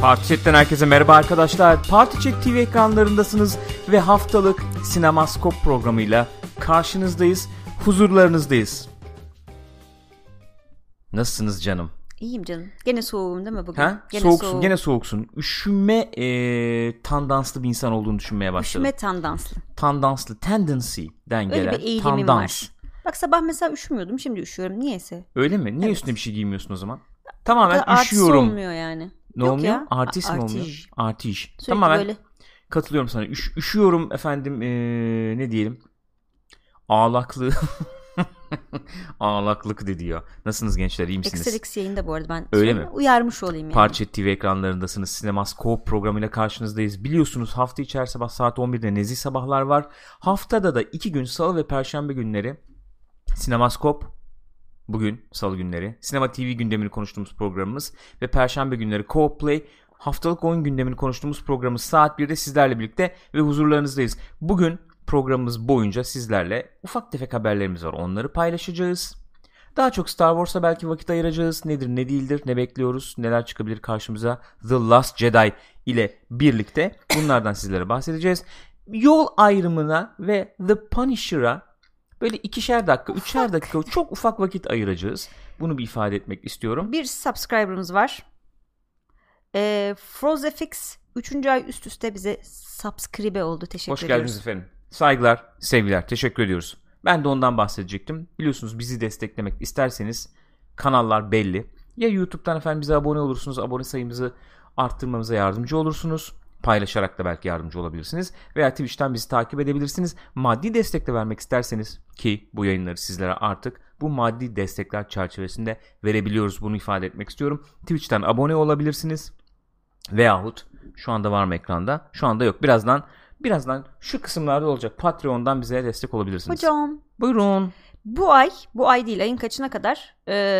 Parti herkese merhaba arkadaşlar. Parti TV ekranlarındasınız ve haftalık Sinemaskop programıyla karşınızdayız, huzurlarınızdayız. Nasılsınız canım? İyiyim canım. Gene soğuğum değil mi bugün? Soğuksun, gene soğuksun. Üşüme tandanslı bir insan olduğunu düşünmeye başladım. Üşüme tandanslı. Tendency'den gelen. Öyle bir eğilimim var. Bak sabah mesela üşümüyordum, şimdi üşüyorum. Niyeyse. Öyle mi? Niye evet. Üstüne bir şey giymiyorsun o zaman? Tamamen üşüyorum. Artist olmuyor yani. Ne yok olmuyor? Ya. Artist mi olmuyor? Artist. Sürekli Tamamen böyle. Katılıyorum sana. Üşüyorum efendim, ne diyelim? Ağlaklı. Ağlaklık dedi ya. Nasılsınız gençler, iyi misiniz? Excelix yayında bu arada ben. Öyle mi? Uyarmış olayım yani. Parti TV ekranlarındasınız. Sinemaskop programıyla karşınızdayız. Biliyorsunuz hafta içi her sabah saat 11'de Nezih Sabahlar var. Haftada da 2 gün Salı ve Perşembe günleri Sinemaskop. Bugün Salı günleri Sinema TV gündemini konuştuğumuz programımız ve Perşembe günleri Co-op Play haftalık oyun gündemini konuştuğumuz programımız saat 1'de sizlerle birlikte ve huzurlarınızdayız. Bugün programımız boyunca sizlerle ufak tefek haberlerimiz var. Onları paylaşacağız. Daha çok Star Wars'a belki vakit ayıracağız. Nedir, ne değildir, ne bekliyoruz, neler çıkabilir karşımıza The Last Jedi ile birlikte bunlardan sizlere bahsedeceğiz. Yol ayrımına ve The Punisher'a böyle 2'şer dakika, 3'er dakika çok ufak vakit ayıracağız. Bunu bir ifade etmek istiyorum. Bir subscriber'ımız var. FrozFX 3. ay üst üste bize subscribe oldu. Teşekkür ediyoruz. Hoş geldiniz efendim. Saygılar, sevgiler. Teşekkür ediyoruz. Ben de ondan bahsedecektim. Biliyorsunuz bizi desteklemek isterseniz kanallar belli. Ya YouTube'dan efendim bize abone olursunuz. Abone sayımızı arttırmamıza yardımcı olursunuz. Paylaşarak da belki yardımcı olabilirsiniz. Veya Twitch'ten bizi takip edebilirsiniz. Maddi destek de vermek isterseniz ki bu yayınları sizlere artık bu maddi destekler çerçevesinde verebiliyoruz. Bunu ifade etmek istiyorum. Twitch'ten abone olabilirsiniz. Veyahut şu anda var mı ekranda? Şu anda yok. Birazdan şu kısımlarda olacak. Patreon'dan bize destek olabilirsiniz. Hocam. Buyurun. Bu ay değil, ayın kaçına kadar?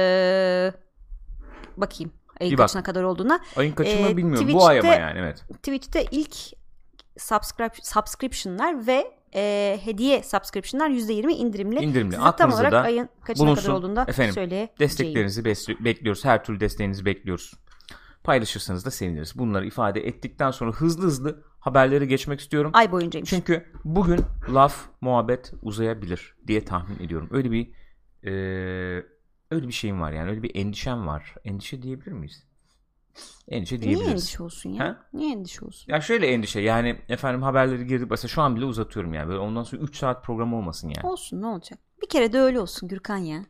Bakayım. Ayın kaçına kadar olduğuna. Ayın kaçını bilmiyorum. Bu ay ama yani evet. Twitch'te ilk subscription'lar ve hediye subscription'lar %20 indirimli. Size tam olarak ayın kaçına kadar olduğunda söyleyeceğim. Desteklerinizi bekliyoruz. Her türlü desteğinizi bekliyoruz. Paylaşırsanız da seviniriz. Bunları ifade ettikten sonra hızlı haberleri geçmek istiyorum. Ay boyuncaymış. Çünkü bugün laf, muhabbet uzayabilir diye tahmin ediyorum. Öyle bir şeyim var yani. Öyle bir endişem var. Endişe diyebilir miyiz? Endişe diyebiliriz. Niye endişe olsun ya? Ha? Niye endişe olsun? Ya şöyle endişe yani efendim haberleri girdik. Mesela şu an bile uzatıyorum yani. Böyle ondan sonra 3 saat program olmasın yani. Olsun, ne olacak? Bir kere de öyle olsun Gürkan ya.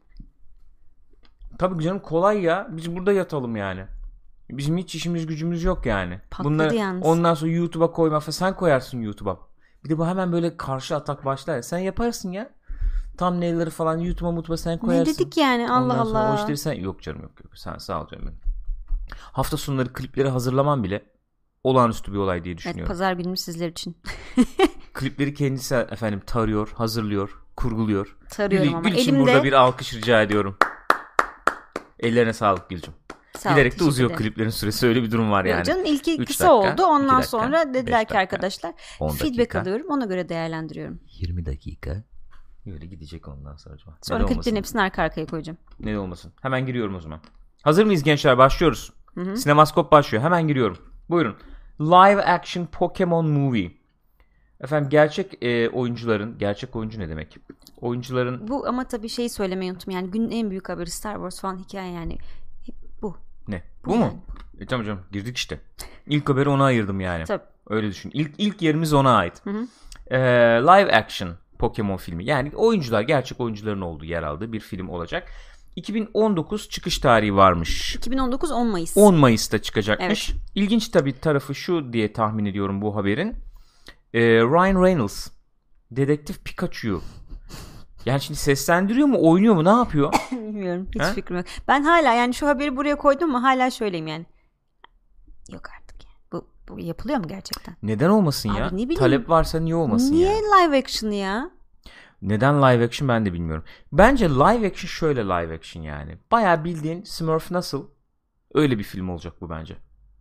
Tabii canım, kolay ya. Biz burada yatalım yani. Bizim hiç işimiz gücümüz yok yani. Patladı bunları yalnız. Ondan sonra YouTube'a koyma falan. Sen koyarsın YouTube'a. Bir de bu hemen böyle karşı atak başlar ya. Sen yaparsın ya. Thumbnail'ları falan YouTube'a sen koyarsın. Ne dedik yani, Allah ondan sonra Allah. o işleri sen... Yok canım, yok. Sen sağ ol canım benim. Hafta sonları klipleri hazırlamam bile olağanüstü bir olay diye düşünüyorum. Evet, pazar günü sizler için. Klipleri kendisi efendim tarıyor, hazırlıyor, kurguluyor. Tarıyorum ama Gül için elimde... burada bir alkış rica ediyorum. Ellerine sağlık Gülcüm. Giderek de uzuyor kliplerin süresi, öyle bir durum var yani. Canım ilki kısa dakika, oldu, ondan dakika, sonra dediler ki arkadaşlar feedback dakika, alıyorum, ona göre değerlendiriyorum. 20 dakika böyle gidecek ondan sonra. Sonra kliplerin hepsini arka arkaya koyacağım. Ne olmasın. Hemen giriyorum o zaman. Hazır mıyız gençler? Başlıyoruz. Hı-hı. Sinemaskop başlıyor. Hemen giriyorum. Buyurun. Live action Pokemon movie. Efendim gerçek oyuncu ne demek? Oyuncuların... Bu ama tabii şeyi söylemeyi unuttum. Yani günün en büyük haberi Star Wars falan hikaye yani. Bu. Ne? Bu mu? Yani. Tamam canım, girdik işte. İlk haberi ona ayırdım yani. Tabii. Öyle düşün. İlk yerimiz ona ait. Live action Pokemon filmi. Yani gerçek oyuncuların olduğu, yer aldığı bir film olacak. 2019 çıkış tarihi varmış. 2019 10 Mayıs. 10 Mayıs'ta çıkacakmış. Evet. İlginç tabii tarafı şu diye tahmin ediyorum bu haberin. Ryan Reynolds Dedektif Pikachu'yu yani şimdi seslendiriyor mu, oynuyor mu, ne yapıyor? Bilmiyorum, hiç fikrim yok. Ben hala yani şu haberi buraya koydum ama hala şöyleyim yani. Yok artık yani. Bu yapılıyor mu gerçekten? Neden olmasın ya? Talep varsa niye olmasın niye ya? Niye live action ya? Neden live action ben de bilmiyorum. Bence live action şöyle live action yani. Bayağı bildiğin Smurf nasıl? Öyle bir film olacak bu bence.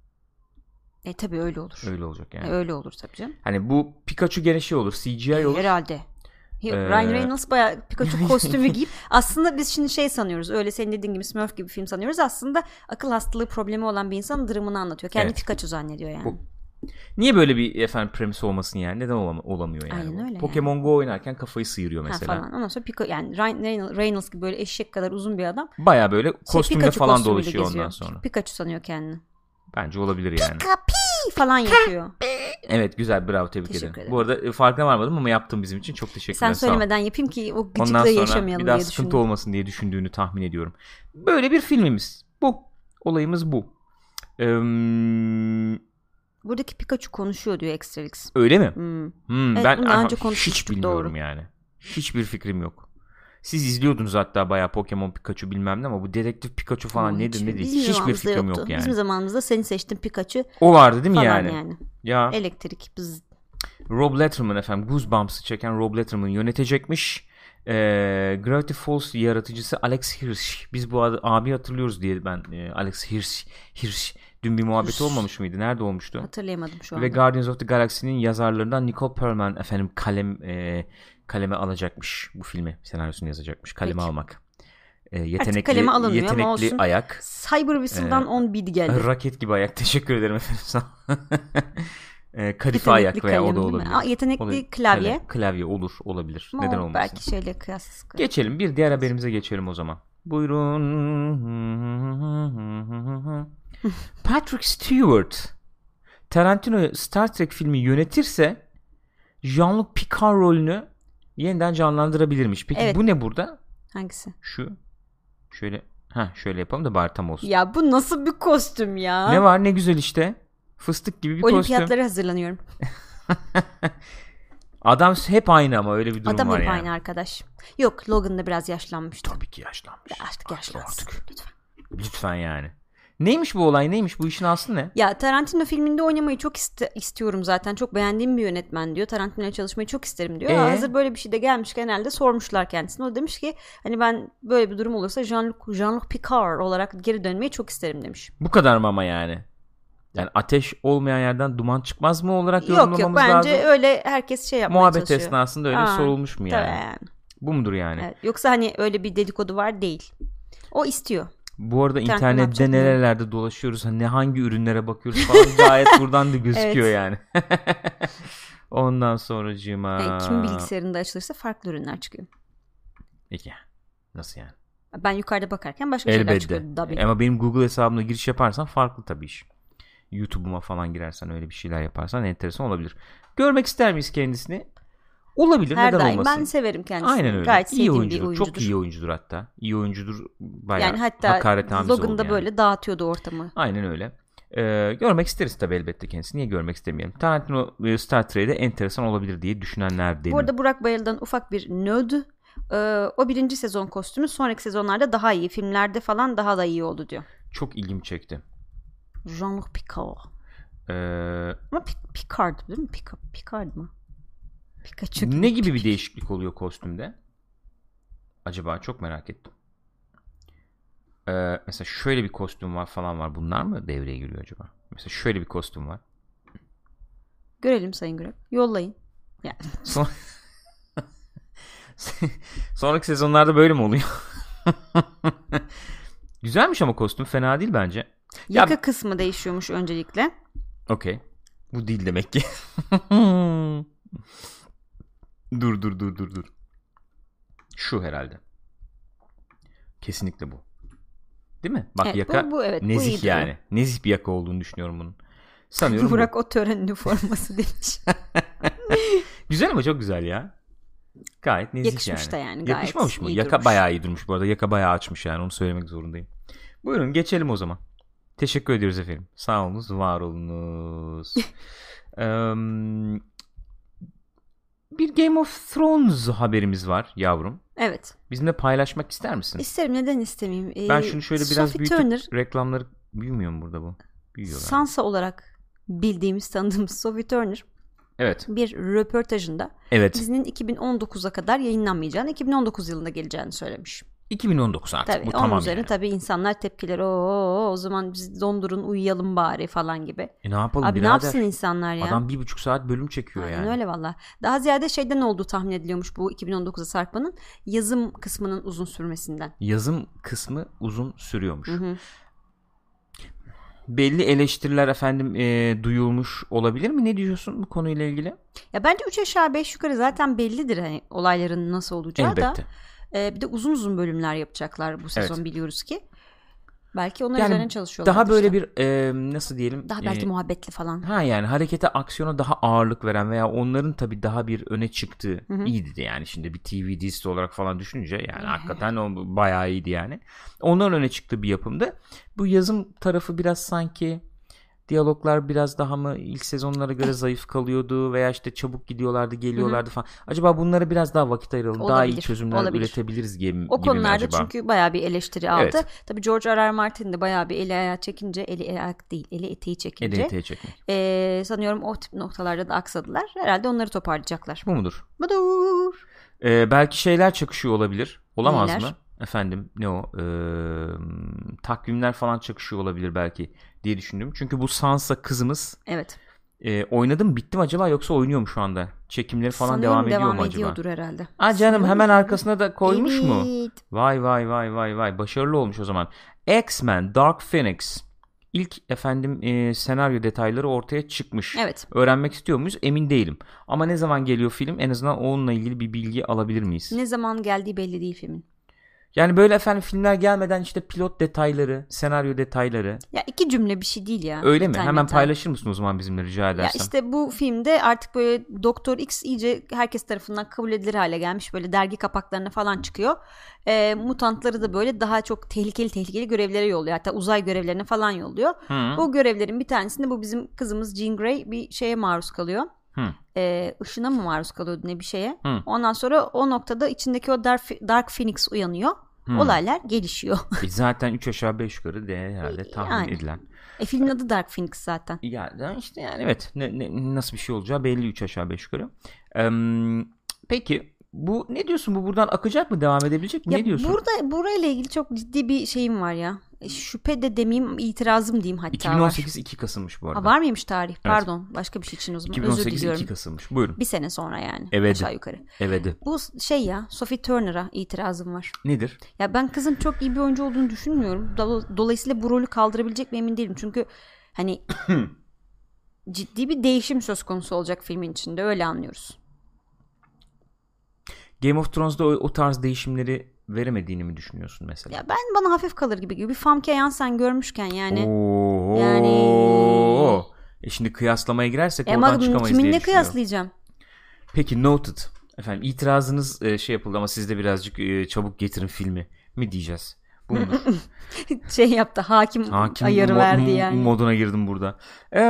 Tabii öyle olur. Öyle olacak yani. Öyle olur tabii canım. Hani bu Pikachu gene şey olur, CGI olur. Herhalde. Ryan Reynolds bayağı Pikachu kostümü giyip aslında biz şimdi şey sanıyoruz, öyle senin dediğin gibi Smurf gibi film sanıyoruz, aslında akıl hastalığı problemi olan bir insanın dramını anlatıyor. Kendi Pikachu zannediyor yani. Niye böyle bir premis olmasın yani? Neden olamıyor yani? Aynen öyle. Pokemon yani. Go oynarken kafayı sıyırıyor mesela. Falan. Ondan sonra yani Ryan Reynolds gibi böyle eşek kadar uzun bir adam. Baya böyle kostümle Pikachu falan dolaşıyor ondan sonra. Pikachu sanıyor kendini. Bence olabilir yani. Pika pi falan yapıyor. Evet, güzel, bravo, tebrik ederim. Bu arada farkına varmadım ama yaptın bizim için, çok teşekkürler. Sen söylemeden yapayım ki o gıcıklığı yaşamayalım diye düşündüm. Ondan sonra bir daha sıkıntı olmasın diye düşündüğünü tahmin ediyorum. Böyle bir filmimiz bu. Olayımız bu. Buradaki Pikachu konuşuyor diyor Extralix. Öyle mi? Evet, ben hiç bilmiyorum doğru. Yani. Hiçbir fikrim yok. Siz izliyordunuz hatta bayağı Pokemon Pikachu bilmem ne, ama bu dedektif Pikachu falan nedir ne değil. Hiçbir fikrim yok yani. Bizim zamanımızda seni seçtim Pikachu. O vardı değil mi yani? Ya. Elektrik. Rob Letterman efendim, Goosebumps'ı çeken Rob Letterman yönetecekmiş. Gravity Falls yaratıcısı Alex Hirsch. Biz bu abi hatırlıyoruz diye ben Alex Hirsch. Dün bir muhabbeti olmamış mıydı? Nerede olmuştu? Hatırlayamadım şu anda. Ve Guardians of the Galaxy'nin yazarlarından Nicole Perlman efendim kaleme alacakmış bu filmi. Senaryosunu yazacakmış. Kaleme almak. Yetenekli ayak. Cyber Whistle'dan 10 bid geldi. Raket gibi ayak. Teşekkür ederim efendim. Kadife ayak veya o da olabilir. Yetenekli klavye. Klavye olabilir. Neden olmasın? Belki şeyle kıyassız. Geçelim. Bir diğer haberimize geçelim o zaman. Buyurun. Patrick Stewart Tarantino Star Trek filmi yönetirse Jean-Luc Picard rolünü yeniden canlandırabilirmiş. Peki bu ne burada? Hangisi? Şöyle yapalım da bari tam olsun. Ya bu nasıl bir kostüm ya? Ne var, ne güzel işte. Fıstık gibi bir kostüm. Olimpiyatlara hazırlanıyorum. Adam hep aynı ama öyle bir durum Adam var yani. Adam hep aynı arkadaş. Yok, Logan'da biraz yaşlanmıştı. Tabii ki yaşlanmış. Artık yaşlansın. Lütfen yani. Neymiş bu olay, neymiş? Bu işin aslı ne? Ya Tarantino filminde oynamayı çok istiyorum zaten. Çok beğendiğim bir yönetmen diyor. Tarantino'ya çalışmayı çok isterim diyor. Hazır böyle bir şey de gelmiş, genelde sormuşlar kendisine. O demiş ki hani ben böyle bir durum olursa Jean-Luc Picard olarak geri dönmeyi çok isterim demiş. Bu kadar mı ama yani? Yani ateş olmayan yerden duman çıkmaz mı olarak yorumlamamız lazım? Yok bence öyle herkes şey yapmaya muhabbet çalışıyor. Muhabbet esnasında öyle sorulmuş mu yani? Bu mudur yani? Evet. Yoksa hani öyle bir dedikodu var değil. O istiyor. Bu arada internette nerelerde dolaşıyoruz, hani hangi ürünlere bakıyoruz falan gayet buradan da gözüküyor yani. Ondan sonracığıma. Kim bilgisayarında açılırsa farklı ürünler çıkıyor. Peki. Nasıl yani? Ben yukarıda bakarken başka şeyler çıkıyor. Ama benim Google hesabımla giriş yaparsan farklı tabii iş. YouTube'uma falan girersen, öyle bir şeyler yaparsan enteresan olabilir. Görmek ister miyiz kendisini? Olabilir. Her neden daim. olmasın? Ben severim kendisini. Aynen öyle. Gayet iyi oyuncudur. Bir oyuncudur. Çok iyi oyuncudur hatta. İyi oyuncudur. Bayağı yani hatta hakaretamiz oldu Logan'da yani. böyle dağıtıyordu ortamı. Aynen öyle. Görmek isteriz tabii elbette kendisini. Niye görmek istemeyelim? Tarantino Star Trek'de enteresan olabilir diye düşünenlerdenim. Bu arada Burak Bayıl'dan ufak bir nöd. O 1. sezon kostümü sonraki sezonlarda daha iyi. Filmlerde falan daha da iyi oldu diyor. Çok ilgimi çekti. Jean-Luc Picard. Ama Picard değil mi? Picard mı? Pikachu ne gibi bir değişiklik oluyor kostümde? Acaba çok merak ettim. Mesela şöyle bir kostüm var falan var. Bunlar mı devreye giriyor acaba? Mesela şöyle bir kostüm var. Görelim Sayın Gürek. Yollayın. Yani. Sonraki sezonlarda böyle mi oluyor? Güzelmiş ama kostüm fena değil bence. Yaka kısmı değişiyormuş öncelikle. Okey. Bu değil demek ki. Dur. Şu herhalde. Kesinlikle bu. Değil mi? Bak evet, yaka bu, evet, nezih yani. Nezih bir yaka olduğunu düşünüyorum bunun. Sanıyorum Burak o tören üniforması demiş. Güzel ama çok güzel ya. Gayet nezih yakışmış yani. Da yani. Gayet yakışmamış mı? Yaka bayağı iyi durmuş bu arada. Yaka bayağı açmış yani. Onu söylemek zorundayım. Buyurun geçelim o zaman. Teşekkür ediyoruz efendim. Sağ olunuz, var olunuz. Bir Game of Thrones haberimiz var yavrum. Evet. Bizimle paylaşmak ister misin? İsterim, neden istemeyeyim? Ben şunu şöyle biraz büyütüp reklamları büyümüyor mu burada bu? Büyüyorlar. Sansa olarak bildiğimiz, tanıdığımız Sophie Turner. Evet. Bir röportajında dizinin 2019'a kadar yayınlanmayacağını, 2019 yılında geleceğini söylemiş. 2019 artık tabii, bu tamam onun üzerine yani. Tabii insanlar tepkileri o zaman biz dondurun uyuyalım bari falan gibi. Ne yapalım Abi birader? ne yapsın insanlar ya? Adam 1,5 saat bölüm çekiyor Aynen yani. öyle valla. Daha ziyade şeyden olduğu tahmin ediliyormuş bu 2019'a sarkmanın, yazım kısmının uzun sürmesinden. Yazım kısmı uzun sürüyormuş. Belli eleştiriler efendim duyulmuş olabilir mi? Ne diyorsun bu konuyla ilgili? Ya bence 3 aşağı 5 yukarı zaten bellidir hani olayların nasıl olacağı Elbette. da. Bir de uzun uzun bölümler yapacaklar bu sezon, biliyoruz ki. Belki onlar Yani üzerine çalışıyorlar. daha böyle bir nasıl diyelim? Daha belki muhabbetli falan. Yani harekete, aksiyona daha ağırlık veren veya onların tabii daha bir öne çıktığı iyiydi yani. Şimdi bir TV dizisi olarak falan düşününce yani hakikaten o bayağı iyiydi yani. Onların öne çıktığı bir yapımdı. Bu yazım tarafı biraz sanki diyaloglar biraz daha mı ilk sezonlara göre zayıf kalıyordu veya işte çabuk gidiyorlardı, geliyorlardı falan. Acaba bunlara biraz daha vakit ayıralım, daha iyi çözümler üretebiliriz gibi mi acaba? O konularda çünkü bayağı bir eleştiri aldı. Evet. Tabii George R.R. Martin de bayağı bir eli eteği çekince sanıyorum o tip noktalarda da aksadılar. Herhalde onları toparlayacaklar. Bu mudur? Belki şeyler çakışıyor olabilir. Olamaz mı? Efendim ne o? Takvimler falan çakışıyor olabilir belki diye düşündüm. Çünkü bu Sansa kızımız oynadı mı, bitti mi acaba, yoksa oynuyor mu şu anda? Çekimleri falan sanıyorum devam ediyor mu acaba? Ediyordur herhalde. Canım hemen arkasına da koymuş mu? Vay başarılı olmuş o zaman. X-Men Dark Phoenix. İlk senaryo detayları ortaya çıkmış. Evet. Öğrenmek istiyor muyuz? Emin değilim. Ama ne zaman geliyor film? En azından onunla ilgili bir bilgi alabilir miyiz? Ne zaman geldiği belli değil filmin. Yani böyle filmler gelmeden işte pilot detayları, senaryo detayları. Ya 2 cümle bir şey değil ya. Öyle mi? Hemen paylaşır mısın o zaman bizimle, rica edersem? Ya işte bu filmde artık böyle Doktor X iyice herkes tarafından kabul edilir hale gelmiş. Böyle dergi kapaklarına falan çıkıyor. Mutantları da böyle daha çok tehlikeli görevlere yolluyor. Hatta uzay görevlerine falan yolluyor. Bu görevlerin bir tanesinde bu bizim kızımız Jean Grey bir şeye maruz kalıyor. Işına mı maruz kalıyordu ne bir şeye. Ondan sonra o noktada içindeki o Dark Phoenix uyanıyor. Olaylar gelişiyor. Zaten 3 aşağı 5 yukarı diye herhalde tahmin edilen. Filmin adı Dark Phoenix zaten. Yani işte yani evet. Nasıl bir şey olacağı belli 3 aşağı 5 yukarı. Peki bu ne diyorsun? Bu buradan akacak mı? Devam edebilecek mi? Ne diyorsun? Burayla ilgili çok ciddi bir şeyim var ya. Şüphe de demeyeyim, itirazım diyeyim hatta 2018 var. 2 Kasım'mış bu arada. Var mıymış tarih? Evet. Pardon. Başka bir şey için o zaman. 2018 özür diliyorum. 2 Kasım'mış. Buyurun. Bir sene sonra yani. Evet. Aşağı yukarı. Evet. Bu Sophie Turner'a itirazım var. Nedir? Ya ben kızın çok iyi bir oyuncu olduğunu düşünmüyorum. Dolayısıyla bu rolü kaldırabilecek mi emin değilim. Çünkü hani ciddi bir değişim söz konusu olacak filmin içinde. Öyle anlıyoruz. Game of Thrones'da o tarz değişimleri veremediğini mi düşünüyorsun mesela? Ya bana hafif kalır gibi. Bir Famke Janssen görmüşken yani. Şimdi kıyaslamaya girersek oradan çıkamayız diye düşünüyorum. Kiminle kıyaslayacağım? Peki noted. Efendim itirazınız yapıldı ama siz de birazcık çabuk getirin filmi mi diyeceğiz? Bu mudur? Yaptı. Hakim ayarı verdi yani. Moduna girdim burada.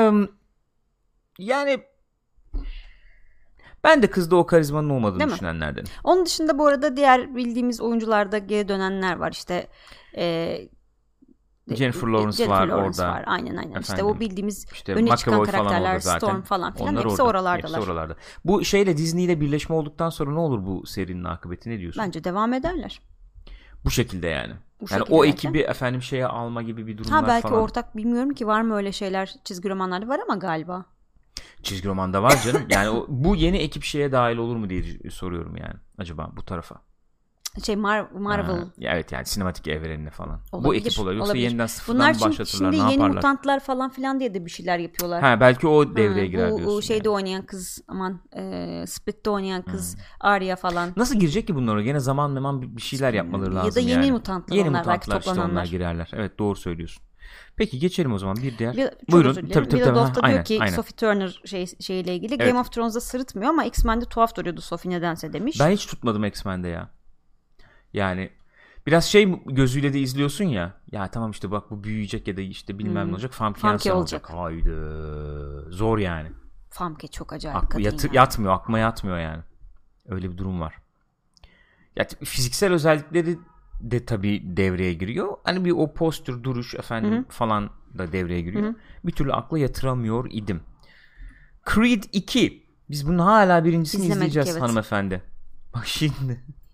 Yani ben de kızda o karizmanın olmadığını değil düşünenlerden. Onun dışında bu arada diğer bildiğimiz oyuncularda geri dönenler var. İşte Jennifer Lawrence var orada. Aynen. Efendim, işte o bildiğimiz öne çıkan karakterler, Storm falan filan hepsi oralardalar. Hepsi oralarda. Bu Disney ile birleşme olduktan sonra ne olur bu serinin akıbeti, ne diyorsun? Bence devam ederler. Bu şekilde yani. Yani o ekibi ekibi alma gibi bir durumlar falan. Belki ortak, bilmiyorum ki var mı öyle şeyler, çizgi romanlarda var ama galiba. Çizgi romanda var canım. Yani bu yeni ekip dahil olur mu diye soruyorum yani. Acaba bu tarafa. Marvel. Evet yani sinematik evrenine falan. Olabilir, bu ekip olur. Yoksa yeniden sıfırdan bunlar başlatırlar. Şimdi ne yaparlar? yeni mutantlar falan filan diye de bir şeyler yapıyorlar. Belki o devreye girer diyorsun. Bu şeyde oynayan kız, Split'te oynayan kız Arya falan. Nasıl girecek ki bunlara? Gene zaman bir şeyler yapmaları lazım. Ya da yeni mutantlar. Yeni mutantlar işte onlar girerler. Evet, doğru söylüyorsun. Peki geçelim o zaman bir diğer. Buyurun. Tabii. Diyor ki Sophie Turner şeyle ilgili. Evet. Game of Thrones'da sırıtmıyor ama X-Men'de tuhaf duruyordu Sophie nedense demiş. Ben hiç tutmadım X-Men'de ya. Yani biraz gözüyle de izliyorsun ya. Ya tamam işte bak bu büyüyecek ya da işte bilmem ne olacak. Famke Janssen olacak. Haydi. Zor yani. Famke çok acayip kadın yatmıyor. Aklıma yatmıyor yani. Öyle bir durum var. Ya fiziksel özellikleri de tabii devreye giriyor. Hani bir o postür, duruş falan da devreye giriyor. Bir türlü akla yatıramıyor idim. Creed 2. Biz bunun hala birincisini izleyeceğiz hanımefendi. Bak şimdi.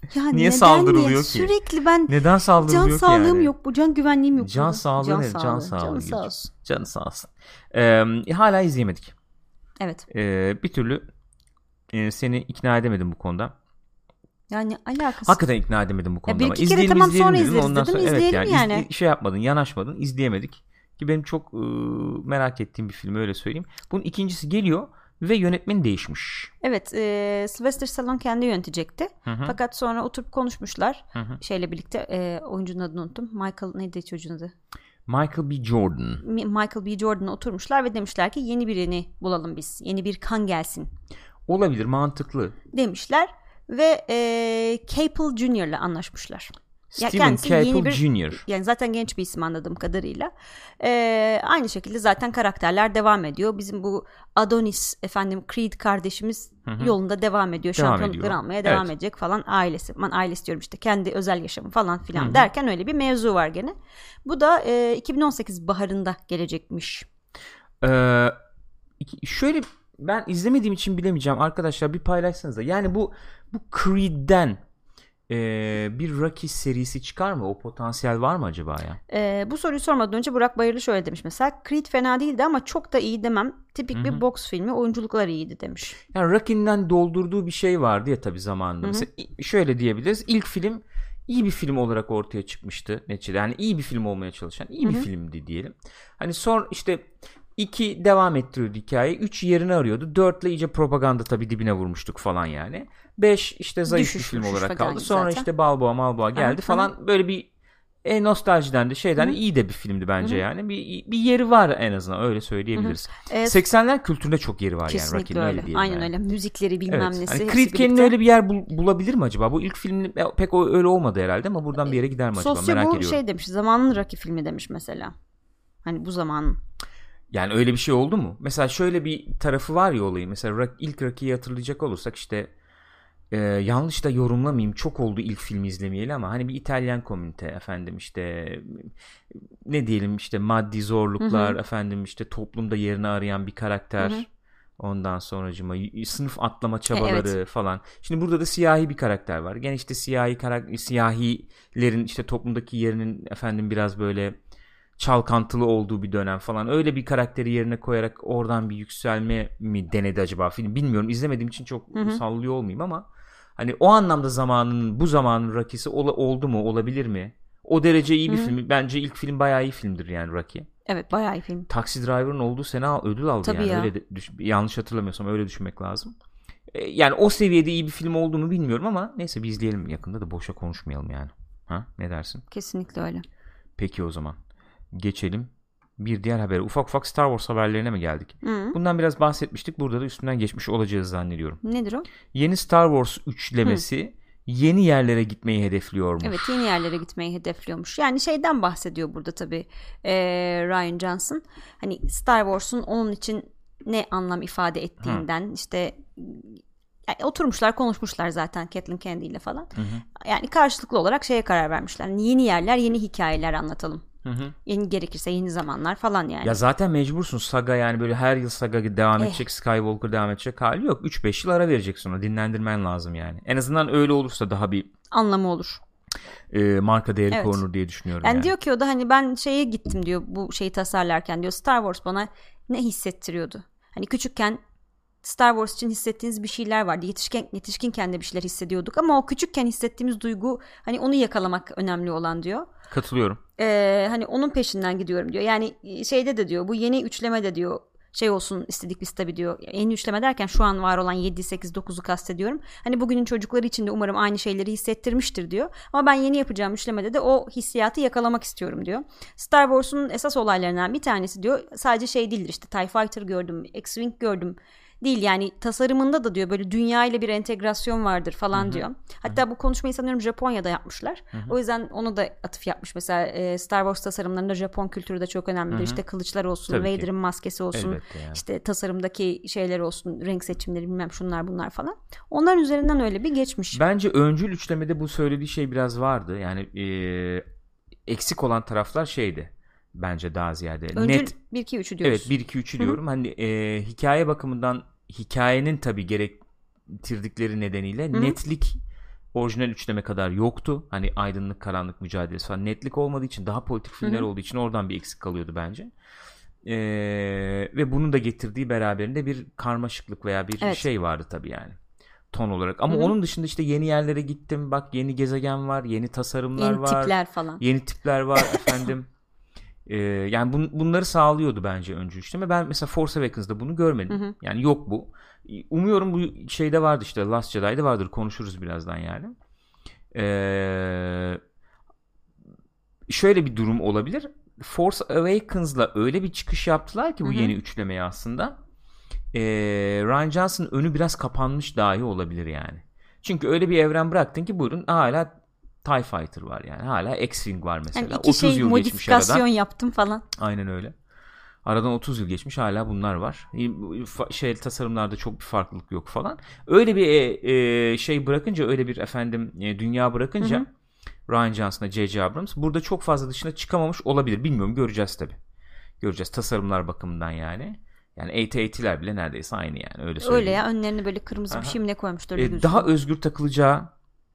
Ya Niye saldırılıyor diye? ki? Sürekli ben neden saldırılıyor can ki sağlığım yani? yok, bu can güvenliğim yok. Can sağlığı can ne? sağlığı. Can sağlığı. Canı sağ olsun. Canı sağ olsun. Hala izleyemedik. Evet. Bir türlü seni ikna edemedim bu konuda. Yani alakası. Hakikaten ikna edemedim bu konuda. Bir iki kere tamam sonra izleriz ondan dedim. sonra, İzleyelim evet yani. Şey yapmadın, yanaşmadın, izleyemedik. Ki benim çok merak ettiğim bir film, öyle söyleyeyim. Bunun ikincisi geliyor ve yönetmeni değişmiş. Evet, Sylvester Stallone kendi yönetecekti. Hı-hı. Fakat sonra oturup konuşmuşlar. Hı-hı. Şeyle birlikte oyuncunun adını unuttum. Michael neydi çocuğun adı? Michael B. Jordan. Michael B. Jordan'a oturmuşlar ve demişler ki yeni birini bulalım biz. Yeni bir kan gelsin. Olabilir, mantıklı. Demişler ve Capel Jr.'la anlaşmışlar. Steven Capel Jr. Yani zaten genç bir isim anladığım kadarıyla. Aynı şekilde zaten karakterler devam ediyor. Bizim bu Adonis Creed kardeşimiz yolunda devam ediyor. Şampiyonlukları almaya devam edecek falan, ailesi. Ben ailesi diyorum işte, kendi özel yaşamı falan filan derken öyle bir mevzu var gene. Bu da 2018 baharında gelecekmiş. Şöyle, ben izlemediğim için bilemeyeceğim arkadaşlar, bir paylaşsanıza. Yani bu Creed'den bir Rocky serisi çıkar mı? O potansiyel var mı acaba ya? Bu soruyu sormadan önce Burak Bayırlı şöyle demiş mesela: Creed fena değildi ama çok da iyi demem. Tipik bir boks filmi, oyunculuklar iyiydi demiş. Yani Rocky'nden doldurduğu bir şey vardı ya tabii zamanında. Mesela şöyle diyebiliriz. İlk film iyi bir film olarak ortaya çıkmıştı neticede. Yani iyi bir film olmaya çalışan iyi bir filmdi diyelim. Hani sonra işte 2 devam ettiriyordu hikayeyi. 3 yerini arıyordu. 4'le iyice propaganda tabii dibine vurmuştuk falan yani. 5 işte zayıf bir film olarak kaldı. Sonra zaten işte Balboa geldi falan. Böyle bir nostaljiden de şeyden iyi de bir filmdi bence yani. Bir yeri var en azından, öyle söyleyebiliriz. 80'ler kültüründe çok yeri var. Kesinlikle yani. Kesinlikle öyle. öyle. Aynen yani. öyle. Müzikleri bilmem nesi. Hani Creed kendine öyle bir yer bulabilir mi acaba? Bu ilk filmin pek öyle olmadı herhalde ama buradan bir yere gider mi acaba? Merak ediyorum. Şey demiş, zamanın Rocky filmi demiş mesela. Hani bu zamanın. Yani öyle bir şey oldu mu? Mesela şöyle bir tarafı var ya olayı. Mesela ilk Rocky'yi hatırlayacak olursak işte yanlış da yorumlamayayım, çok oldu ilk filmi izlemeyeli ama hani bir İtalyan komünite efendim, işte ne diyelim, işte maddi zorluklar, efendim işte toplumda yerini arayan bir karakter. Ondan sonracıma sınıf atlama çabaları falan. Şimdi burada da siyahi bir karakter var. Gene işte siyahilerin işte toplumdaki yerinin efendim biraz böyle çalkantılı olduğu bir dönem falan. Öyle bir karakteri yerine koyarak oradan bir yükselme mi denedi acaba film? Bilmiyorum. İzlemediğim için çok sallıyor olmayayım ama hani o anlamda bu zamanın Rocky'si oldu mu? Olabilir mi? O derece iyi bir film. Bence ilk film bayağı iyi filmdir yani Rocky. Evet, bayağı iyi film. Taxi Driver'ın olduğu sene ödül aldı. Tabii yani. Ya. Öyle yanlış hatırlamıyorsam öyle düşünmek lazım. Yani o seviyede iyi bir film olduğunu bilmiyorum ama neyse, bir izleyelim yakında da boşa konuşmayalım yani. Ha? Ne dersin? Kesinlikle öyle. Peki o zaman geçelim bir diğer habere. Ufak ufak Star Wars haberlerine mi geldik? Bundan biraz bahsetmiştik. Burada da üstünden geçmiş olacağız zannediyorum. Nedir o? Yeni Star Wars üçlemesi yeni yerlere gitmeyi hedefliyormuş. Evet, yeni yerlere gitmeyi hedefliyormuş. Yani şeyden bahsediyor burada tabii Rian Johnson. Hani Star Wars'un onun için ne anlam ifade ettiğinden işte yani oturmuşlar, konuşmuşlar zaten Kathleen Kennedy ile falan. Yani karşılıklı olarak şeye karar vermişler. Yani yeni yerler, yeni hikayeler anlatalım. Yeni, gerekirse yeni zamanlar falan yani. Ya zaten mecbursun, saga yani böyle her yıl saga devam edecek, Skywalker devam edecek hali yok. 3-5 yıl ara vereceksin, ona dinlendirmen lazım yani. En azından öyle olursa daha bir anlamı olur. Marka değeri korunur diye düşünüyorum. Yani diyor ki o da hani ben şeye gittim diyor, bu şeyi tasarlarken diyor, Star Wars bana ne hissettiriyordu. Hani küçükken Star Wars için hissettiğiniz bir şeyler vardı. Yetişkinken de bir şeyler hissediyorduk ama o küçükken hissettiğimiz duygu, hani onu yakalamak önemli olan diyor. Katılıyorum. Hani onun peşinden gidiyorum diyor. Yani şeyde de diyor, bu yeni üçleme de diyor şey olsun istedik biz tabii diyor. Yeni üçleme derken şu an var olan 7, 8, 9'u kastediyorum. Hani bugünün çocukları için de umarım aynı şeyleri hissettirmiştir diyor. Ama ben yeni yapacağım üçlemede de o hissiyatı yakalamak istiyorum diyor. Star Wars'un esas olaylarından bir tanesi diyor sadece şey değildir, işte TIE Fighter gördüm, X-Wing gördüm değil, yani tasarımında da diyor böyle dünya ile bir entegrasyon vardır falan diyor. Hatta bu konuşmayı sanıyorum Japonya'da yapmışlar. O yüzden onu da atıf yapmış. Mesela Star Wars tasarımlarında Japon kültürü de çok önemlidir. İşte kılıçlar olsun, Vader'ın maskesi olsun, yani. İşte tasarımdaki şeyler olsun, renk seçimleri bilmem şunlar bunlar falan. Onların üzerinden öyle bir geçmiş. Bence öncül üçlemede bu söylediği şey biraz vardı. Yani eksik olan taraflar şeydi. Bence daha ziyade. Öncül net 1-2-3'ü diyoruz. Evet, 1-2-3'ü diyorum. Hani hikaye bakımından hikayenin tabii gerektirdikleri nedeniyle netlik orijinal üçleme kadar yoktu. Hani aydınlık karanlık mücadelesi falan, netlik olmadığı için, daha politik filmler olduğu için oradan bir eksik kalıyordu bence. Ve bunun da getirdiği beraberinde bir karmaşıklık veya bir şey vardı tabii yani. Ton olarak. Ama onun dışında işte yeni yerlere gittim. Bak, yeni gezegen var, yeni tasarımlar var. Yeni tipler falan. Yeni tipler var efendim. Yani bunları sağlıyordu bence öncü üçleme. Ben mesela Force Awakens'da bunu görmedim. Yani yok bu. Umuyorum bu şeyde vardı, işte Last Jedi'de vardır. Konuşuruz birazdan yani. Şöyle bir durum olabilir. Force Awakens'la öyle bir çıkış yaptılar ki bu yeni üçlemeye aslında. Rian Johnson'ın önü biraz kapanmış dahi olabilir yani. Çünkü öyle bir evren bıraktın ki buyurun hala TIE Fighter var yani. Hala X-Wing var mesela. Yani 30 yıl modifikasyon yaptım falan. Aynen öyle. Aradan 30 yıl geçmiş, hala bunlar var. Tasarımlarda çok bir farklılık yok falan. Öyle bir şey bırakınca, öyle bir dünya bırakınca Rian Johnson'a J.J. Abrams burada çok fazla dışına çıkamamış olabilir. Bilmiyorum, göreceğiz tabii. Göreceğiz tasarımlar bakımından yani. Yani AT-AT'ler bile neredeyse aynı yani, öyle söyleyeyim. Öyle ya, önlerine böyle kırmızı bir şey mi ne koymuşlar. Daha özgür takılacağı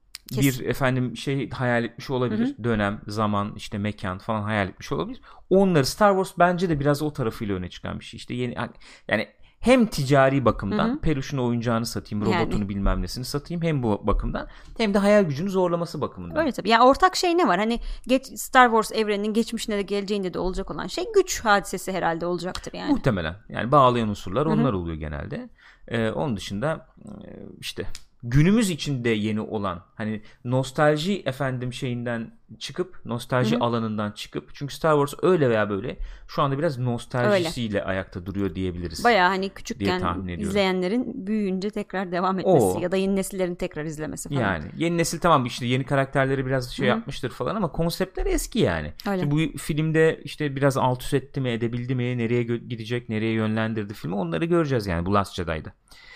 bir şey hayal etmiş olabilir. Dönem, zaman, işte mekan falan hayal etmiş olabilir. Onları Star Wars bence de biraz o tarafıyla öne çıkan bir şey. İşte yeni, yani hem ticari bakımdan peluşunu, oyuncağını satayım, robotunu bilmem nesini satayım, hem bu bakımdan hem de hayal gücünü zorlaması bakımından. Öyle tabii. Yani ortak şey ne var? Hani Star Wars evreninin geçmişinde de geleceğinde de olacak olan şey güç hadisesi herhalde olacaktır yani. Muhtemelen. Yani bağlayan unsurlar onlar oluyor genelde. Onun dışında işte günümüz içinde yeni olan, hani nostalji şeyinden çıkıp, nostalji alanından çıkıp, çünkü Star Wars öyle veya böyle şu anda biraz nostaljisiyle ayakta duruyor diyebiliriz. Bayağı hani küçükken izleyenlerin büyüyünce tekrar devam etmesi ya da yeni nesillerin tekrar izlemesi falan. Yani yeni nesil tamam, işte yeni karakterleri biraz yapmıştır falan ama konseptler eski yani. İşte bu filmde işte biraz alt üst etti mi, edebildi mi, nereye gidecek, nereye yönlendirdi filmi, onları göreceğiz yani bu Last Jedi'da.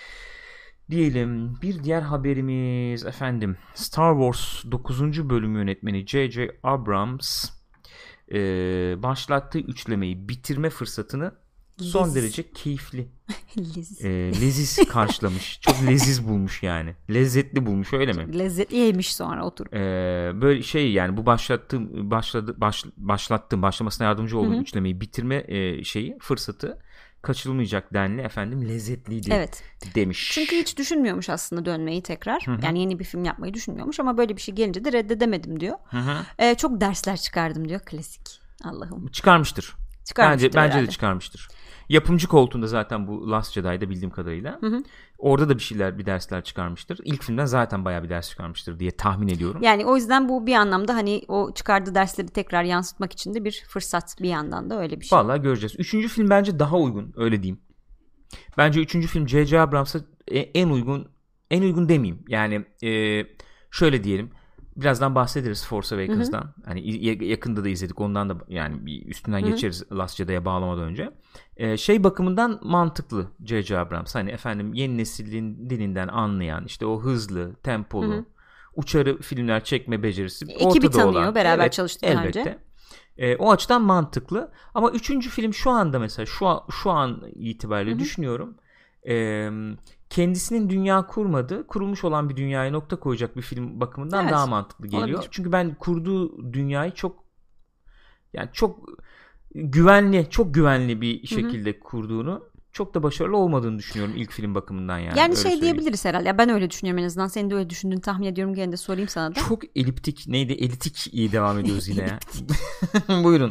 Diyelim, bir diğer haberimiz Star Wars 9. bölüm yönetmeni J.J. Abrams başlattığı üçlemeyi bitirme fırsatını son derece keyifli, leziz karşılamış. Çok leziz bulmuş yani. Lezzetli bulmuş, öyle mi? Çok lezzetli yemiş sonra oturup. Böyle şey yani, bu başlamasına yardımcı olduğum üçlemeyi bitirme fırsatı kaçırılmayacak denli lezzetliydi demiş. Çünkü hiç düşünmüyormuş aslında dönmeyi tekrar. Yani yeni bir film yapmayı düşünmüyormuş ama böyle bir şey gelince de reddedemedim diyor. Çok dersler çıkardım diyor, klasik. Allah'ım. Çıkarmıştır. Bence de çıkarmıştır. Yapımcı koltuğunda zaten bu Last Jedi'da bildiğim kadarıyla. Orada da bir dersler çıkarmıştır. İlk filmden zaten bayağı bir ders çıkarmıştır diye tahmin ediyorum. Yani o yüzden bu bir anlamda hani o çıkardığı dersleri tekrar yansıtmak için de bir fırsat, bir yandan da öyle bir şey. Vallahi göreceğiz. 3. film bence daha uygun, öyle diyeyim. Bence 3. film J.J. Abrams'a en uygun demeyeyim. Yani şöyle diyelim. Birazdan bahsederiz Force Awakens'dan. Hani yakında da izledik. Ondan da yani bir üstünden geçeriz Last Jedi'ye bağlamadan önce. Bakımından mantıklı J.J. Abrams. Hani yeni neslin dilinden anlayan, işte o hızlı, tempolu, uçarı filmler çekme becerisi ekibi tanıyor, beraber çalıştık önce. O açıdan mantıklı. Ama 3. film şu anda mesela şu an itibariyle düşünüyorum. Kendisinin dünya kurmadığı, kurulmuş olan bir dünyaya nokta koyacak bir film bakımından daha mantıklı geliyor. Olabilir. Çünkü ben kurduğu dünyayı çok güvenli bir şekilde kurduğunu, çok da başarılı olmadığını düşünüyorum ilk film bakımından yani. Yani diyebiliriz herhalde. Ya ben öyle düşünüyorum en azından. Senin de öyle düşündüğünü tahmin ediyorum. Gene de sorayım sana da. Çok elitik iyi devam ediyoruz yine ya. Buyurun.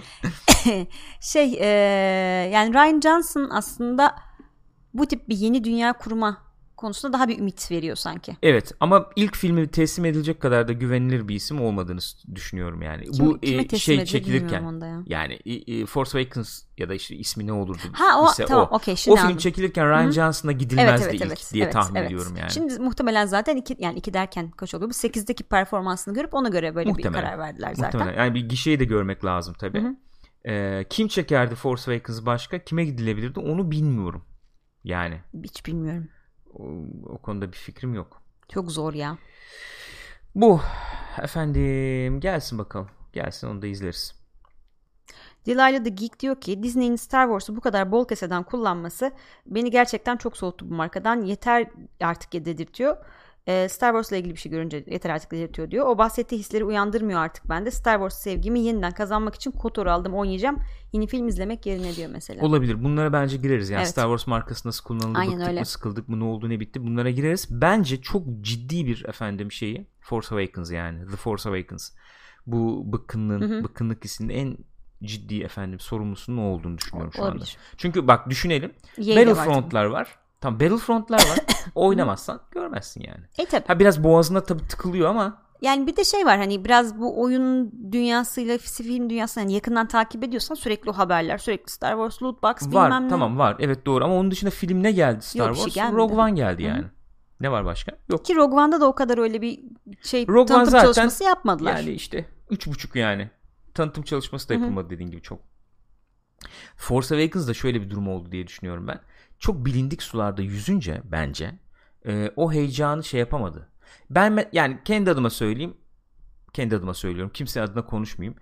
Yani Rian Johnson aslında bu tip bir yeni dünya kurma konusunda daha bir ümit veriyor sanki. Evet, ama ilk filmi teslim edilecek kadar da güvenilir bir isim olmadığını düşünüyorum yani. Bu çekilirken yani Force Awakens ya da işte ismi ne olurdu? Tamam, okey, şimdi o film çekilirken Rian Johnson'a gidilmezdi diye tahmin ediyorum yani. Şimdi muhtemelen zaten 2 derken kaç oluyor? Bu 8'deki performansını görüp ona göre böyle bir karar verdiler zaten. Muhtemelen. Yani bir gişeyi de görmek lazım tabii. Kim çekerdi Force Awakens başka? Kime gidilebilirdi? Onu bilmiyorum. Yani. Hiç bilmiyorum. O konuda bir fikrim yok. Çok zor ya. Bu gelsin bakalım. Gelsin, onu da izleriz. Delilah the Geek diyor ki Disney'in Star Wars'u bu kadar bol keseden kullanması beni gerçekten çok soğuttu bu markadan. Yeter artık dedirtiyor. Star Wars'la ilgili bir şey görünce yeter artık dedirtiyor diyor. O bahsettiği hisleri uyandırmıyor artık bende. Star Wars sevgimi yeniden kazanmak için KOTOR aldım, oynayacağım. Yeni film izlemek yerine diyor mesela. Olabilir. Bunlara bence gireriz. Yani Star Wars markası nasıl kullanıldı, bıktık mı, sıkıldık mı, ne oldu, ne bitti. Bunlara gireriz. Bence çok ciddi bir şeyi. Force Awakens yani. The Force Awakens. Bu bıkkınlık hissinin en ciddi sorumlusunun o olduğunu düşünüyorum şu anda. Çünkü bak düşünelim. Battlefront'lar var. Tamam, Battlefront'lar var. Oynamazsan görmezsin yani. Tabii. Biraz boğazına tabii tıkılıyor ama. Yani bir de şey var, hani biraz bu oyun dünyasıyla film dünyasını hani yakından takip ediyorsan sürekli o haberler, sürekli Star Wars loot box bilmem ne. Var, tamam var. Evet doğru, ama onun dışında film ne geldi Star Wars? Rogue One geldi yani. Ne var başka? Yok. Ki Rogue One'da da o kadar öyle bir tanıtım çalışması yapmadılar. Yani işte 3.5 yani. Tanıtım çalışması da yapılmadı dediğin gibi çok. Force Awakens'da şöyle bir durum oldu diye düşünüyorum ben. Çok bilindik sularda yüzünce bence o heyecanı yapamadı. Ben yani kendi adıma söylüyorum. Kimse adına konuşmayayım.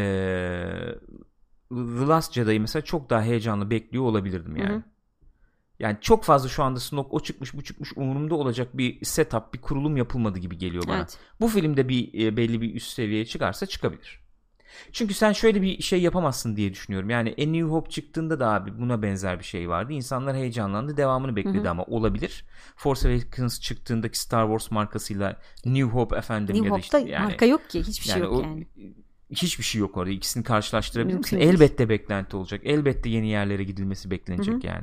The Last Jedi'yi mesela çok daha heyecanlı bekliyor olabilirdim yani. Yani çok fazla şu anda Snoke o çıkmış bu çıkmış umurumda olacak bir setup, bir kurulum yapılmadı gibi geliyor bana. Evet. Bu filmde belli bir üst seviyeye çıkarsa çıkabilir. Çünkü sen şöyle bir şey yapamazsın diye düşünüyorum. Yani A New Hope çıktığında da abi buna benzer bir şey vardı. İnsanlar heyecanlandı, devamını bekledi ama olabilir. Force Awakens çıktığındaki Star Wars markasıyla New Hope New Hope'da yani, marka yok ki, hiçbir şey yok yani. Hiçbir şey yok orada. İkisini karşılaştırabilir misin? Elbette beklenti olacak. Elbette yeni yerlere gidilmesi beklenecek yani.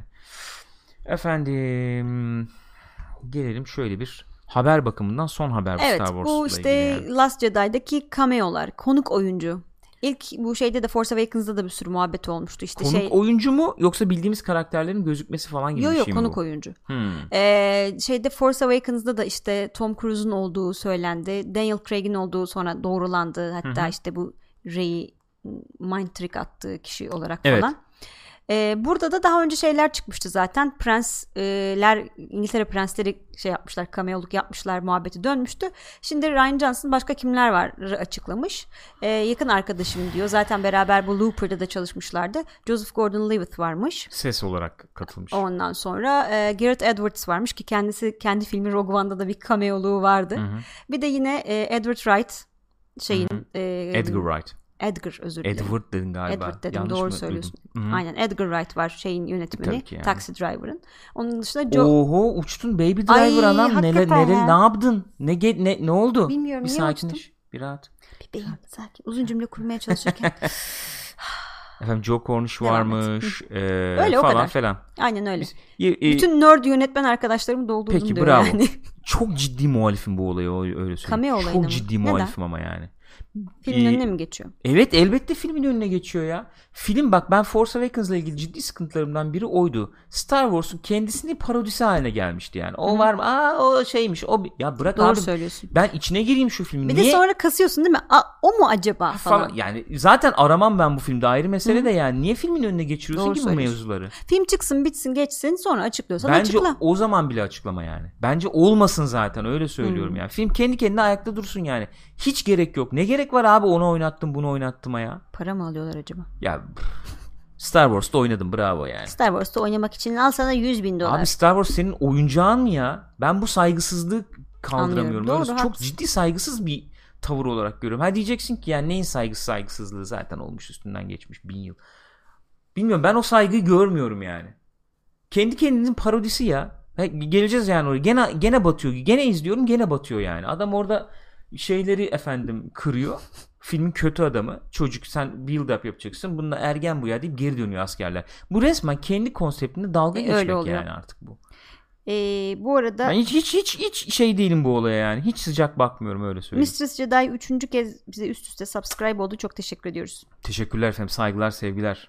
Efendim gelelim şöyle bir haber bakımından son haber Star Wars'la ilgili. Evet, bu işte yani. Last Jedi'daki cameo'lar, konuk oyuncu. İlk bu şeyde de Force Awakens'da da bir sürü muhabbet olmuştu. İşte konuk oyuncu mu yoksa bildiğimiz karakterlerin gözükmesi falan gibi bir şey mi bu? Yok, konuk oyuncu. Şeyde Force Awakens'da da işte Tom Cruise'un olduğu söylendi. Daniel Craig'in olduğu sonra doğrulandı. Hatta işte bu Rey'i mind trick attığı kişi olarak falan. Burada da daha önce şeyler çıkmıştı zaten. Prensler, İngiltere prensleri yapmışlar, cameoluk yapmışlar, muhabbeti dönmüştü. Şimdi Rian Johnson başka kimler var açıklamış. Yakın arkadaşım diyor. Zaten beraber bu Looper'da da çalışmışlardı. Joseph Gordon-Levitt varmış. Ses olarak katılmış. Ondan sonra Gareth Edwards varmış ki kendisi kendi filmi Rogue One'da da bir cameoluğu vardı. Bir de yine Edward Wright Edgar Wright. Özür dilerim. Edward dedin galiba. Edward dedim, doğru söylüyorsun. Aynen, Edgar Wright var, şeyin yönetmeni, yani. Taxi Driver'ın. Onun dışında Oho, uçtun Baby Driver anam. Ne yaptın? Ne oldu? Bilmiyorum, bir sakinleş. Bir rahat. Bir beyin sakin. Uzun cümle kurmaya çalışırken. Efendim Joe Cornish varmış. Öyle falan falan. Aynen öyle. Bütün nerd yönetmen arkadaşlarımı doldurdum peki, diyor bravo. yani. Çok ciddi muhalifim bu olaya, öyle söyleyeyim. Çok ciddi muhalifim ama yani. Filmin önüne mi geçiyor? Evet, elbette filmin önüne geçiyor ya. Film, bak ben Force Awakens'la ilgili ciddi sıkıntılarımdan biri oydu. Star Wars'un kendisini parodisi haline gelmişti yani. O var mı? O şeymiş. Ya bırak doğru abi. Söylüyorsun. Ben içine gireyim şu filmin. Bir de sonra kasıyorsun değil mi? O mu acaba falan. Yani zaten aramam ben bu filmde, ayrı mesele de yani. Niye filmin önüne geçiriyorsun ki bu mevzuları? Film çıksın, bitsin, geçsin, sonra açıklıyorsan bence açıkla. O zaman bile açıklama yani. Bence olmasın zaten, öyle söylüyorum yani. Film kendi kendine ayakta dursun yani. Hiç gerek yok. Ne gerek var abi onu oynattım bunu oynattım ya. Para mı alıyorlar acaba? Ya Star Wars'ta oynadım, bravo yani. Star Wars'ta oynamak için al sana $100,000. Abi Star Wars senin oyuncağın mı ya? Ben bu saygısızlığı kaldıramıyorum. Doğru, çok haklısın. Ciddi saygısız bir tavır olarak görüyorum. Ha diyeceksin ki yani neyin saygısızlığı, zaten olmuş, üstünden geçmiş 1000 yıl. Bilmiyorum, ben o saygıyı görmüyorum yani. Kendi kendinin parodisi ya. Geleceğiz yani oraya. Gene batıyor. Gene izliyorum, gene batıyor yani. Adam orada şeyleri kırıyor. Filmin kötü adamı. Çocuk, sen build up yapacaksın. Bununla ergen bu ya deyip geri dönüyor askerler. Bu resmen kendi konseptinde dalga geçmek yani artık bu. Bu arada ben hiç şey değilim bu olaya yani. Hiç sıcak bakmıyorum, öyle söyleyeyim. Mistress Jedi 3. kez bize üst üste subscribe oldu. Çok teşekkür ediyoruz. Teşekkürler efendim. Saygılar, sevgiler.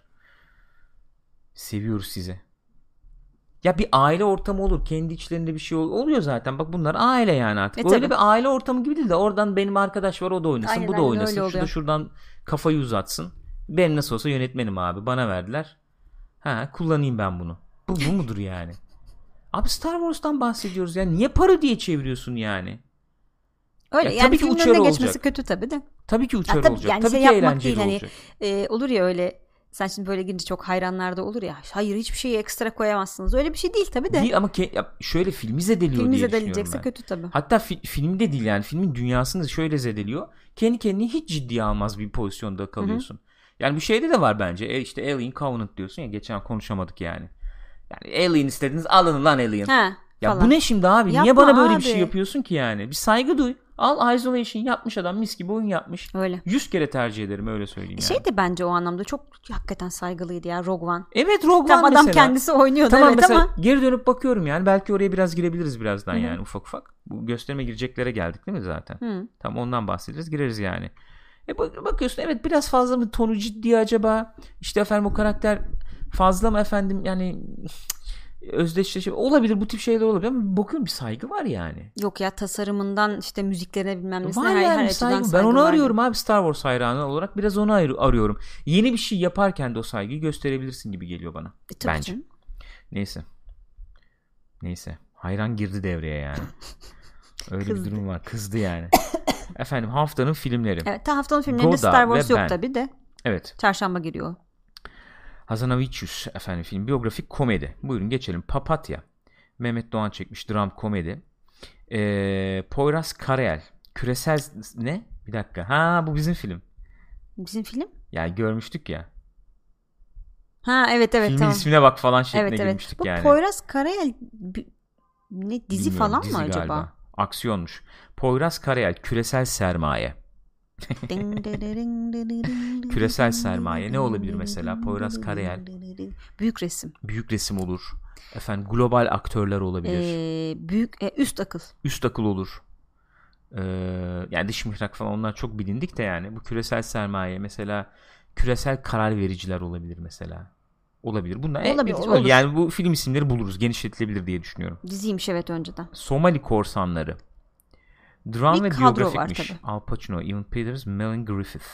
Seviyoruz sizi. Ya bir aile ortamı olur. Kendi içlerinde bir şey oluyor zaten. Bak bunlar aile yani artık. Öyle bir aile ortamı gibi değil de oradan benim arkadaş var, o da oynasın. Aynen, bu da oynasın. Şu da şuradan kafayı uzatsın. Benim nasıl olsa yönetmenim abi. Bana verdiler. Kullanayım ben bunu. Bu mudur yani? Abi Star Wars'tan bahsediyoruz ya. Niye parodiye çeviriyorsun yani? Öyle yani, tabii ki uçarı olacak. Geçmesi kötü tabii de. Tabii ki uçarı olacak. Yani tabii ki eğlenceli olacak. Olur ya öyle Sen şimdi böyle girince çok hayranlarda olur ya. Hayır hiçbir şeyi ekstra koyamazsınız. Öyle bir şey değil tabii de. Değil ama şöyle filmi zedeliyor diye düşünüyorum ben. Kötü tabii. Hatta filmi de değil yani. Filmin dünyasını da şöyle zedeliyor. Kendi kendini hiç ciddiye almaz bir pozisyonda kalıyorsun. Hı-hı. Yani bu şeyde de var bence. İşte Alien Covenant diyorsun ya. Geçen konuşamadık yani. Yani Alien istediniz, alın lan Alien. Ya falan. Bu ne şimdi abi? Yapma niye bana böyle abi. bir şey yapıyorsun ki yani? Bir saygı duy. Al Isolation yapmış adam, mis gibi oyun yapmış. Öyle. 100 kere tercih ederim, öyle söyleyeyim yani. Şey de bence o anlamda çok hakikaten saygılıydı ya, Rogue One. Evet, Rogue One adam mesela. kendisi oynuyordu tamam, evet mesela ama. Geri dönüp bakıyorum yani, belki oraya biraz girebiliriz birazdan. Hı-hı. Yani ufak ufak. Bu gösterime gireceklere geldik değil mi zaten? Hı. Tam ondan bahsederiz, gireriz yani. Bakıyorsun evet, biraz fazla mı tonu ciddi acaba? İşte efendim o karakter fazla mı efendim yani özdeşleşme olabilir, bu tip şeyler olabilir ama bakıyorum bir saygı var yani. Yok ya, tasarımından işte müziklerine bilmem nesine her açıdan saygı. Ben onu vardı. arıyorum abi, Star Wars hayranı olarak biraz onu arıyorum. Yeni bir şey yaparken de o saygıyı gösterebilirsin gibi geliyor bana. Bence. Canım. Neyse. Hayran girdi devreye yani. Öyle bir durum var. Kızdı yani. Efendim haftanın filmleri. Evet, haftanın filmlerinde Goda Star Wars yok tabii de. Evet. Çarşamba giriyor. Hazanavicius efendim film, biyografik komedi. Buyurun geçelim. Papatya. Mehmet Doğan çekmiş dram komedi. Poyraz Karayel. Küresel ne? Bir dakika. Bu bizim film. Bizim film? Ya görmüştük ya. Evet Filmin tamam. ismine bak falan şekline girmiştik Bu yani. Poyraz Karayel ne dizi bilmiyorum, falan dizi mı acaba? Galiba. Aksiyonmuş. Poyraz Karayel, Küresel Sermaye. Küresel sermaye ne olabilir mesela? Poyraz Karayel. Büyük resim. Büyük resim olur. Efendim global aktörler olabilir. Üst akıl. Üst akıl olur. Yani dış mihrak falan, onlar çok bilindik de yani. Bu küresel sermaye mesela, küresel karar vericiler olabilir mesela. Olabilir. Bunlar olur. Yani bu film isimleri buluruz. Genişletilebilir diye düşünüyorum. Diziymiş evet önceden. Somali korsanları. Dram ve biyografikmiş. Al Pacino, Evan Peters, Melanie Griffith.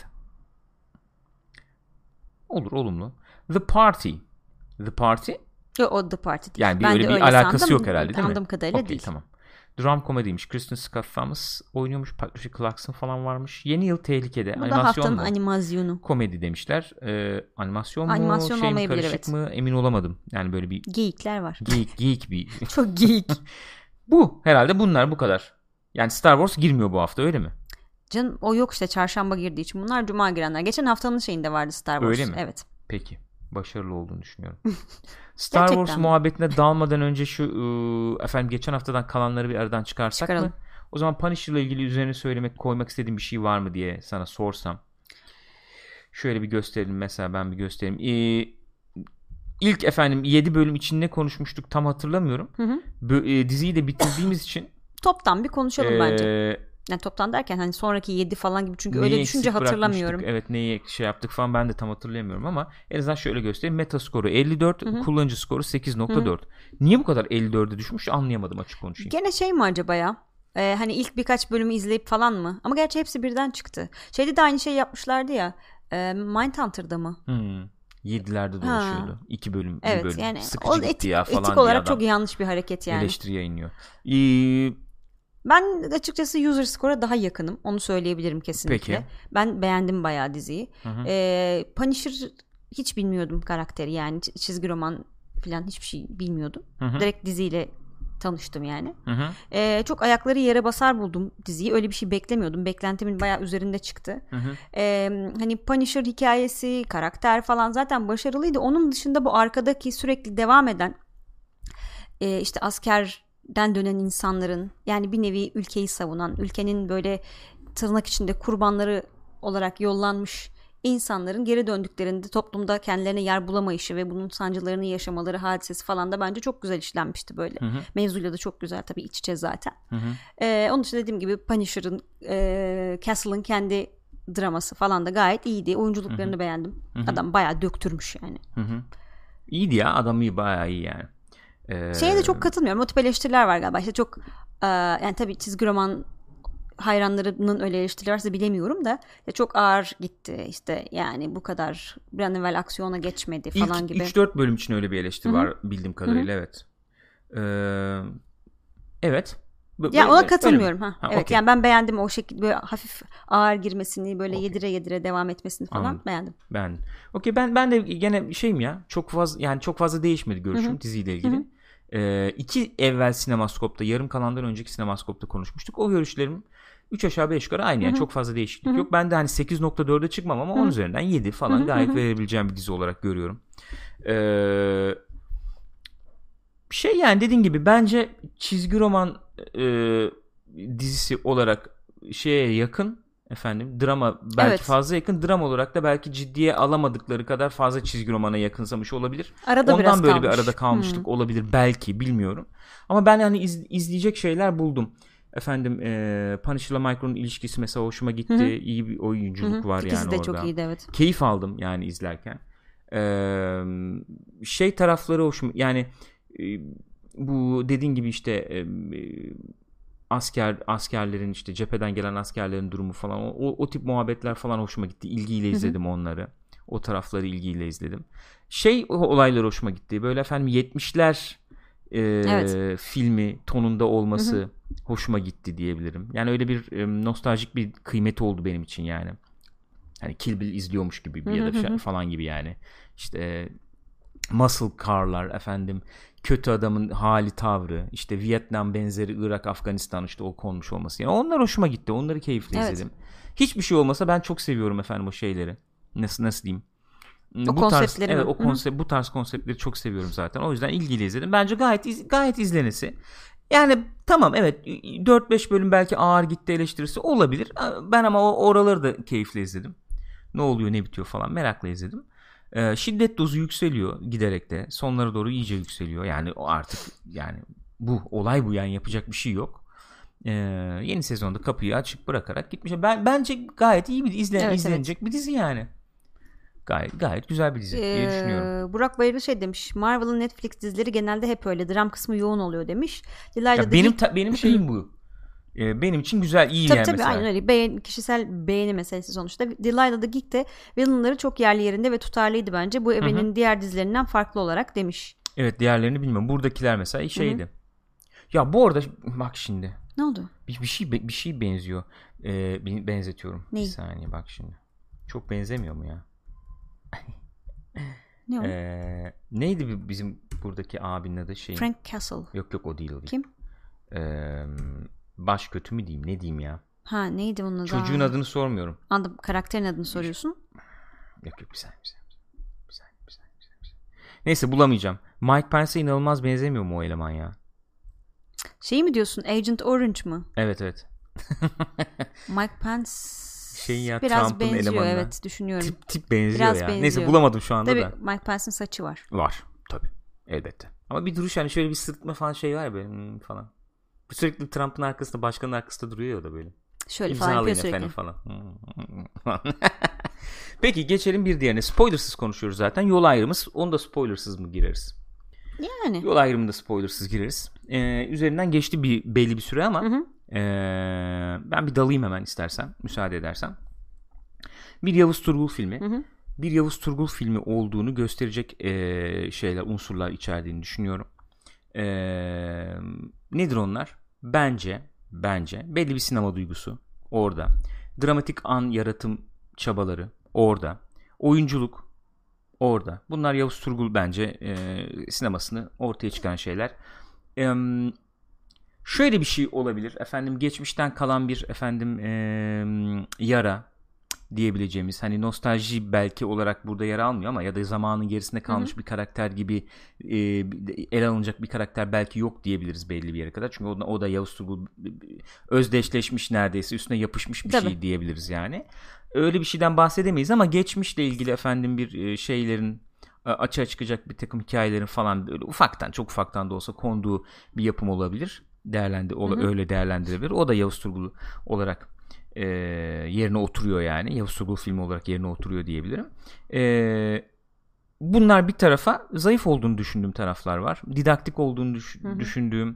Olur, olumlu. The Party. The Party? Yok, o The Party değil. Yani öyle bir alakası sandım, yok herhalde değil mi? Anladığım kadarıyla değil. Tamam. Dram komediymiş. Kristen Scott Thomas oynuyormuş. Patricia Clarkson falan varmış. Yeni Yıl Tehlikede. Bu da haftanın animasyonu. Komedi demişler. Animasyon mu? Animasyon olmayabilir, karışık mı? Emin olamadım. Yani böyle bir... Geyikler var. Geyik bir... Çok geyik. Bu. Herhalde bunlar bu kadar. Yani Star Wars girmiyor bu hafta, öyle mi? Canım o yok işte, çarşamba girdiği için. Bunlar cuma girenler. Geçen haftanın şeyinde vardı Star Wars. Öyle mi? Evet. Peki. Başarılı olduğunu düşünüyorum. Star Wars muhabbetine dalmadan önce şu efendim geçen haftadan kalanları bir aradan çıkarsak mı? O zaman Punisher'la ilgili üzerine koymak istediğim bir şey var mı diye sana sorsam. Şöyle bir gösterelim mesela, ben bir göstereyim. İlk efendim 7 bölüm için ne konuşmuştuk tam hatırlamıyorum. Diziyi de bitirdiğimiz için toptan bir konuşalım bence. Yani toptan derken hani sonraki 7 falan gibi, çünkü öyle düşünce hatırlamıyorum. Evet, neyi yaptık falan ben de tam hatırlayamıyorum ama en azından şöyle göstereyim. Metaskoru 54, kullanıcı skoru 8.4. Niye bu kadar 54'e düşmüş anlayamadım, açık konuşayım. Gene şey mi acaba ya? Hani ilk birkaç bölümü izleyip falan mı? Ama gerçi hepsi birden çıktı. Şeyde de aynı şey yapmışlardı ya. Mindhunter'da mı? 7'lerde dolaşıyordu. 2 bölüm, evet, bir bölüm. Yani sıkıcı gitti ya falan. Etik olarak çok yanlış bir hareket yani. Eleştiri yayınlıyor. Ben açıkçası user score'a daha yakınım. Onu söyleyebilirim kesinlikle. Peki. Ben beğendim bayağı diziyi. Punisher hiç bilmiyordum karakteri, yani çizgi roman falan hiçbir şey bilmiyordum. Direkt diziyle tanıştım yani. Çok ayakları yere basar buldum diziyi. Öyle bir şey beklemiyordum. Beklentimin bayağı üzerinde çıktı. Hani Punisher hikayesi, karakter falan zaten başarılıydı. Onun dışında bu arkadaki sürekli devam eden işte askerden dönen insanların, yani bir nevi ülkeyi savunan, ülkenin böyle tırnak içinde kurbanları olarak yollanmış insanların geri döndüklerinde toplumda kendilerine yer bulamayışı ve bunun sancılarını yaşamaları hadisesi falan da bence çok güzel işlenmişti böyle. Mevzuyla da çok güzel tabii, iç içe zaten. Onun için dediğim gibi Punisher'ın, Castle'ın kendi draması falan da gayet iyiydi. Oyunculuklarını beğendim. Adam bayağı döktürmüş yani. İyiydi ya, adam iyi, bayağı iyi yani. Şeye de çok katılmıyorum. O tip eleştiriler var galiba. İşte çok yani tabii çizgi roman hayranlarının öyle eleştiriler varsa bilemiyorum da çok ağır gitti işte, yani bu kadar bir an evvel aksiyona geçmedi falan gibi. İlk 3-4 bölüm için öyle bir eleştiri var bildiğim kadarıyla. Evet. Evet, Ya ona katılmıyorum. Evet okay. Yani ben beğendim o şekilde böyle hafif ağır girmesini, böyle yedire devam etmesini falan beğendim. Okey, ben de gene şeyim ya, çok fazla değişmedi görüşüm diziyle ilgili. 2 evvel Sinemaskop'ta, yarım kalandan önceki Sinemaskop'ta konuşmuştuk. O görüşlerim 3 aşağı 5 yukarı aynı yani, çok fazla değişiklik yok. Ben de hani 8.4'e çıkmam ama 10 üzerinden 7 falan gayet verebileceğim bir dizi olarak görüyorum. Yani dediğin gibi bence çizgi roman dizisi olarak şeye yakın, drama belki fazla yakın, drama olarak da belki ciddiye alamadıkları kadar fazla çizgi romana yakınsamış olabilir. Arada ondan böyle kalmış. Bir arada kalmışlık olabilir belki, bilmiyorum. Ama ben hani izleyecek şeyler buldum. Punisher'la Micro'nun ilişkisi mesela hoşuma gitti. İyi bir oyunculuk var İkisi yani de orada. çok iyiydi, evet. Keyif aldım yani izlerken. Tarafları hoşuma, yani bu dediğin gibi işte askerlerin, işte cepheden gelen askerlerin durumu falan, o tip muhabbetler falan hoşuma gitti. İlgiyle izledim onları. O tarafları ilgiyle izledim. Olaylar hoşuma gitti. Böyle 70'ler filmi tonunda olması hoşuma gitti diyebilirim. Yani öyle bir nostaljik bir kıymeti oldu benim için yani. Hani Kill Bill izliyormuş gibi ya da falan gibi yani. İşte muscle car'lar, kötü adamın hali, tavrı, işte Vietnam benzeri, Irak, Afganistan, işte o konmuş olması. Yani onlar hoşuma gitti. Onları keyifle izledim. Hiçbir şey olmasa ben çok seviyorum o şeyleri. Nasıl diyeyim? Bu tarz konseptleri çok seviyorum zaten. O yüzden ilgiyle izledim. Bence gayet izlenesi. Yani tamam, evet, 4-5 bölüm belki ağır gitti eleştirisi olabilir. Ben ama oraları da keyifle izledim. Ne oluyor, ne bitiyor falan merakla izledim. Şiddet dozu yükseliyor giderek de. Sonlara doğru iyice yükseliyor. Yani artık yani olay bu yani, yapacak bir şey yok. Yeni sezonda kapıyı açık bırakarak gitmiş. Bence gayet iyi bir izlenecek bir dizi yani. Gayet güzel bir dizi diye düşünüyorum. Burak Bayırlı demiş. Marvel'ın Netflix dizileri genelde hep öyle. Dram kısmı yoğun oluyor demiş. Benim şeyim bu. Benim için güzel, iyi tabii, yani tabii, mesela. Aynen öyle. Kişisel beğeni meselesi sonuçta. Delilah the Geek de villainları çok yerli yerinde ve tutarlıydı bence. Bu evrenin diğer dizilerinden farklı olarak demiş. Evet, diğerlerini bilmiyorum. Buradakiler mesela şeydi. Ya bu arada bak şimdi. Ne oldu? Bir şey benziyor. Benzetiyorum. Neyi? Bir saniye bak şimdi. Çok benzemiyor mu ya? Ne o? Neydi bizim buradaki abinin adı şeyin? Frank Castle. Yok o değil. Kim? Baş kötü mü diyeyim, ne diyeyim ya? Neydi onun adı? Çocuğun adını sormuyorum. Anladım, karakterin adını soruyorsun. Yok bir saniye. Neyse, bulamayacağım. Mike Pence'e inanılmaz benzemiyor mu o eleman ya? Şey mi diyorsun? Agent Orange mı? Evet. Mike Pence biraz Trump'ın benziyor elemanına. Evet, düşünüyorum. Tip benziyor biraz ya. Benziyor. Neyse, bulamadım şu anda tabii, da. Mike Pence'in saçı var. Var tabii. Elbette. Ama bir duruş, hani şöyle bir sırtma falan var ya böyle falan. Sürekli Trump'ın arkasında, başkanın arkasında duruyor ya da böyle. Şöyle falan yapıyor sürekli. Falan. Peki geçelim bir diğerine. Spoilersız konuşuyoruz zaten. Yol ayrımı, onu da spoilersız mı gireriz? Yani. Yol ayrımında spoilersız gireriz. Üzerinden geçti belli bir süre ama ben bir dalayım hemen istersen, müsaade edersen. Bir Yavuz Turgul filmi. Bir Yavuz Turgul filmi olduğunu gösterecek unsurlar içerdiğini düşünüyorum. Nedir onlar? Bence belli bir sinema duygusu orada. Dramatik an yaratım çabaları orada. Oyunculuk orada. Bunlar Yavuz Turgul bence sinemasını ortaya çıkan şeyler. Şöyle bir şey olabilir. Geçmişten kalan bir yara diyebileceğimiz, hani nostalji belki olarak burada yer almıyor ama ya da zamanın gerisinde kalmış bir karakter gibi ele alınacak bir karakter belki yok diyebiliriz belli bir yere kadar. Çünkü o da Yavuz Turgul özdeşleşmiş, neredeyse üstüne yapışmış bir şey diyebiliriz yani. Öyle bir şeyden bahsedemeyiz ama geçmişle ilgili bir şeylerin açığa çıkacak bir takım hikayelerin falan böyle çok ufaktan da olsa konduğu bir yapım olabilir. Öyle değerlendirilebilir. O da Yavuz Turgul olarak yerine oturuyor yani. Yavuz Turgul filmi olarak yerine oturuyor diyebilirim. Bunlar bir tarafa, zayıf olduğunu düşündüğüm taraflar var. Didaktik olduğunu düşündüğüm,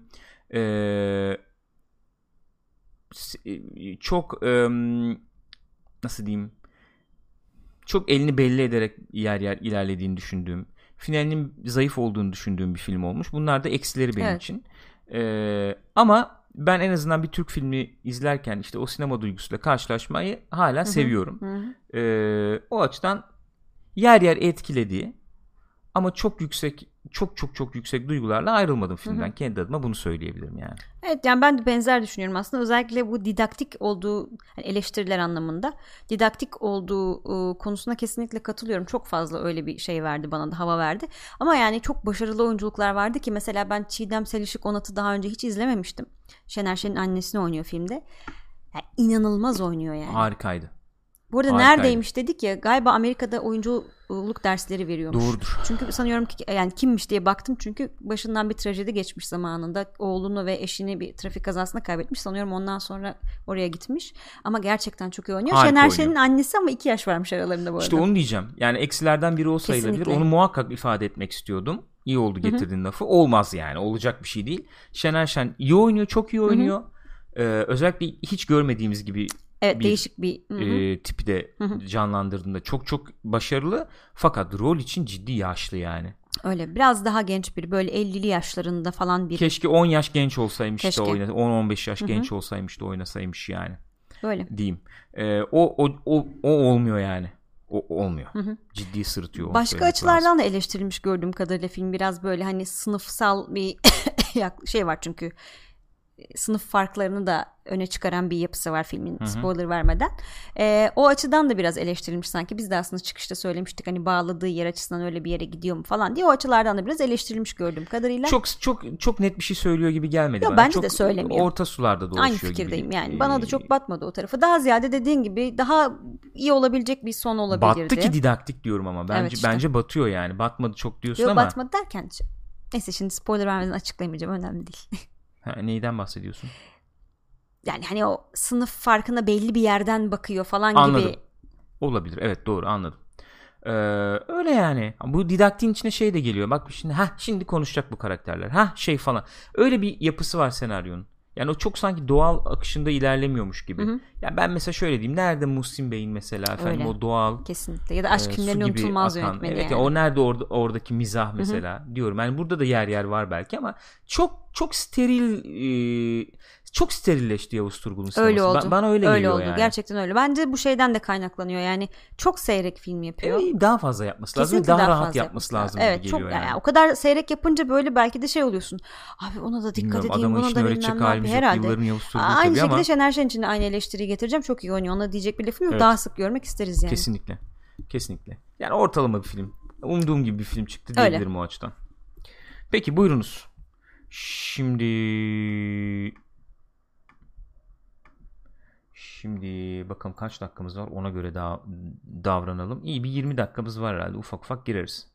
çok nasıl diyeyim, çok elini belli ederek yer ilerlediğini düşündüğüm, finalinin zayıf olduğunu düşündüğüm bir film olmuş. Bunlar da eksileri benim için. Ama ben en azından bir Türk filmi izlerken işte o sinema duygusuyla karşılaşmayı hala seviyorum. O açıdan yer yer etkilediği ama çok yüksek, çok yüksek duygularla ayrılmadım filmden. Kendi adıma bunu söyleyebilirim yani. Evet, yani ben de benzer düşünüyorum aslında. Özellikle bu didaktik olduğu, yani eleştiriler anlamında didaktik olduğu konusuna kesinlikle katılıyorum. Çok fazla öyle bir şey verdi, bana da hava verdi. Ama yani çok başarılı oyunculuklar vardı ki mesela ben Çiğdem Selişuk Onat'ı daha önce hiç izlememiştim. Şener Şen'in annesini oynuyor filmde. Yani inanılmaz oynuyor yani. Harikaydı. Bu arada neredeymiş dedik ya, galiba Amerika'da oyunculuk dersleri veriyormuş. Doğrudur. Çünkü sanıyorum ki yani kimmiş diye baktım, çünkü başından bir trajedi geçmiş zamanında. Oğlunu ve eşini bir trafik kazasında kaybetmiş. Sanıyorum ondan sonra oraya gitmiş. Ama gerçekten çok iyi oynuyor. Harika Şener oynuyor. Şen'in annesi ama 2 yaş varmış aralarında bu arada. İşte onu diyeceğim. Yani eksilerden biri o sayılabilir. Kesinlikle. Onu muhakkak ifade etmek istiyordum. İyi oldu getirdiğin lafı. Olmaz yani. Olacak bir şey değil. Şener Şen iyi oynuyor. Çok iyi oynuyor. Özellikle hiç görmediğimiz gibi evet, değişik bir tipi de canlandırdığında çok başarılı, fakat rol için ciddi yaşlı yani. Öyle biraz daha genç biri, böyle 50'li yaşlarında falan biri. Keşke 10 yaş genç olsaymış Keşke. da 10-15 yaş genç olsaymış da oynasaymış yani. Öyle. Diyeyim. O olmuyor yani. O olmuyor. Ciddi sırıtıyor. Başka açılardan da eleştirilmiş gördüğüm kadarıyla film. Biraz böyle hani sınıfsal bir şey var çünkü. Sınıf farklarını da öne çıkaran bir yapısı var filmin, spoiler vermeden. O açıdan da biraz eleştirilmiş sanki. Biz de aslında çıkışta söylemiştik hani bağladığı yer açısından öyle bir yere gidiyor mu falan diye. O açılardan da biraz eleştirilmiş gördüğüm kadarıyla. Çok net bir şey söylüyor gibi gelmedi Yo, bana. bence çok de söylemiyor. Orta sularda dolaşıyor aynı gibi. fikirdeyim yani. Bana da çok batmadı o tarafı. Daha ziyade dediğin gibi daha iyi olabilecek bir son olabilirdi. Battı ki didaktik diyorum ama. Bence evet işte. Bence batıyor yani. Batmadı çok diyorsun Yo, ama. batmadı derken neyse, şimdi spoiler vermeden açıklayamayacağım. Önemli değil. Neyden bahsediyorsun? Yani hani o sınıf farkına belli bir yerden bakıyor falan Anladım. gibi. Olabilir. Evet, doğru, anladım. Öyle yani. Bu didaktiğin içine şey de geliyor. Bak şimdi konuşacak bu karakterler. Şey falan. Öyle bir yapısı var senaryonun. Yani o çok sanki doğal akışında ilerlemiyormuş gibi. Yani ben mesela şöyle diyeyim. Nerede Muhsin Bey'in mesela efendim o doğal. Kesinlikle. Ya da Aşk Filmlerinin unutulmaz yönetmeni. Evet, yani. o nerede oradaki mizah mesela diyorum. Yani burada da yer var belki ama çok steril, çok sterilleşti Yavuz Turgul'un sineması. Öyle oldu. Bana öyle geliyor oldu. yani. Gerçekten öyle. Bence bu şeyden de kaynaklanıyor. Yani çok seyrek film yapıyor. Daha fazla yapması lazım. Kesinlikle Daha rahat yapması lazım evet, gibi geliyor çok, yani. O kadar seyrek yapınca böyle belki de şey oluyorsun. Abi ona da dikkat edeyim. Buna da bilmem ne yapayım herhalde. Aynı şekilde ama... Şener Şen için de aynı eleştiriyi getireceğim. Çok iyi oynuyor. Ona diyecek bir lafım yok. Evet. Daha sık görmek isteriz yani. Kesinlikle. Yani ortalama bir film. Umduğum gibi bir film çıktı diyebilirim o açıdan. Peki buyurunuz. Şimdi bakalım kaç dakikamız var, ona göre davranalım. İyi bir 20 dakikamız var herhalde, ufak gireriz.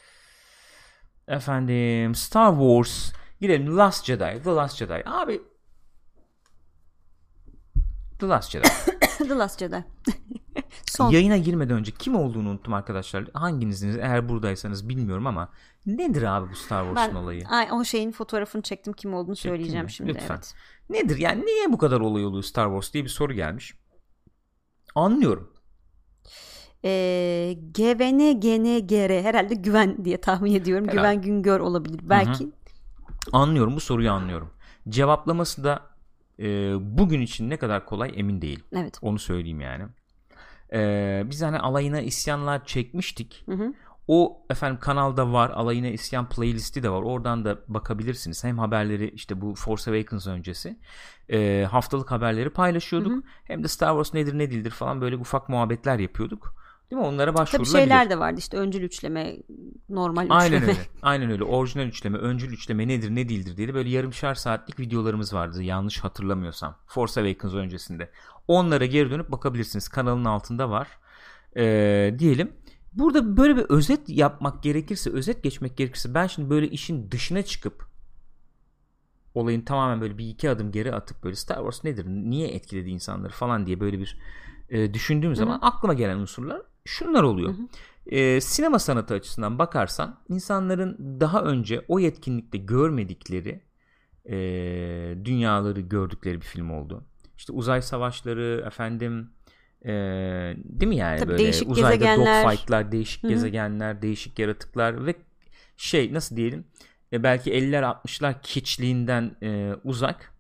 Efendim Star Wars, girelim. Last Jedi. Abi The Last Jedi. The Last Jedi. Yayına girmeden önce kim olduğunu unuttum arkadaşlar. Hanginiziniz eğer buradaysanız bilmiyorum ama nedir abi bu Star Wars'un olayı? O şeyin fotoğrafını çektim, kim olduğunu söyleyeceğim şimdi. Lütfen. Evet. Nedir yani, niye bu kadar olay oluyor Star Wars diye bir soru gelmiş. Anlıyorum. GVNGNGR herhalde güven diye tahmin ediyorum. Herhalde. Güven Güngör olabilir belki. Anlıyorum, bu soruyu anlıyorum. Cevaplaması da bugün için ne kadar kolay emin değilim. Evet. Onu söyleyeyim yani. Biz hani Alayına İsyanlar çekmiştik. O efendim kanalda var. Alayına İsyan playlisti de var. Oradan da bakabilirsiniz. Hem haberleri işte bu Force Awakens öncesi haftalık haberleri paylaşıyorduk. Hem de Star Wars nedir ne değildir falan böyle ufak muhabbetler yapıyorduk. Değil mi? Onlara başvurulabilir. Tabii şeyler de vardı işte, öncül üçleme, normal üçleme. Aynen öyle. Orijinal üçleme, öncül üçleme nedir ne değildir diye böyle yarımşar saatlik videolarımız vardı. Yanlış hatırlamıyorsam. Force Awakens öncesinde. Onlara geri dönüp bakabilirsiniz. Kanalın altında var. Diyelim. Burada böyle bir özet yapmak gerekirse, özet geçmek gerekirse, ben şimdi böyle işin dışına çıkıp olayın tamamen böyle bir iki adım geri atıp böyle Star Wars nedir, niye etkiledi insanları falan diye böyle bir düşündüğüm zaman aklıma gelen unsurlar şunlar oluyor. Sinema sanatı açısından bakarsan insanların daha önce o yetkinlikte görmedikleri dünyaları gördükleri bir film oldu. İşte uzay savaşları efendim, değil mi yani? Tabii böyle değişik uzayda gezegenler, dogfight'lar, değişik gezegenler, değişik yaratıklar ve nasıl diyelim, belki 50'ler 60'lar keçliğinden uzak,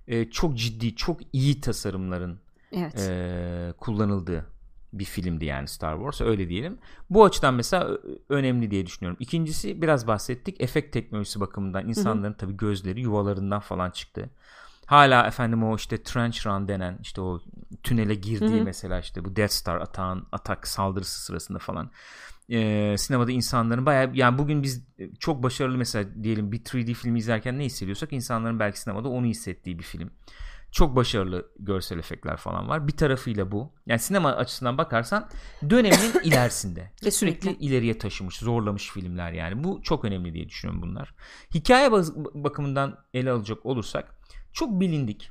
çok ciddi, çok iyi tasarımların evet. Kullanıldığı bir filmdi yani Star Wars, öyle diyelim. Bu açıdan mesela önemli diye düşünüyorum. İkincisi, biraz bahsettik, efekt teknolojisi bakımından insanların tabii gözleri yuvalarından falan çıktı. Hala efendim o işte trench run denen, işte o tünele girdiği mesela, işte bu Death Star atak saldırısı sırasında falan sinemada insanların bayağı, yani bugün biz çok başarılı mesela diyelim bir 3D filmi izlerken ne hissediyorsak, insanların belki sinemada onu hissettiği bir film. Çok başarılı görsel efektler falan var. Bir tarafıyla bu. Yani sinema açısından bakarsan döneminin ilerisinde. Ve sürekli ileriye taşımış, zorlamış filmler yani. Bu çok önemli diye düşünüyorum bunlar. Hikaye bakımından ele alacak olursak çok bilindik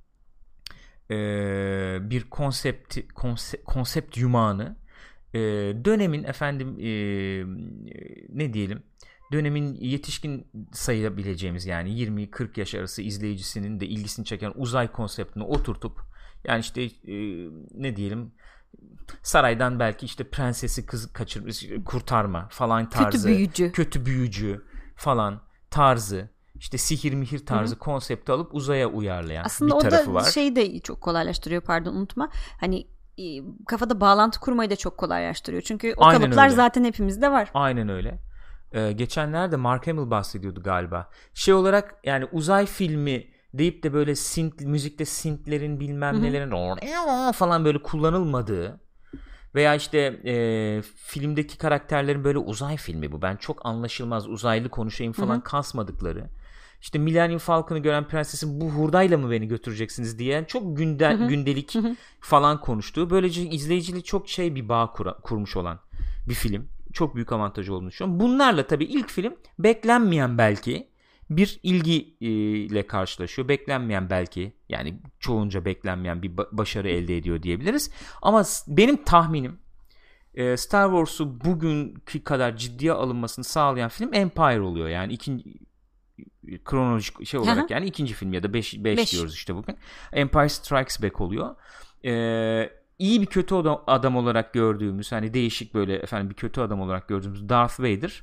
bir konsept yumağını dönemin efendim ne diyelim, dönemin yetişkin sayabileceğimiz yani 20-40 yaş arası izleyicisinin de ilgisini çeken uzay konseptini oturtup, yani işte ne diyelim, saraydan belki işte prensesi kız kaçırmış, kurtarma falan tarzı, kötü büyücü falan tarzı, işte sihir mihir tarzı konsepti alıp uzaya uyarlayan aslında bir tarafı var. Aslında o da şeyi de çok kolaylaştırıyor, pardon unutma. Hani kafada bağlantı kurmayı da çok kolaylaştırıyor. Çünkü o kalıplar zaten hepimizde var. Aynen öyle. Geçenlerde Mark Hamill bahsediyordu galiba. Şey olarak yani uzay filmi deyip de böyle müzikte synthlerin bilmem nelerin falan böyle kullanılmadığı veya işte filmdeki karakterlerin böyle uzay filmi bu, ben çok anlaşılmaz uzaylı konuşayım falan kasmadıkları, işte Millennium Falcon'ı gören prensesin bu hurdayla mı beni götüreceksiniz diyen çok gündelik falan konuştuğu, böylece izleyiciyle çok bir bağ kurmuş olan bir film. Çok büyük avantajı olduğunu düşünüyorum. Bunlarla tabii ilk film beklenmeyen belki bir ilgiyle karşılaşıyor. Beklenmeyen belki, yani çoğunca beklenmeyen bir başarı elde ediyor diyebiliriz. Ama benim tahminim Star Wars'u bugünkü kadar ciddiye alınmasını sağlayan film Empire oluyor. Yani ikinci kronolojik şey olarak yani ikinci film ya da 5 diyoruz işte bugün. Empire Strikes Back oluyor. İyi bir kötü adam olarak gördüğümüz, hani değişik böyle efendim bir kötü adam olarak gördüğümüz Darth Vader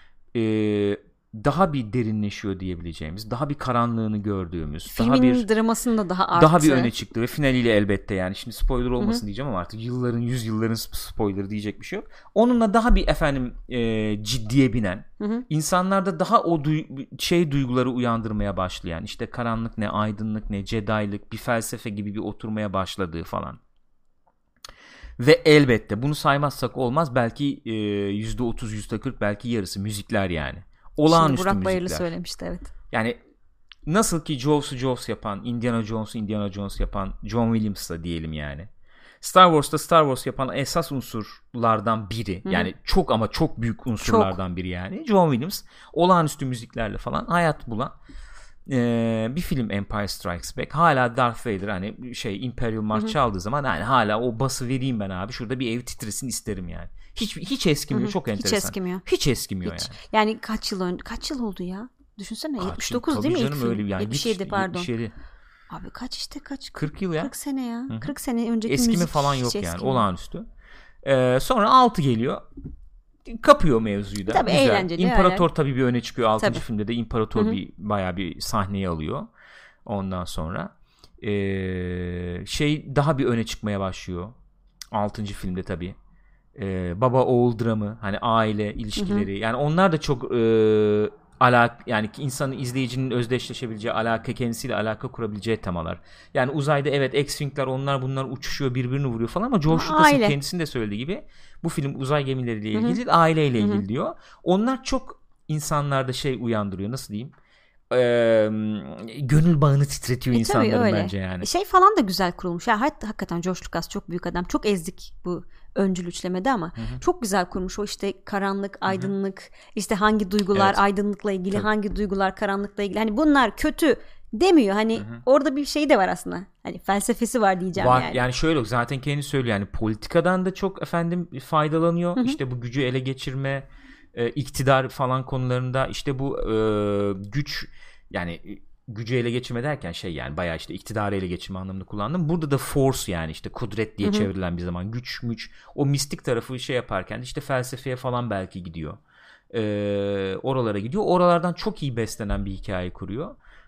daha bir derinleşiyor diyebileceğimiz, daha bir karanlığını gördüğümüz, filmin dramasında daha arttı. Daha bir öne çıktı ve finaliyle elbette, yani şimdi spoiler olmasın diyeceğim ama artık yüzyılların spoilerı diyecek bir şey yok. Onunla daha bir efendim ciddiye binen, insanlarda daha o duyguları uyandırmaya başlayan, işte karanlık ne, aydınlık ne, Jedi'lık, bir felsefe gibi bir oturmaya başladığı falan. Ve elbette bunu saymazsak olmaz, belki %30 %40 belki yarısı müzikler yani. Olağanüstü Burak müzikler. Bayırlı söylemişti, evet. Yani nasıl ki Jaws yapan, Indiana Jones yapan John Williams'la diyelim yani. Star Wars yapan esas unsurlardan biri. Yani çok ama çok büyük unsurlardan biri yani. John Williams olağanüstü müziklerle falan hayat bulan bir film Empire Strikes Back. Hala Darth Vader hani Imperial March çaldığı zaman yani hala o bası vereyim ben abi. Şurada bir ev titresin isterim yani. Hiç eskimiyor. Çok enteresan. Hiç eskimiyor yani. Yani kaç yıl oldu ya? Düşünsene 79 değil mi ilk film? Öyle yani. 77 pardon. 77. Abi kaç 40 yıl ya. 40 sene ya. Hı-hı. 40 sene önceki eskimi müzik falan yok yani. Olağanüstü. Sonra 6 geliyor. Kapıyor mevzuyu da. Tabii güzel. Eğlenceli. İmparator tabii bir öne çıkıyor. 6. filmde de İmparator bayağı bir sahneyi alıyor. Ondan sonra daha bir öne çıkmaya başlıyor. 6. filmde tabii. Baba oğul dramı, hani aile ilişkileri, yani onlar da çok yani insanın, izleyicinin özdeşleşebileceği, kendisiyle alaka kurabileceği temalar. Yani uzayda evet X-Wing'ler bunlar uçuşuyor, birbirini vuruyor falan ama George Lucas'ın kendisinin de söylediği gibi bu film uzay gemileriyle ilgili değil, aileyle ilgili diyor. Onlar çok insanlarda uyandırıyor, nasıl diyeyim? Gönül bağını titretiyor insanların bence yani. Falan da güzel kurulmuş. Ya hakikaten George Lucas çok büyük adam. Çok ezdik bu öncül üçlemede ama çok güzel kurmuş. O işte karanlık, aydınlık, işte hangi duygular aydınlıkla ilgili, hangi duygular karanlıkla ilgili. Hani bunlar kötü demiyor. Hani orada bir şey de var aslında. Hani felsefesi var diyeceğim yani. Yani şöyle, zaten kendisi söylüyor yani, politikadan da çok faydalanıyor. İşte bu gücü ele geçirme, iktidar falan konularında, işte bu güç, yani gücü ele geçirme derken yani bayağı işte iktidarı ele geçirme anlamında kullandım. Burada da force, yani işte kudret diye çevrilen bir zaman güç, o mistik tarafı yaparken işte felsefeye falan belki gidiyor. Oralara gidiyor. Oralardan çok iyi beslenen bir hikaye kuruyor.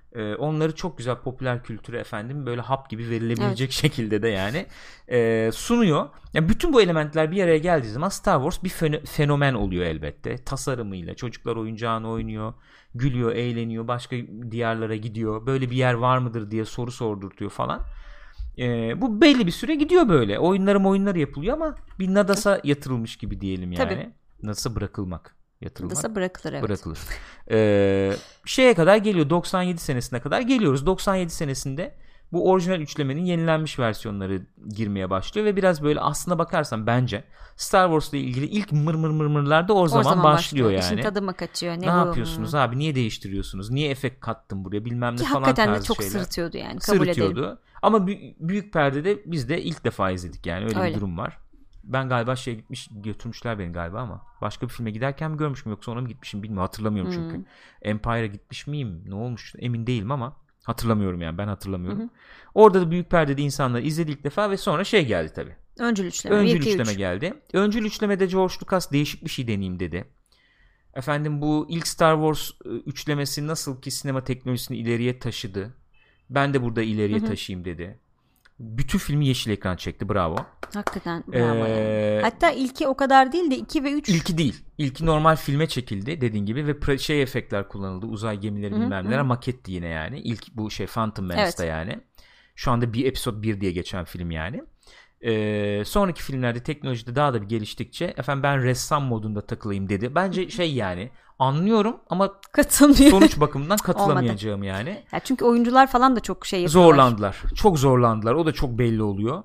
Onları çok güzel popüler kültüre efendim böyle hap gibi verilebilecek şekilde de yani sunuyor. Yani bütün bu elementler bir araya geldiği zaman Star Wars bir fenomen oluyor elbette. Tasarımıyla çocuklar oyuncağını oynuyor, gülüyor, eğleniyor, başka diyarlara gidiyor. Böyle bir yer var mıdır diye soru sordurtuyor falan. Bu belli bir süre gidiyor böyle. Oyunları yapılıyor ama bir Nadas'a yatırılmış gibi diyelim yani. Tabii. Nadas'a bırakılmak. Yatırılmak. Nadas'a bırakılır, evet. Bırakılır. Şeye kadar geliyor. 97 senesine kadar geliyoruz. 97 senesinde bu orijinal üçlemenin yenilenmiş versiyonları girmeye başlıyor ve biraz böyle aslına bakarsan bence Star Wars'la ilgili ilk mırmırlar da o zaman başlıyor yani. İşin tadı mı kaçıyor? Ne yapıyorsunuz abi? Niye değiştiriyorsunuz? Niye efekt kattın buraya? Bilmem ne ki falan hakikaten tarzı de çok şeyler. sırıtıyordu yani. Kabul Sırıtıyordu. edelim. Ama büyük perdede biz de ilk defa izledik yani. Öyle Öyle. bir durum var. Ben galiba götürmüşler beni galiba ama başka bir filme giderken mi görmüşüm yoksa ona mı gitmişim bilmiyorum, hatırlamıyorum çünkü. Empire'a gitmiş miyim, ne olmuş emin değilim ama hatırlamıyorum yani, ben hatırlamıyorum. Orada da büyük perdede insanlar izledi ilk defa ve sonra geldi tabii. Öncül üçleme. Öncül üçleme geldi. Öncül üçlemede George Lucas değişik bir şey deneyeyim dedi. Efendim bu ilk Star Wars üçlemesi nasıl ki sinema teknolojisini ileriye taşıdı, ben de burada ileriye taşıyayım dedi. Bütün filmi yeşil ekran çekti. Bravo. Hakikaten bravo yani. Hatta ilki o kadar değil de 2 ve 3. İlki değil. İlki normal filme çekildi dediğin gibi ve efektler kullanıldı. Uzay gemileri bilmem neler. Maketti yine yani. İlk bu Phantom Menace'da yani. Şu anda bir episode 1 diye geçen film yani. Sonraki filmlerde teknolojide daha da bir geliştikçe efendim ben ressam modunda takılayım dedi. Bence yani anlıyorum ama sonuç bakımından katılamayacağım yani. Ya çünkü oyuncular falan da çok yapıyorlar. Zorlandılar. Çok zorlandılar. O da çok belli oluyor.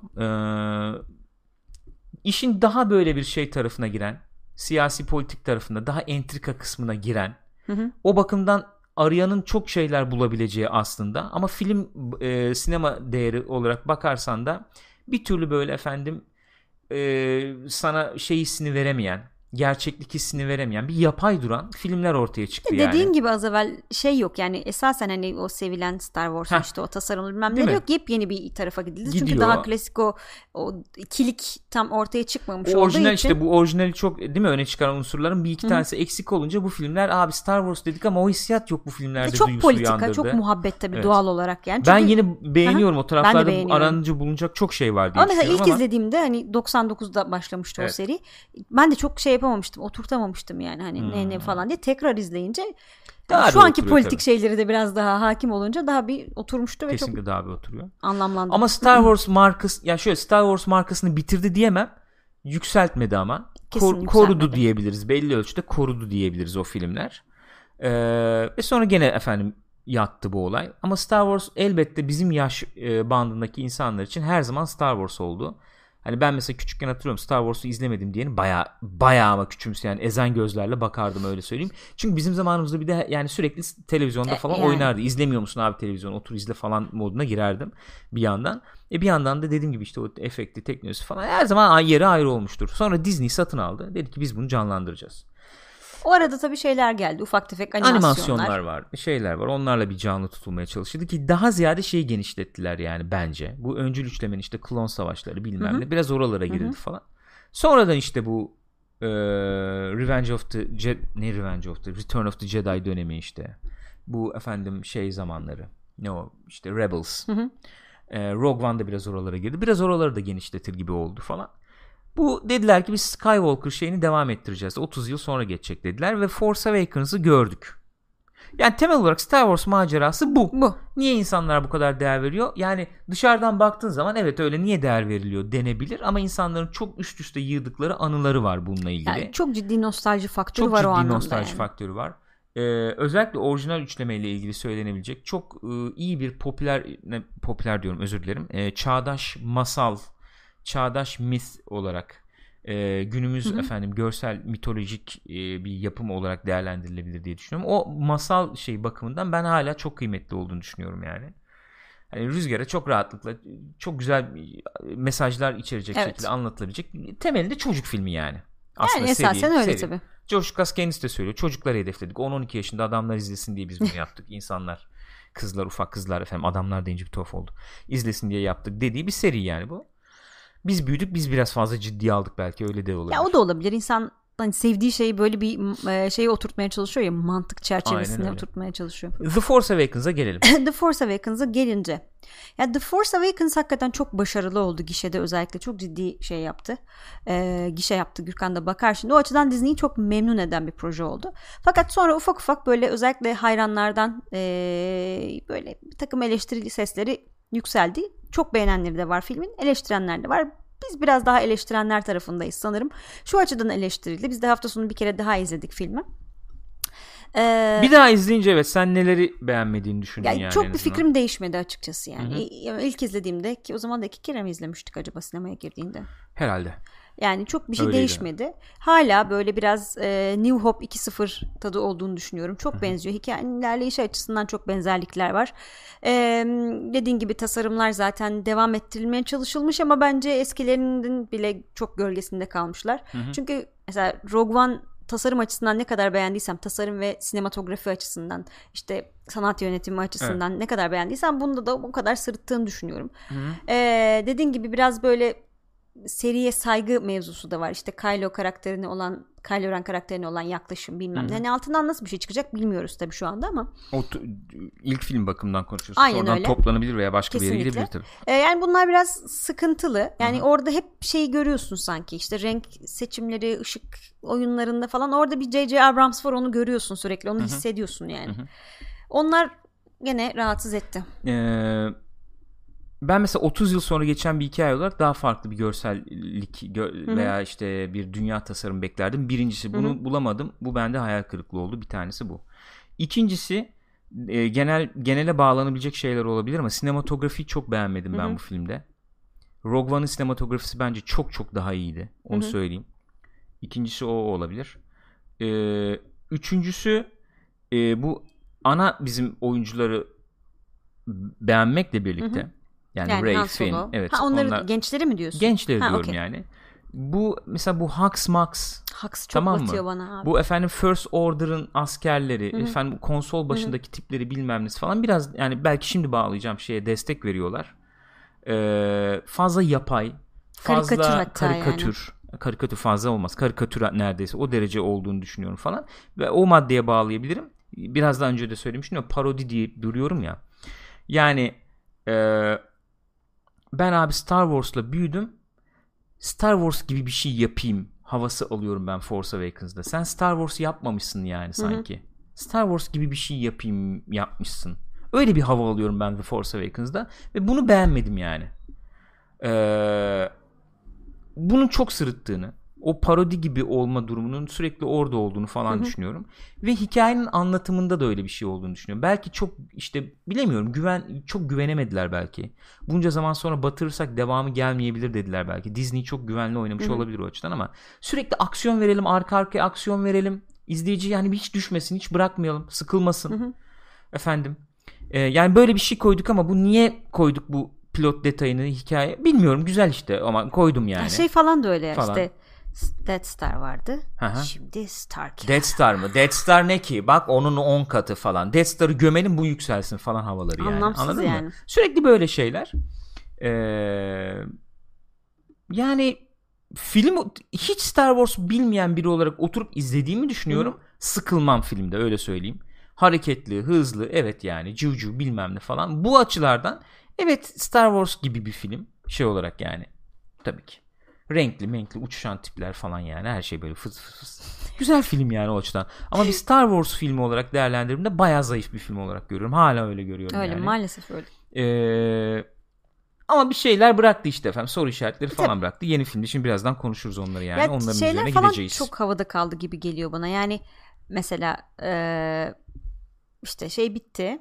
İşin daha böyle bir tarafına giren, siyasi politik tarafında daha entrika kısmına giren, o bakımdan arayanın çok şeyler bulabileceği aslında ama film sinema değeri olarak bakarsan da bir türlü böyle efendim sana hissini veremeyen, gerçeklik hissini veremeyen bir yapay duran filmler ortaya çıktı yani. Dediğin gibi az evvel yok yani esasen hani o sevilen Star Wars'un işte o tasarımı bilmem ne yok, yepyeni bir tarafa gidildi. Gidiyor. Çünkü daha klasik o ikilik tam ortaya çıkmamış olduğu için. İşte bu orijinali çok değil mi öne çıkaran unsurların bir iki tanesi eksik olunca bu filmler abi Star Wars dedik ama o hissiyat yok bu filmlerde, çok duygusu politika, uyandırdı. çok muhabbet tabii doğal olarak yani. Çünkü, ben yine beğeniyorum o taraflarda aranıcı bulunacak çok şey var diye düşünüyorum ama. Mesela ilk izlediğimde hani 99'da başlamıştı o seri. Ben de çok yapamamıştım, oturtamamıştım yani hani ne falan diye. Tekrar izleyince şu anki politik şeyleri de biraz daha hakim olunca daha bir oturmuştu ve kesinlikle çok daha bir oturuyor. Anlamlandı. Ama Star Wars markası Star Wars markasını bitirdi diyemem. Yükseltmedi ama. Korudu diyebiliriz. Belli ölçüde korudu diyebiliriz o filmler. Ve sonra gene efendim yattı bu olay. Ama Star Wars elbette bizim yaş bandındaki insanlar için her zaman Star Wars oldu. Hani ben mesela küçükken hatırlıyorum Star Wars'u izlemedim diyeni bayağı ama küçümseyen, ezen gözlerle bakardım, öyle söyleyeyim. Çünkü bizim zamanımızda bir de yani sürekli televizyonda falan oynardı. İzlemiyor musun abi televizyon? Otur izle falan moduna girerdim bir yandan. Bir yandan da dediğim gibi işte o efekti, teknolojisi falan her zaman yeri ayrı olmuştur. Sonra Disney satın aldı. Dedi ki biz bunu canlandıracağız. O arada tabii şeyler geldi. Ufak tefek animasyonlar var. Şeyler var. Onlarla bir canlı tutulmaya çalışıldı ki daha ziyade genişlettiler yani bence. Bu öncül üçlemenin işte klon savaşları bilmem ne. Biraz oralara girildi falan. Sonradan işte bu Return of the Jedi dönemi işte. Bu efendim zamanları. Ne o? İşte Rebels. Rogue One'da biraz oralara girdi. Biraz oraları da genişletir gibi oldu falan. Bu dediler ki biz Skywalker devam ettireceğiz. 30 yıl sonra geçecek dediler ve Force Awakens'ı gördük. Yani temel olarak Star Wars macerası bu. Niye insanlar bu kadar değer veriyor? Yani dışarıdan baktığın zaman evet öyle, niye değer veriliyor denebilir ama insanların çok üst üste yığdıkları anıları var bununla ilgili. Yani çok ciddi nostalji faktörü var o anlamda. Çok ciddi nostalji faktörü var. Özellikle orijinal üçlemeyle ilgili söylenebilecek çok iyi bir popüler diyorum, özür dilerim. Çağdaş masal, çağdaş myth olarak günümüz efendim görsel mitolojik bir yapım olarak değerlendirilebilir diye düşünüyorum. O masal bakımından ben hala çok kıymetli olduğunu düşünüyorum yani. Hani Rüzgar'a çok rahatlıkla çok güzel mesajlar içerecek şekilde anlatılabilecek. Temelinde çocuk filmi yani. Aslında esasen öyle tabii. George Lucas kendisi de söylüyor. Çocukları hedefledik. 10-12 yaşında adamlar izlesin diye biz bunu yaptık. İnsanlar, kızlar, ufak kızlar efendim, adamlar deyince bir tuhaf oldu. İzlesin diye yaptık dediği bir seri yani bu. Biz büyüdük, biz biraz fazla ciddiye aldık, belki öyle de olabilir. Ya o da olabilir. İnsan hani sevdiği şeyi böyle bir şeye oturtmaya çalışıyor ya, mantık çerçevesine oturtmaya çalışıyor. The Force Awakens'a gelelim. The Force Awakens'a gelince, ya The Force Awakens hakikaten çok başarılı oldu gişede, özellikle çok ciddi şey yaptı. Gişe yaptı, Gürkan da bakar şimdi. O açıdan Disney'i çok memnun eden bir proje oldu. Fakat sonra ufak ufak böyle özellikle hayranlardan böyle bir takım eleştiri sesleri yükseldi. Çok beğenenleri de var filmin, eleştirenler de var. Biz biraz daha eleştirenler tarafındayız sanırım. Şu açıdan eleştirildi. Biz de hafta sonu bir kere daha izledik filmi. Bir daha izleyince evet, sen neleri beğenmediğini düşündün yani. Çok bir fikrim değişmedi açıkçası yani. İlk izlediğimde, ki o zaman da 2 kere mi izlemiştik acaba sinemaya girdiğinde? Herhalde. Yani çok bir şey öyleydi. Değişmedi. Hala böyle biraz New Hope 2.0 tadı olduğunu düşünüyorum. Çok benziyor. Hikayenin ilerleyişi açısından çok benzerlikler var. Dediğin gibi tasarımlar zaten devam ettirilmeye çalışılmış ama bence eskilerinin bile çok gölgesinde kalmışlar. Çünkü mesela Rogue One tasarım açısından ne kadar beğendiysem, tasarım ve sinematografi açısından, işte sanat yönetimi açısından ne kadar beğendiysem, bunda da o kadar sırıttığını düşünüyorum. Dediğin gibi biraz böyle seriye saygı mevzusu da var. İşte Kylo Ren karakterine olan yaklaşım bilmem ne. Hani altından nasıl bir şey çıkacak bilmiyoruz tabii şu anda ama. İlk film bakımından konuşuyorsun. Aynen Oradan öyle. Toplanabilir veya başka Kesinlikle. bir yere gidebilir tabii. Yani bunlar biraz sıkıntılı. Yani orada hep şeyi görüyorsun sanki. İşte renk seçimleri, ışık oyunlarında falan. Orada bir J.J. Abrams var, onu görüyorsun sürekli. Onu hissediyorsun yani. Onlar gene rahatsız etti. Ben mesela 30 yıl sonra geçen bir hikaye olarak daha farklı bir görsellik veya işte bir dünya tasarım beklerdim. Birincisi bunu bulamadım. Bu bende hayal kırıklığı oldu. Bir tanesi bu. İkincisi genele bağlanabilecek şeyler olabilir ama sinematografiyi çok beğenmedim ben bu filmde. Rogue One'ın sinematografisi bence çok çok daha iyiydi. Onu söyleyeyim. İkincisi o olabilir. Üçüncüsü bu ana bizim oyuncuları beğenmekle birlikte yani Rey, Finn, evet. Onlar gençleri mi diyorsun? Gençleri diyorum yani. Bu mesela bu Hux çok tamam batıyor mı? Bana abi. Bu efendim First Order'ın askerleri, efendim konsol başındaki tipleri bilmem nesi falan, biraz yani belki şimdi bağlayacağım şeye destek veriyorlar. Fazla yapay, fazla karikatür. Yani. Karikatür fazla olmaz. Karikatür neredeyse o derece olduğunu düşünüyorum falan. Ve o maddeye bağlayabilirim. Biraz daha önce de söylemiştim ya, parodi diye duruyorum ya. Yani ben abi Star Wars'la büyüdüm. Star Wars gibi bir şey yapayım havası alıyorum ben Force Awakens'da. Sen Star Wars yapmamışsın yani sanki. Star Wars gibi bir şey yapayım yapmışsın. Öyle bir hava alıyorum ben The Force Awakens'da. Ve bunu beğenmedim yani. Bunun çok sırıttığını, o parodi gibi olma durumunun sürekli orada olduğunu falan düşünüyorum. Ve hikayenin anlatımında da öyle bir şey olduğunu düşünüyorum. Belki çok işte bilemiyorum, çok güvenemediler belki. Bunca zaman sonra batırırsak devamı gelmeyebilir dediler belki. Disney çok güvenli oynamış olabilir o açıdan ama sürekli aksiyon verelim, arka arkaya aksiyon verelim. İzleyici yani hiç düşmesin, hiç bırakmayalım, sıkılmasın. Efendim. Yani böyle bir şey koyduk ama bu niye koyduk bu pilot detayını, hikaye bilmiyorum, güzel işte ama koydum yani. Şey falan da öyle falan. İşte Death Star vardı. Şimdi Starkiller. Death Star mı? Death Star ne ki? Bak onun 10 katı falan. Death Star'ı gömelim, bu yükselsin falan havaları yani. Anlamsız anladın yani. mı? Sürekli böyle şeyler. Yani film hiç Star Wars bilmeyen biri olarak oturup izlediğimi düşünüyorum. Sıkılmam filmde, öyle söyleyeyim. Hareketli, hızlı, evet yani cıvcıv bilmem ne falan. Bu açılardan evet Star Wars gibi bir film şey olarak yani. Tabii ki. Renkli, uçuşan tipler falan yani. Her şey böyle fıs fıs. Güzel film yani o açıdan. Ama bir Star Wars filmi olarak değerlendirdiğimde bayağı zayıf bir film olarak görüyorum. Hala öyle görüyorum öyle, yani. Maalesef öyle. Ama bir şeyler bıraktı işte efendim. Soru işaretleri falan bıraktı. Yeni filmde şimdi birazdan konuşuruz onları yani. Onların üzerine gideceğiz. Şeyler falan çok havada kaldı gibi geliyor bana. Yani mesela işte şey bitti.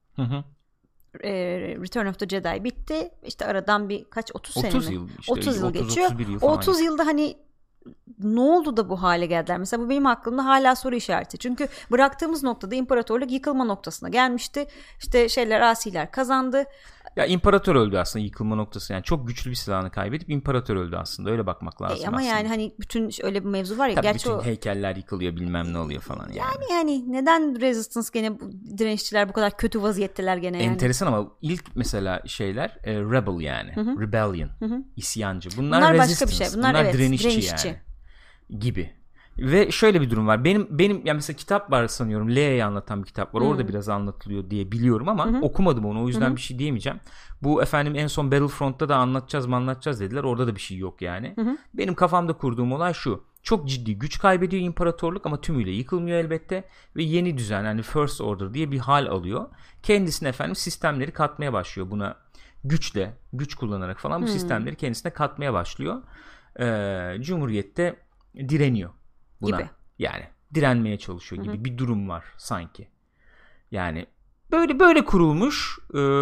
Return of the Jedi bitti. İşte aradan birkaç 30 sene mi? Yıl işte, 30 yıl geçiyor. Yıl 30 yılda hani ne oldu da bu hale geldiler? Mesela bu benim aklımda hala soru işareti. Çünkü bıraktığımız noktada imparatorluk yıkılma noktasına gelmişti. İşte asiler kazandı. Ya imparator öldü aslında, yıkılma noktası. Yani çok güçlü bir silahını kaybedip imparator öldü aslında. Öyle bakmak lazım ama aslında. Yani hani bütün öyle bir mevzu var ya. Tabii gerçi bütün heykeller yıkılıyor, bilmem ne oluyor falan yani. Yani neden Resistance gene, direnişçiler bu kadar kötü vaziyetteler gene yani. Enteresan ama ilk mesela şeyler Rebel yani. Rebellion. İsyancı. Bunlar Resistance. Başka bir şey. Bunlar direnişçi yani. Gibi. Ve şöyle bir durum var. Benim yani mesela kitap var sanıyorum. Leia'yı anlatan bir kitap var. Orada biraz anlatılıyor diye biliyorum ama okumadım onu. O yüzden bir şey diyemeyeceğim. Bu efendim en son Battlefront'ta da anlatacağız dediler. Orada da bir şey yok yani. Benim kafamda kurduğum olay şu. Çok ciddi güç kaybediyor imparatorluk ama tümüyle yıkılmıyor elbette. Ve yeni düzen yani First Order diye bir hal alıyor. Kendisine efendim sistemleri katmaya başlıyor buna. Güç kullanarak falan bu sistemleri kendisine katmaya başlıyor. Cumhuriyet'te direniyor buna. Gibi. Yani direnmeye çalışıyor gibi bir durum var sanki. Yani böyle kurulmuş.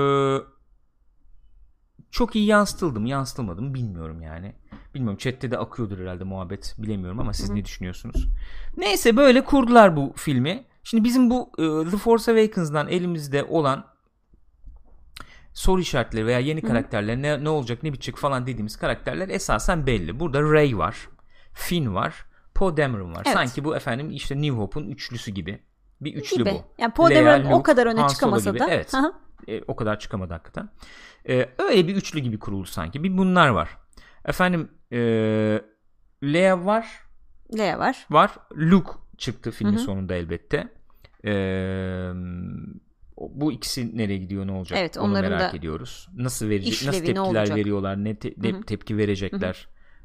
Çok iyi yansıtıldı mı yansıtılmadı mı bilmiyorum yani. Bilmiyorum, chatte de akıyordur herhalde muhabbet, bilemiyorum ama siz ne düşünüyorsunuz? Neyse, böyle kurdular bu filmi. Şimdi bizim bu The Force Awakens'dan elimizde olan soru işaretleri veya yeni karakterler, ne olacak ne bitecek falan dediğimiz karakterler esasen belli. Burada Rey var, Finn var, Poe Dameron var. Evet. Sanki bu efendim işte New Hope'un üçlüsü gibi. Bir üçlü bu. Yani Poe Dameron o kadar öne çıkamasa da. Evet. O kadar çıkamadı hakikaten. Öyle bir üçlü gibi kuruldu sanki. Bir bunlar var. Efendim Leia var. Luke çıktı filmin sonunda elbette. Bu ikisi nereye gidiyor, ne olacak? Evet, onu merak ediyoruz. Nasıl verecek? Nasıl tepkiler veriyorlar? Ne tepki verecekler?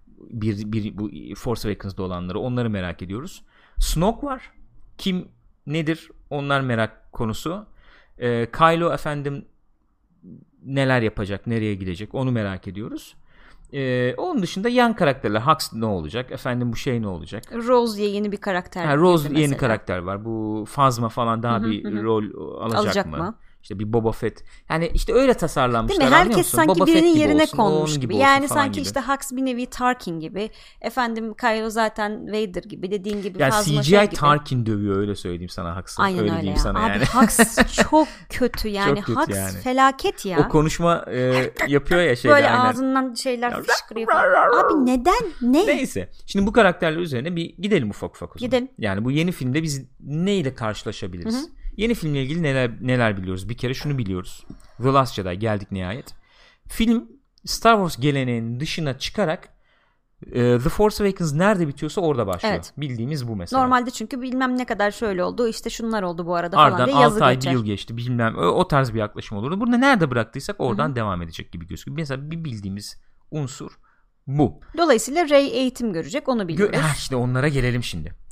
Bu Force Awakens'da olanları, onları merak ediyoruz. Snoke var. Kim nedir? Onlar merak konusu. Kylo efendim neler yapacak? Nereye gidecek? Onu merak ediyoruz. Onun dışında yan karakterler. Hux ne olacak? Efendim bu şey ne olacak? Rose diye yeni bir karakter. Rose yeni karakter var. Bu Phasma falan daha bir rol alacak mı? İşte bir Boba Fett. Yani işte öyle tasarlanmışlar. Değil mi? Herkes sanki Boba birinin yerine olsun, konmuş gibi. Yani sanki gibi. İşte Hux bir nevi Tarkin gibi. Efendim Kylo zaten Vader gibi. Dediğin gibi yani Phasma CGI şey gibi. Tarkin dövüyor, öyle söyleyeyim sana Hux'ı. Aynen öyle öyle ya. Sana abi yani. Hux çok kötü yani. Çok kötü Hux yani. felaket ya. O konuşma yapıyor ya şeyde. Böyle aynen. Ağzından şeyler fışkırıyor falan. Abi neden? Ne? Neyse. Şimdi bu karakterler üzerine bir gidelim ufak ufak o zaman. Gidelim. Yani bu yeni filmde biz neyle karşılaşabiliriz? Yeni filmle ilgili neler biliyoruz? Bir kere şunu biliyoruz. The Last Jedi geldik nihayet. Film Star Wars geleneğinin dışına çıkarak The Force Awakens nerede bitiyorsa orada başlıyor. Evet. Bildiğimiz bu mesela. Normalde çünkü bilmem ne kadar şöyle oldu, işte şunlar oldu bu arada falan diye yazı geçer. Aradan 6 ay bir yıl geçti bilmem, o tarz bir yaklaşım olurdu. Burada nerede bıraktıysak oradan devam edecek gibi gözüküyor. Mesela bir bildiğimiz unsur bu. Dolayısıyla Rey eğitim görecek, onu biliyoruz. İşte onlara gelelim şimdi.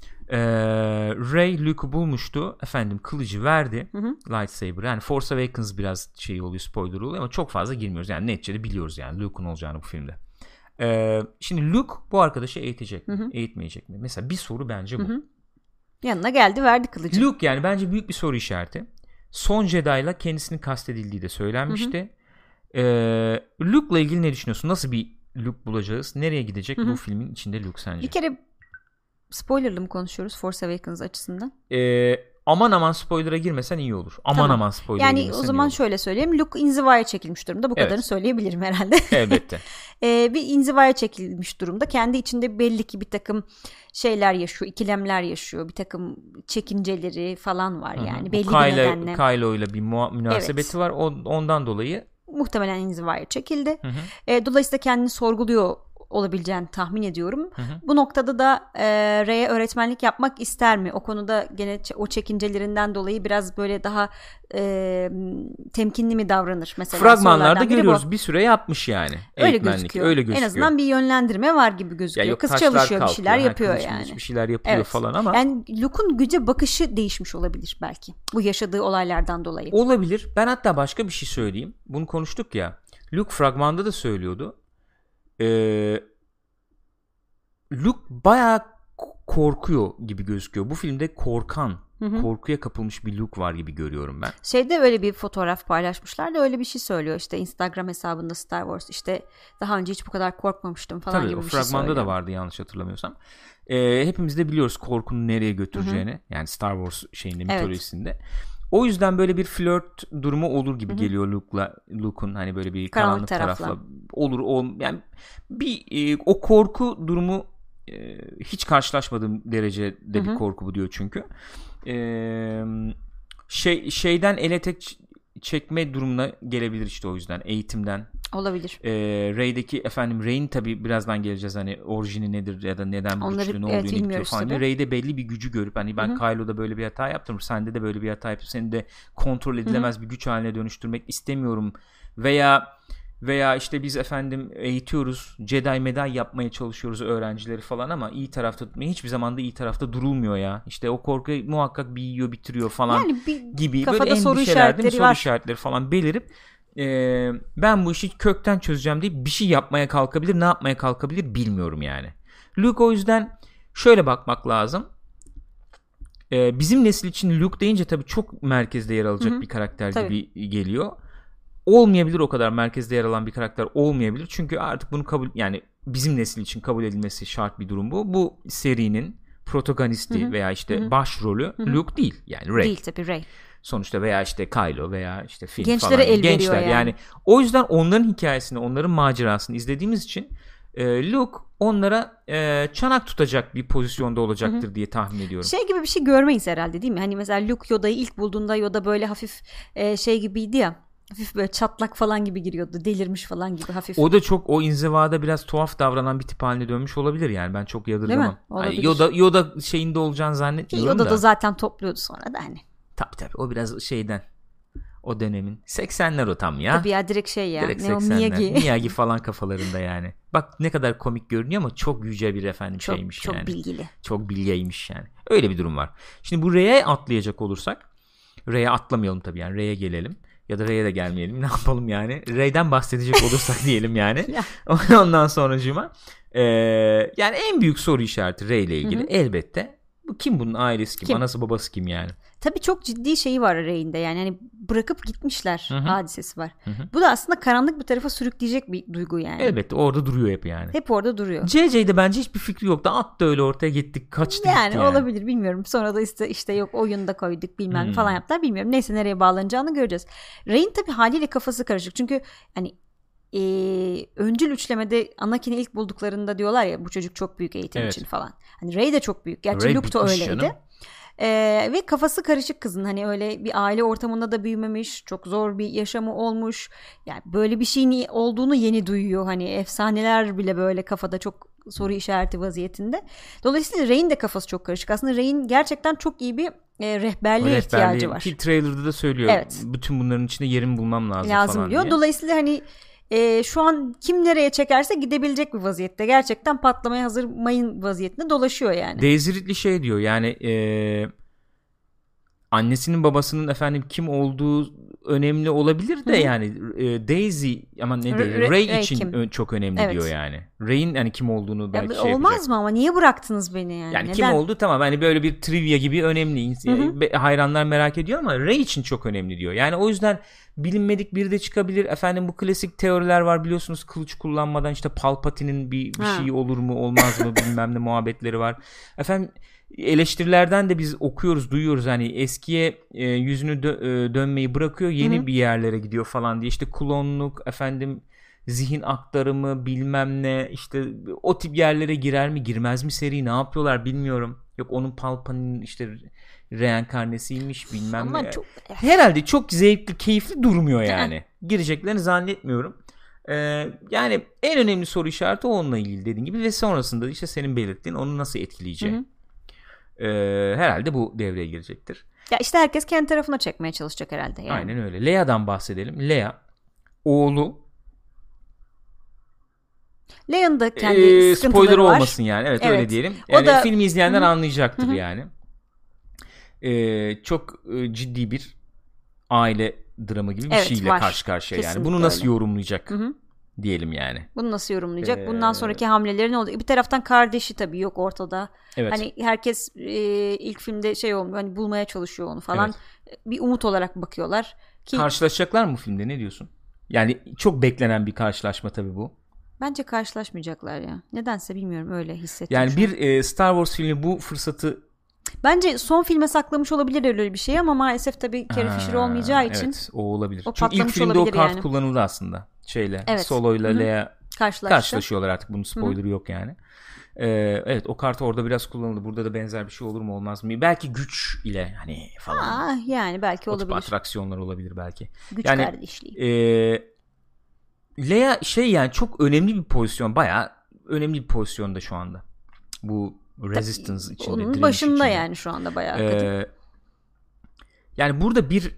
Rey Luke'u bulmuştu. Efendim kılıcı verdi. Lightsaber. Yani Force Awakens biraz şey oluyor, spoiler oluyor ama çok fazla girmiyoruz. Yani neticede biliyoruz yani Luke'un olacağını bu filmde. Şimdi Luke bu arkadaşı eğitecek mi? Eğitmeyecek mi? Mesela bir soru bence bu. Yanına geldi, verdi kılıcı. Luke yani bence büyük bir soru işareti. Son Jedi'la kendisinin kastedildiği de söylenmişti. Luke'la ilgili ne düşünüyorsun? Nasıl bir Luke bulacağız? Nereye gidecek bu filmin içinde Luke sence? Bir kere spoilerlı mı konuşuyoruz Force Awakens açısından? Aman spoiler'a girmesen iyi olur. Aman spoiler'a yani girmesen o zaman şöyle söyleyeyim. Luke inzivaya çekilmiş durumda. Bu kadarını söyleyebilirim herhalde. Elbette. Bir inzivaya çekilmiş durumda. Kendi içinde belli ki bir takım şeyler yaşıyor. İkilemler yaşıyor. Bir takım çekinceleri falan var yani. Belli bir nedenle. Kylo ile bir münasebeti var. Ondan dolayı muhtemelen inzivaya çekildi. Dolayısıyla kendini sorguluyor olabileceğini tahmin ediyorum. Bu noktada da Rey'e öğretmenlik yapmak ister mi? O konuda gene o çekincelerinden dolayı biraz böyle daha temkinli mi davranır mesela? Fragmanlarda görüyoruz. Bir süre yapmış yani. Öyle gözüküyor. En azından bir yönlendirme var gibi gözüküyor. Kız çalışıyor, bir şeyler yapıyor yani. Bir şeyler yapıyor falan ama. Yani Luke'un güce bakışı değişmiş olabilir belki. Bu yaşadığı olaylardan dolayı. Olabilir. Ben hatta başka bir şey söyleyeyim. Bunu konuştuk ya. Luke fragmanda da söylüyordu. Luke bayağı korkuyor gibi gözüküyor. Bu filmde korkuya kapılmış bir Luke var gibi görüyorum ben. Şeyde öyle bir fotoğraf paylaşmışlar da öyle bir şey söylüyor. İşte Instagram hesabında Star Wars, işte daha önce hiç bu kadar korkmamıştım falan gibi bir şey söylüyor. Tabii o fragmanda da vardı yanlış hatırlamıyorsam. Hepimiz de biliyoruz korkunun nereye götüreceğini. Yani Star Wars mitolojisinde. O yüzden böyle bir flört durumu olur gibi geliyor Luke'un hani böyle bir karanlık tarafla olur. Yani bir o korku durumu hiç karşılaşmadığım derecede bir korku bu diyor çünkü. Şeyden ele tek çekme durumuna gelebilir işte o yüzden. Eğitimden Olabilir. Rey'deki efendim Rey'in tabii birazdan geleceğiz hani orijini nedir ya da neden bu güçlü ne olduğunu bitiyor falan. Rey'de belli bir gücü görüp hani ben Kylo'da böyle bir hata yaptım. Sende de böyle bir hata yaptım. Seni de kontrol edilemez bir güç haline dönüştürmek istemiyorum. Veya işte biz efendim eğitiyoruz. Jedi medal yapmaya çalışıyoruz öğrencileri falan ama iyi tarafta tutmaya hiçbir zaman da iyi tarafta durulmuyor ya. İşte o korku muhakkak bir yiyor bitiriyor falan yani gibi böyle endişeler değil mi? Soru işaretleri falan belirip ben bu işi kökten çözeceğim deyip bir şey yapmaya kalkabilir. Ne yapmaya kalkabilir bilmiyorum yani. Luke o yüzden şöyle bakmak lazım. Bizim nesil için Luke deyince tabii çok merkezde yer alacak bir karakter gibi geliyor. Olmayabilir, o kadar merkezde yer alan bir karakter olmayabilir. Çünkü artık bunu yani bizim nesil için kabul edilmesi şart bir durum bu. Bu serinin protagonisti veya işte başrolü Luke değil. Yani Rey. Değil tabii, Rey. Sonuçta veya işte Kylo veya işte Finn gençlere falan. El Gençler yani. O yüzden onların hikayesini, onların macerasını izlediğimiz için Luke onlara çanak tutacak bir pozisyonda olacaktır diye tahmin ediyorum. Şey gibi bir şey görmeyiz herhalde değil mi? Hani mesela Luke Yoda'yı ilk bulduğunda Yoda böyle hafif şey gibiydi ya. Hafif böyle çatlak falan gibi giriyordu. Delirmiş falan gibi hafif. O da çok o inzivada biraz tuhaf davranan bir tip haline dönmüş olabilir yani. Ben çok yadırgamam. Yani Yoda şeyinde olacağını zannetmiyorum Yoda da. da zaten topluyordu sonra da hani. Tabii o biraz şeyden. O dönemin. 80'ler o tam ya. Tabii ya direkt şey ya. Direkt ne 80'ler. Miyagi falan kafalarında yani. Bak ne kadar komik görünüyor ama çok yüce bir efendim çok, şeymiş çok yani. Çok bilgili. Çok bilgeymiş yani. Öyle bir durum var. Şimdi bu Rey'e atlayacak olursak. Rey'e atlamayalım tabii yani. Rey'e gelelim. Ya da Rey'e de gelmeyelim. Ne yapalım yani? Rey'den bahsedecek olursak diyelim yani. Ondan sonracığıma. Yani en büyük soru işareti Rey ile ilgili. Elbette. Bu kim, bunun ailesi kim? Anası babası kim yani? Tabii çok ciddi şeyi var Rey'inde yani hani bırakıp gitmişler hadisesi var. Bu da aslında karanlık bir tarafa sürükleyecek bir duygu yani. Elbette orada duruyor hep yani. Hep orada duruyor. JJ'de bence hiçbir fikri yoktu. Attı öyle ortaya gittik kaçtı yani gitti yani. Olabilir bilmiyorum. Sonra da işte yok oyunda koyduk bilmem falan yaptılar bilmiyorum. Neyse nereye bağlanacağını göreceğiz. Rey'in tabii haliyle kafası karışık. Çünkü hani öncül üçlemede Anakin'i ilk bulduklarında diyorlar ya bu çocuk çok büyük eğitim için falan. Hani Rey de çok büyük. Gerçi Rey Luke da öyleydi. Canım. Ve kafası karışık kızın hani öyle bir aile ortamında da büyümemiş, çok zor bir yaşamı olmuş, yani böyle bir şeyin olduğunu yeni duyuyor, hani efsaneler bile böyle kafada çok soru işareti vaziyetinde. Dolayısıyla Rey'in de kafası çok karışık. Aslında Rey'in gerçekten çok iyi bir rehberliğe ihtiyacı var. Ki trailer'da da söylüyor. Evet. Bütün bunların içinde yerimi bulmam lazım falan diyor. Diye. Dolayısıyla hani şu an kim nereye çekerse gidebilecek bir vaziyette. Gerçekten patlamaya hazır mayın vaziyetinde dolaşıyor yani. Daisy Ridley şey diyor yani annesinin babasının efendim kim olduğu önemli olabilir de yani Daisy ama ne diyor Rey için çok önemli diyor yani. Rey'in hani kim olduğunu belki şey olmaz yapacak. mı ama niye bıraktınız beni yani? Yani neden? Kim oldu tamam hani böyle bir trivia gibi önemli. Hayranlar merak ediyor ama Rey için çok önemli diyor. Yani o yüzden bilinmedik biri de çıkabilir. Efendim bu klasik teoriler var biliyorsunuz, kılıç kullanmadan işte Palpatine'in bir şey olur mu olmaz mı bilmem ne muhabbetleri var. Efendim eleştirilerden de biz okuyoruz, duyuyoruz hani eskiye yüzünü dönmeyi bırakıyor, yeni bir yerlere gidiyor falan diye. İşte klonluk, efendim zihin aktarımı bilmem ne, işte o tip yerlere girer mi girmez mi seri, ne yapıyorlar bilmiyorum. Yok onun Palpatine'in işte reenkarnesiymiş bilmem ama ne. Çok... Herhalde çok zevkli, keyifli durmuyor yani. Gireceklerini zannetmiyorum. Yani en önemli soru işareti onunla ilgili dediğin gibi ve sonrasında işte senin belirttiğin onu nasıl etkileyeceği. Herhalde bu devreye girecektir. Ya işte herkes kendi tarafına çekmeye çalışacak herhalde. Yani. Aynen öyle. Leia'dan bahsedelim. Leia oğlu. Leia'nın da kendi sıkıntıları spoiler var. olmasın yani. Evet öyle diyelim. Yani o da filmi izleyenler anlayacaktır yani. Çok ciddi bir aile dramı gibi bir şeyle karşı karşıya yani. Bunu nasıl yorumlayacak? Diyelim yani. Bunu nasıl yorumlayacak? Bundan sonraki hamleleri ne olacak? Bir taraftan kardeşi tabii yok ortada. Evet. Hani herkes ilk filmde şey olmuş, hani bulmaya çalışıyor onu falan. Evet. Bir umut olarak bakıyorlar. Karşılaşacaklar mı filmde, ne diyorsun? Yani çok beklenen bir karşılaşma tabii bu. Bence karşılaşmayacaklar ya. Nedense bilmiyorum, öyle hissettim. Yani bir Star Wars filmi bu fırsatı bence son filme saklamış olabilir öyle bir şey ama maalesef tabii Carrie Fisher olmayacağı için. Evet, o olabilir. O çünkü ilk filmde o kart yani. kullanıldı aslında. Solo ile Leia karşılaşıyorlar artık. Bunun spoiler'ı yok yani. Evet, o kart orada biraz kullanıldı. Burada da benzer bir şey olur mu olmaz mı? Belki güç ile hani falan. Yani belki olabilir. O tip atraksiyonlar olabilir belki. Güç kardeşliği. Leia yani çok önemli bir pozisyon. Bayağı önemli bir pozisyonda şu anda. Bu Resistance içinde. Onun başında içinde. Yani şu anda bayağı yani burada bir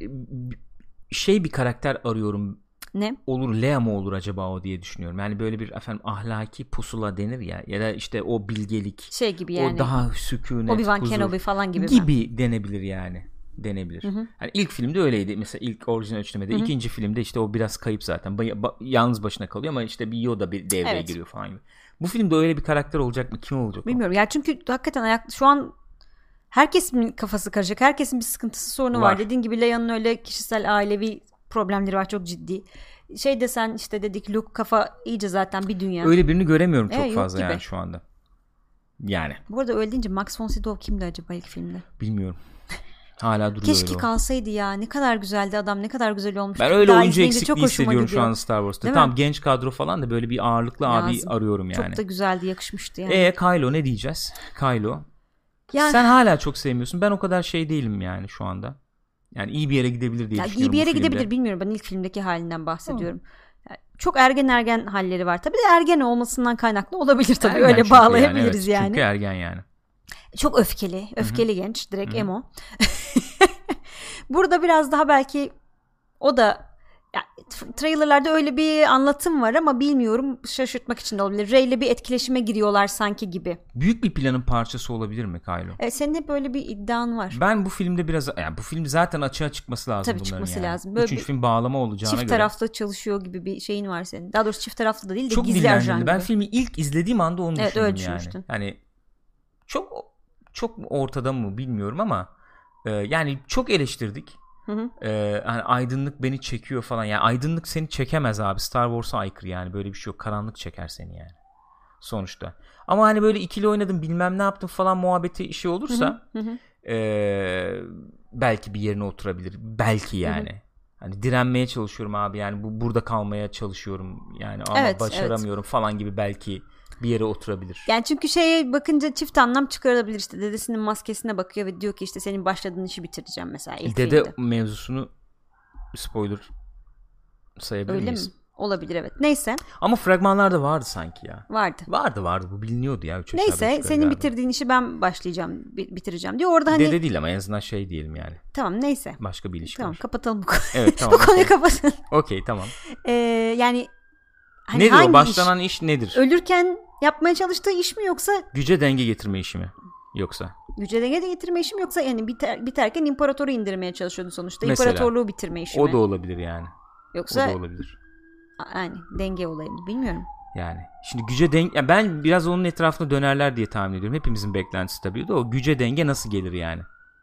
karakter arıyorum. Ne? Olur, Leia mı olur acaba o diye düşünüyorum. Yani böyle bir ahlaki pusula denir ya da işte o bilgelik. Gibi yani. O daha sükunet, Obi-Wan huzur Kenobi falan gibi denebilir yani. Denebilir. Yani ilk filmde öyleydi. Mesela ilk orijinal üçlemede. İkinci filmde işte o biraz kayıp zaten. Yalnız başına kalıyor ama işte bir Yoda bir devreye giriyor falan gibi. Bu filmde öyle bir karakter olacak mı? Kim olacak? Bilmiyorum. Ya çünkü hakikaten şu an herkesin kafası karışık. Herkesin bir sıkıntısı, sorunu var. Dediğin gibi Leia'nın öyle kişisel ailevi problemleri var, çok ciddi. Desen işte dedik, Luke kafa iyice zaten bir dünya. Öyle birini göremiyorum çok fazla yani şu anda. Yani. Bu arada öyle deyince Max von Sydow kimdi acaba ilk filmde? Bilmiyorum. Hala duruyor. Keşke kalsaydı ya. Ne kadar güzeldi adam. Ne kadar güzel olmuş. Ben öyle oyuncu eksikliği hissediyorum şu an Star Wars'ta. Tamam, genç kadro falan da böyle bir ağırlıklı abi arıyorum yani. Çok da güzeldi, yakışmıştı yani. Kylo ne diyeceğiz? Kylo. Yani... Sen hala çok sevmiyorsun. Ben o kadar değilim yani şu anda. Yani iyi bir yere gidebilir diye düşünüyorum. İyi bir yere gidebilir, bilmiyorum. Ben ilk filmdeki halinden bahsediyorum. Yani çok ergen halleri var. Tabii de ergen olmasından kaynaklı olabilir tabii. Ergen öyle bağlayabiliriz yani. Çünkü ergen yani. Çok öfkeli genç, direkt emo. Burada biraz daha belki o da trailerlarda öyle bir anlatım var ama bilmiyorum, şaşırtmak için de olabilir. Rey ile bir etkileşime giriyorlar sanki gibi. Büyük bir planın parçası olabilir mi Kylo? Senin hep böyle bir iddian var. Ben bu filmde biraz, bu film zaten açığa çıkması lazım. Tabii çıkması lazım. Böyle üçüncü film bağlama olacağına çift göre. Çift taraflı çalışıyor gibi bir şeyin var senin. Daha doğrusu çift taraflı da değil de çok gizli ajan gibi. Ben filmi ilk izlediğim anda onu düşündüm öyle yani. düşünmüştün. Yani çok ortada mı bilmiyorum ama yani çok eleştirdik. Yani aydınlık beni çekiyor falan. Yani aydınlık seni çekemez abi. Star Wars'a aykırı yani. Böyle bir şey yok. Karanlık çeker seni yani. Sonuçta. Ama hani böyle ikili oynadım, bilmem ne yaptım falan muhabbeti işi olursa belki bir yerine oturabilir. Belki yani. Hani direnmeye çalışıyorum abi. Yani burada kalmaya çalışıyorum. Yani ama başaramıyorum falan gibi belki bir yere oturabilir. Yani çünkü bakınca çift anlam çıkarılabilir. İşte dedesinin maskesine bakıyor ve diyor ki işte senin başladığın işi bitireceğim mesela ilk Dede filmde. mevzusunu spoiler sayabilir öyle miyiz? Mi? Olabilir, evet. Neyse. Ama fragmanlarda vardı sanki ya. Vardı. Bu biliniyordu ya. Neyse, senin bitirdiğin işi ben bitireceğim diyor. Orada Dede değil ama en azından diyelim yani. Tamam, neyse. Başka bir ilişki var. Tamam, kapatalım bu konuyu. Evet, tamam. Bu konuyu kapatın. Okey, tamam. Yani nedir o? Başlanan iş nedir? Ölürken yapmaya çalıştığı iş mi, yoksa güce denge getirme işi mi? Yoksa güce denge getirme işi mi, yoksa yani biterken imparatoru indirmeye çalışıyordu sonuçta. Mesela, İmparatorluğu bitirme işi mi? O da olabilir yani. Yoksa o da olabilir. Yani denge olayı mı, bilmiyorum. Yani şimdi güce denge, ben biraz onun etrafında dönerler diye tahmin ediyorum. Hepimizin beklentisi tabii de o güce denge nasıl gelir yani?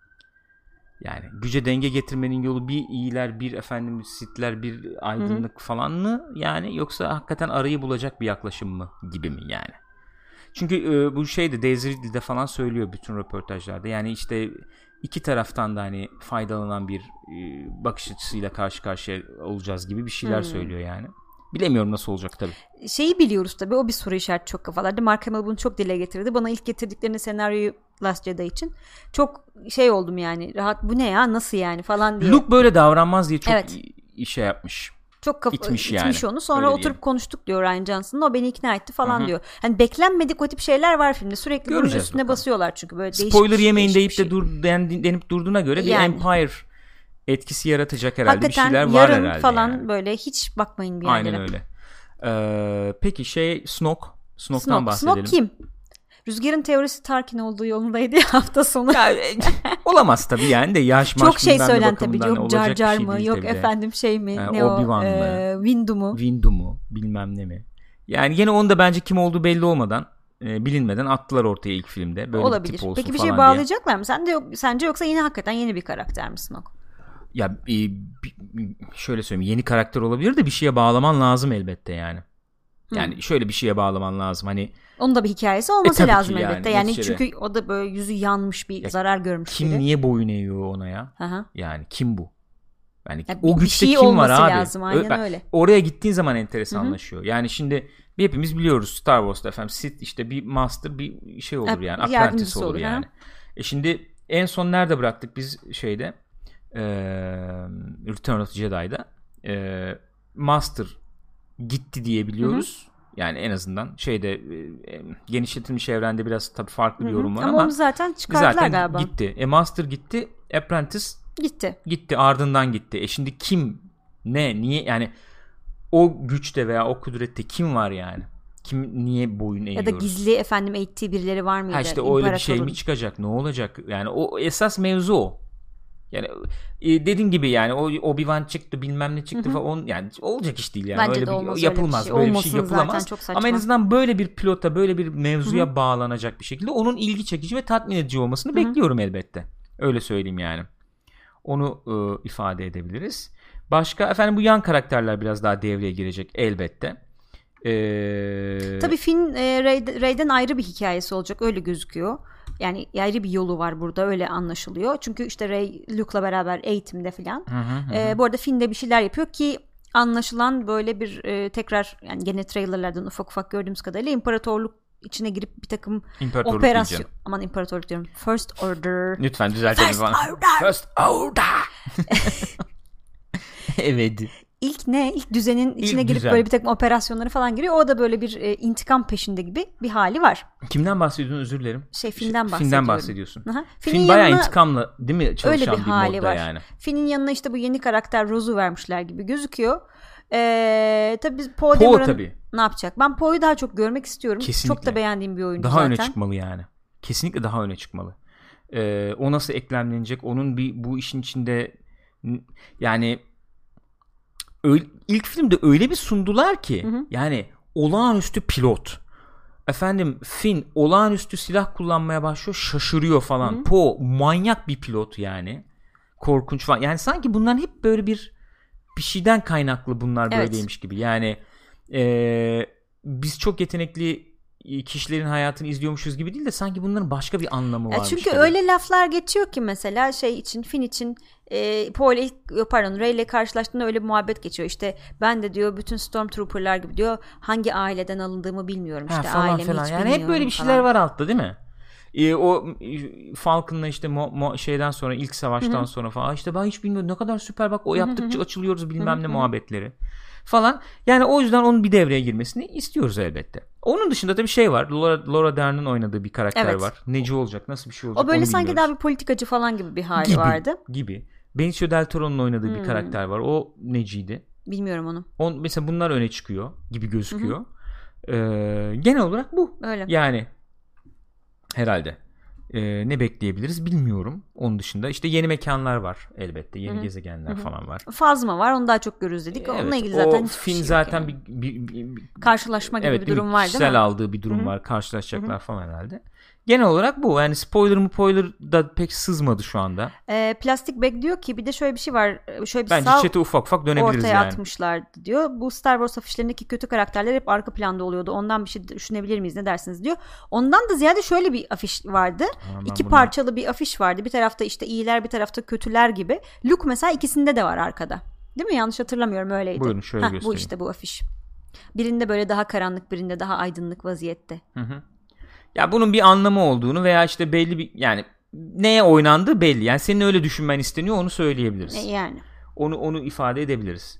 Yani güce denge getirmenin yolu bir iyiler, bir Sith'ler, bir aydınlık falan mı yani, yoksa hakikaten arayı bulacak bir yaklaşım mı gibi mi yani? Çünkü bu de Daisy Ridley'de falan söylüyor bütün röportajlarda. Yani işte iki taraftan da hani faydalanan bir bakış açısıyla karşı karşıya olacağız gibi bir şeyler söylüyor yani. Bilemiyorum nasıl olacak tabii. Biliyoruz tabii, o bir soru işareti çok kafalarda. Mark Hamill bunu çok dile getirdi. Bana ilk getirdiklerini senaryoyu Last Jedi için çok oldum yani. Rahat, bu ne ya, nasıl yani falan diye. Luke böyle davranmaz diye çok yapmış. Çok itmiş yani. Onu. Sonra öyle oturup diyelim. Konuştuk diyor Rian Johnson'la. O beni ikna etti falan diyor. Hani beklenmedik o tip şeyler var filmde. Sürekli bunun üstüne bakalım. Basıyorlar çünkü böyle spoiler yemeyin deyip de denip durduğuna göre bir Empire etkisi yaratacak herhalde. Hakikaten bir şeyler var herhalde. Yarın falan yani. Böyle hiç bakmayın bir yerlere. Aynen öyle. Peki Snoke'dan bahsedelim. Snoke kim? Rüzgar'ın teorisi Tarkin olduğu yolundaydı ya hafta sonu. Olamaz tabii yani de yaş çok söylen tabii. Yok Jar Jar mı? Yok efendim mi? Yani ne Obi-Wan mı? Windu mu? Bilmem ne mi? Yani gene onu da bence kim olduğu belli olmadan, bilinmeden attılar ortaya ilk filmde. Böyle olabilir. Bir tip olsun peki bir falan şey bağlayacaklar mı? Sence yoksa yine hakikaten yeni bir karakter mi Snoke? Ya şöyle söyleyeyim, yeni karakter olabilir de bir şeye bağlaman lazım elbette yani. Yani şöyle bir şeye bağlaman lazım hani. Onun da bir hikayesi olması lazım yani, elbette. Yani çünkü o da böyle yüzü yanmış bir zarar görmüş kim biri. Niye boyun eğiyor ona ya? Aha. Yani kim bu? Yani o güçte şey kim var abi? Lazım, öyle. Oraya gittiğin zaman enteresanlaşıyor. Yani şimdi hepimiz biliyoruz Star Wars'ta Sith işte bir master, bir şey olur yani. Apprentice olur yani. Şimdi en son nerede bıraktık biz Return of the Jedi'da? Master gitti diye biliyoruz. Yani en azından şeyde genişletilmiş evrende biraz tabii farklı bir yorum var ama onu zaten çıkardılar galiba. Gitti. Master gitti. Apprentice gitti. Ardından gitti. Şimdi kim, ne, niye, yani o güçte veya o kudrette kim var yani? Kim niye boyun eğiyoruz? Ya da gizli eğittiği birileri var mıydı? İşte öyle bir şey mi çıkacak? Ne olacak? Yani o esas mevzu o. Yani dediğin gibi yani o Obi-Wan çıktı, bilmem ne çıktı falan, yani olacak iş değil yani. Bence öyle de olmaz, yapılmaz. Böyle bir şey yapılamaz. Ama en azından böyle bir pilota, böyle bir mevzuya bağlanacak bir şekilde onun ilgi çekici ve tatmin edici olmasını bekliyorum elbette. Öyle söyleyeyim yani. Onu ifade edebiliriz. Başka efendim bu yan karakterler biraz daha devreye girecek elbette. Tabii Finn Rey'den ayrı bir hikayesi olacak, öyle gözüküyor. Yani ayrı bir yolu var burada, öyle anlaşılıyor. Çünkü işte Rey Luke'la beraber eğitimde filan. Bu arada Finn de bir şeyler yapıyor ki anlaşılan böyle bir tekrar, yani gene trailerlerden ufak ufak gördüğümüz kadarıyla imparatorluk içine girip bir takım operasyon, aman imparatorluk diyorum, First Order. Lütfen düzeltelim bana. First Order. Evet. İlk düzenin içine girip böyle bir takım operasyonları falan giriyor. O da böyle bir intikam peşinde gibi bir hali var. Kimden bahsediyorsun, özür dilerim? Finn'den bahsediyorsun. Finn bayağı intikamlı değil mi çalışan öyle bir hali modda var. Yani. Finn'in yanına işte bu yeni karakter Rose'u vermişler gibi gözüküyor. Tabii Poe Dameron ne yapacak? Ben Poe'yu daha çok görmek istiyorum. Kesinlikle. Çok da beğendiğim bir oyuncu daha zaten. Daha öne çıkmalı yani. Kesinlikle daha öne çıkmalı. O nasıl eklemlenecek? Onun bu işin içinde yani ilk filmde öyle bir sundular ki yani olağanüstü pilot. Efendim Finn olağanüstü silah kullanmaya başlıyor, şaşırıyor falan. Poe manyak bir pilot yani. Korkunç falan. Yani sanki bunların hep böyle bir şeyden kaynaklı bunlar böyleymiş gibi. Yani biz çok yetenekli kişilerin hayatını izliyormuşuz gibi değil de sanki bunların başka bir anlamı varmış. Çünkü gibi. Öyle laflar geçiyor ki mesela Finn için Rey ile karşılaştığında öyle bir muhabbet geçiyor. İşte ben de diyor bütün Stormtrooper'lar gibi diyor hangi aileden alındığımı bilmiyorum. İşte ailemi falan. hiç yani bilmiyorum. Hep böyle bir şeyler var altta değil mi? O Falcon'la işte şeyden sonra ilk savaştan sonra falan işte ben hiç bilmiyorum ne kadar süper bak o yaptıkça açılıyoruz bilmem ne muhabbetleri falan. Yani o yüzden onun bir devreye girmesini istiyoruz elbette. Onun dışında tabii şey var. Laura Dern'in oynadığı bir karakter var. Neci olacak? Nasıl bir şey olacak? O böyle sanki daha bir politikacı falan gibi bir hali vardı. Gibi. Benicio Del Toro'nun oynadığı bir karakter var. O neciydi? Bilmiyorum onu. Mesela bunlar öne çıkıyor gibi gözüküyor. Genel olarak bu. Öyle. Yani herhalde. Ne bekleyebiliriz bilmiyorum. Onun dışında işte yeni mekanlar var elbette. Yeni gezegenler falan var. Phasma var. Onu daha çok görürüz dedik. Evet, onunla ilgili zaten film şey zaten yani. bir karşılaşma gibi bir durum var değil mi? Kişisel aldığı bir durum var. Karşılaşacaklar falan herhalde. Genel olarak bu. Yani spoiler da pek sızmadı şu anda. Plastic Bag diyor ki bir de şöyle bir şey var. Şöyle bir bence chat'e ufak ufak dönebiliriz ortaya yani. atmışlardı diyor. Bu Star Wars afişlerindeki kötü karakterler hep arka planda oluyordu. Ondan bir şey düşünebilir miyiz? Ne dersiniz diyor. Ondan da ziyade şöyle bir afiş vardı. İki parçalı bir afiş vardı. Bir tarafta işte iyiler, bir tarafta kötüler gibi. Luke mesela ikisinde de var arkada. Değil mi? Yanlış hatırlamıyorum, öyleydi. Buyurun şöyle göstereyim. Bu işte bu afiş. Birinde böyle daha karanlık, birinde daha aydınlık vaziyette. Ya bunun bir anlamı olduğunu veya işte belli bir yani neye oynandığı belli. Yani senin öyle düşünmen isteniyor, onu söyleyebiliriz. Yani. Onu ifade edebiliriz.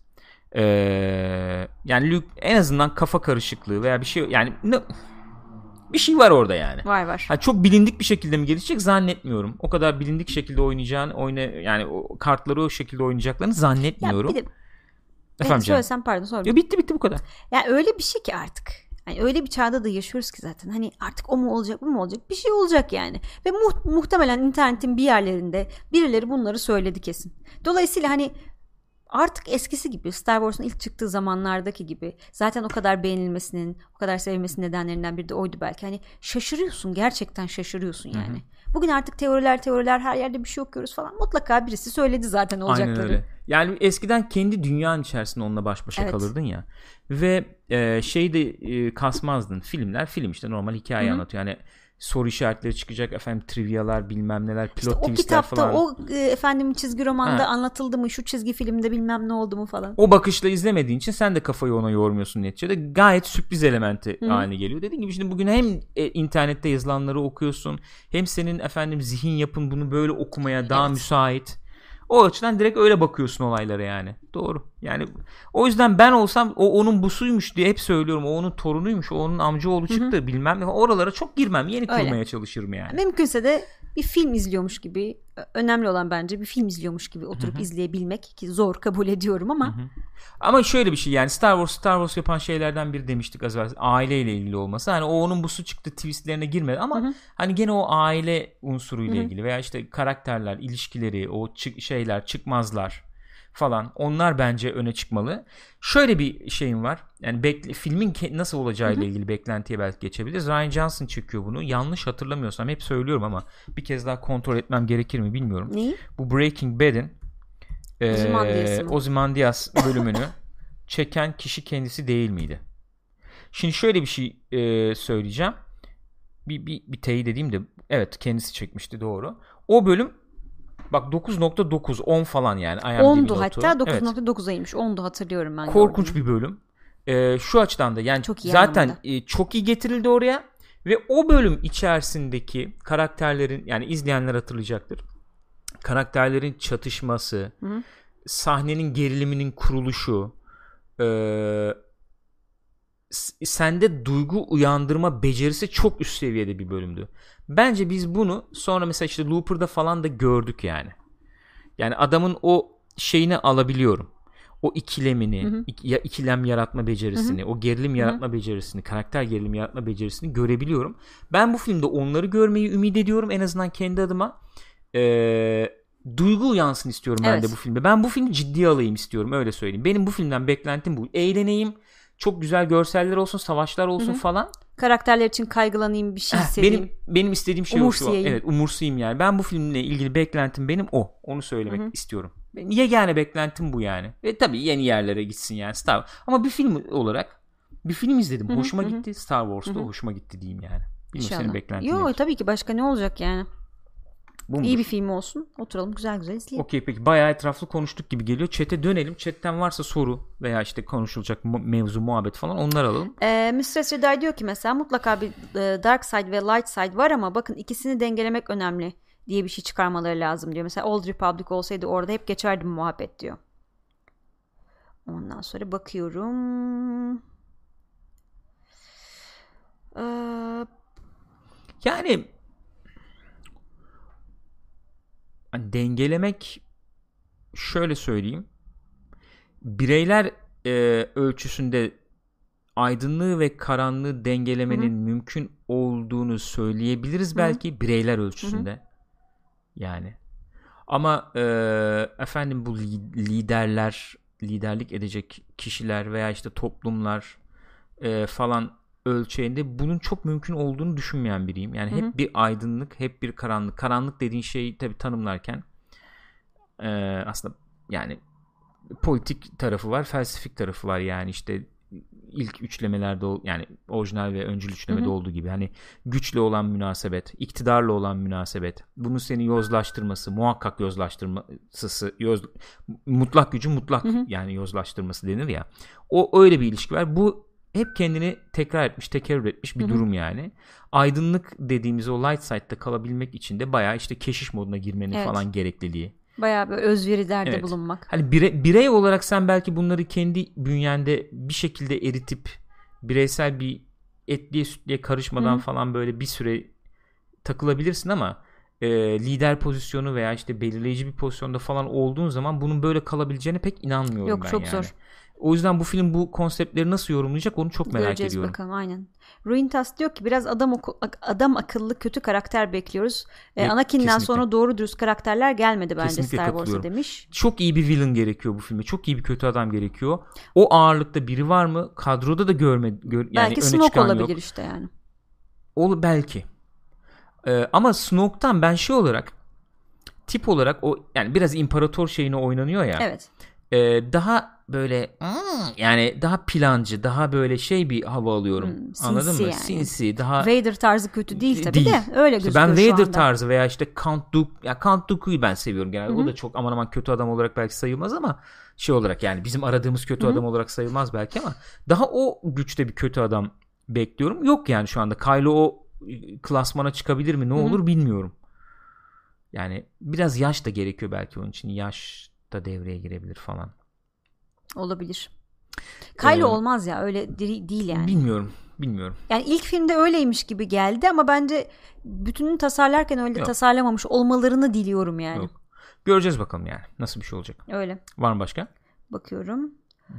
Yani Luke en azından kafa karışıklığı veya bir şey yani bir şey var orada yani. Var. Çok bilindik bir şekilde mi gelişecek zannetmiyorum. O kadar bilindik şekilde yani o kartları o şekilde oynayacaklarını zannetmiyorum. Ya bir de söylesem pardon sonra. Ya bitti bu kadar. Ya öyle bir şey ki artık. Yani öyle bir çağda da yaşıyoruz ki zaten. Hani artık o mu olacak, bu mu olacak? Bir şey olacak yani. Ve muhtemelen internetin bir yerlerinde birileri bunları söyledi kesin. Dolayısıyla hani artık eskisi gibi, Star Wars'un ilk çıktığı zamanlardaki gibi zaten o kadar beğenilmesinin, o kadar sevilmesinin nedenlerinden biri de oydu belki. Hani şaşırıyorsun, gerçekten şaşırıyorsun yani. Bugün artık teoriler, her yerde bir şey okuyoruz falan. Mutlaka birisi söyledi zaten olacakları. Aynen öyle. Yani eskiden kendi dünyanın içerisinde onunla baş başa kalırdın ya. Ve kasmazdın. Film işte normal hikaye anlatıyor. Yani soru işaretleri çıkacak, efendim trivialar, bilmem neler, pilot işte twistler falan. O kitapta, efendim çizgi romanda anlatıldı mı, şu çizgi filmde bilmem ne oldu mu falan. O bakışla izlemediğin için sen de kafayı ona yormuyorsun neticede. Gayet sürpriz elementi haline geliyor. Dediğim gibi şimdi bugün hem internette yazılanları okuyorsun, hem senin efendim zihin yapın bunu böyle okumaya daha müsait. O açıdan direkt öyle bakıyorsun olaylara yani. Doğru. Yani o yüzden ben olsam o onun busuymuş diye hep söylüyorum. O onun torunuymuş. O onun amcaoğlu çıktı bilmem ne. Oralara çok girmem. Yeni kurmaya çalışırım yani. Mümkünse de bir film izliyormuş gibi, önemli olan bence bir film izliyormuş gibi oturup izleyebilmek, ki zor, kabul ediyorum ama. Ama şöyle bir şey yani Star Wars yapan şeylerden biri demiştik az önce, aileyle ilgili olması. Hani o onun busu çıktı twistlerine girmedi ama hani gene o aile unsuruyla ilgili veya işte karakterler, ilişkileri, o şeyler, çıkmazlar falan, onlar bence öne çıkmalı. Şöyle bir şeyim var. Yani filmin nasıl olacağıyla ilgili beklentiye belki geçebiliriz. Ryan Johnson çekiyor bunu. Yanlış hatırlamıyorsam, hep söylüyorum ama bir kez daha kontrol etmem gerekir mi bilmiyorum. Neyi? Bu Breaking Bad'in Ozymandias bölümünü çeken kişi kendisi değil miydi? Şimdi şöyle bir şey söyleyeceğim. Bir teyit edeyim de, evet kendisi çekmişti, doğru. O bölüm bak 9.9 10 falan yani. 10'du hatta 9.9'a inmiş. 10'du hatırlıyorum ben. Korkunç bir bölüm. Şu açıdan da yani çok zaten çok iyi getirildi oraya ve o bölüm içerisindeki karakterlerin, yani izleyenler hatırlayacaktır. Karakterlerin çatışması, sahnenin geriliminin kuruluşu, sende duygu uyandırma becerisi çok üst seviyede bir bölümdü. Bence biz bunu sonra mesela işte Looper'da falan da gördük yani. Yani adamın o şeyini alabiliyorum. O ikilemini, ikilem yaratma becerisini, o gerilim yaratma becerisini, karakter gerilim yaratma becerisini görebiliyorum. Ben bu filmde onları görmeyi ümit ediyorum, en azından kendi adıma. Duygu uyansın istiyorum ben de bu filmde. Ben bu filmi ciddiye alayım istiyorum, öyle söyleyeyim. Benim bu filmden beklentim bu. Eğleneyim, çok güzel görseller olsun, savaşlar olsun falan. Karakterler için kaygılanayım, bir şey hissedeyim. Benim istediğim şey o şu. Evet, umursayayım yani. Ben bu filmle ilgili beklentim benim o. Onu söylemek istiyorum. Benim yegane beklentim bu yani. Ve tabii yeni yerlere gitsin yani Star Wars. Ama bir film olarak bir film izledim. Hoşuma gitti. Star Wars'ta hoşuma gitti diyeyim yani. Bilmiyorum senin beklentin. Yok tabii ki, başka ne olacak yani. İyi bir film olsun. Oturalım güzel güzel izleyelim. Okey, peki bayağı etraflı konuştuk gibi geliyor. Chat'e dönelim. Chat'ten varsa soru veya işte konuşulacak mevzu, muhabbet falan, onları alalım. Müstres Redar diyor ki mesela mutlaka bir dark side ve light side var ama bakın ikisini dengelemek önemli diye bir şey çıkarmaları lazım diyor. Mesela Old Republic olsaydı orada hep geçerdi bu muhabbet diyor. Ondan sonra bakıyorum. Yani dengelemek, şöyle söyleyeyim, bireyler ölçüsünde aydınlığı ve karanlığı dengelemenin mümkün olduğunu söyleyebiliriz belki bireyler ölçüsünde yani, ama efendim bu liderlik edecek kişiler veya işte toplumlar falan ölçeğinde bunun çok mümkün olduğunu düşünmeyen biriyim. Yani hep bir aydınlık, hep bir karanlık. Karanlık dediğin şeyi tabii tanımlarken aslında yani politik tarafı var, felsefik tarafı var. Yani işte ilk üçlemelerde, yani orijinal ve öncül üçlemede olduğu gibi, hani güçle olan münasebet, iktidarla olan münasebet, bunun seni yozlaştırması, muhakkak yozlaştırması, mutlak gücün mutlak yani yozlaştırması denir ya. O öyle bir ilişki var. Bu hep kendini tekerrür etmiş bir durum yani. Aydınlık dediğimiz o light side'da kalabilmek için de bayağı işte keşiş moduna girmenin falan gerekliliği. Bayağı böyle özverilerde bulunmak. Hani birey olarak sen belki bunları kendi bünyende bir şekilde eritip bireysel bir etliye sütliye karışmadan falan böyle bir süre takılabilirsin ama lider pozisyonu veya işte belirleyici bir pozisyonda falan olduğun zaman bunun böyle kalabileceğine pek inanmıyorum. Yok, ben çok yani. Zor. O yüzden bu film bu konseptleri nasıl yorumlayacak onu çok merak Göreceğiz ediyorum. Bakalım, aynen. Ruintas diyor ki biraz adam akıllı kötü karakter bekliyoruz. Anakin'den sonra doğru dürüst karakterler gelmedi bence kesinlikle Star Wars'a demiş. Çok iyi bir villain gerekiyor bu filme. Çok iyi bir kötü adam gerekiyor. O ağırlıkta biri var mı? Kadroda da yani belki Snoke olabilir yok. İşte yani. Belki. Ama Snoke'tan ben tip olarak o yani biraz imparator şeyine oynanıyor ya. Evet. Daha böyle yani daha plancı, daha böyle şey bir hava alıyorum. Anladın mı? Yani. Sinsi, daha Vader tarzı kötü değil tabii de öyle gözüküyor ben şu Vader anda. tarzı veya işte Count Dooku'yu ben seviyorum genelde. O da çok aman aman kötü adam olarak belki sayılmaz ama şey olarak yani bizim aradığımız kötü adam olarak sayılmaz belki ama daha o güçte bir kötü adam bekliyorum. Yok yani şu anda Kylo o klasmana çıkabilir mi? Ne olur bilmiyorum. Yani biraz yaş da gerekiyor belki onun için. Yaş da devreye girebilir falan. Olabilir. Kylo olmaz ya, öyle değil yani. Bilmiyorum. Yani ilk filmde öyleymiş gibi geldi ama bence bütününü tasarlarken öyle tasarlamamış olmalarını diliyorum yani. Yok. Göreceğiz bakalım yani nasıl bir şey olacak. Öyle. Var mı başka? Bakıyorum.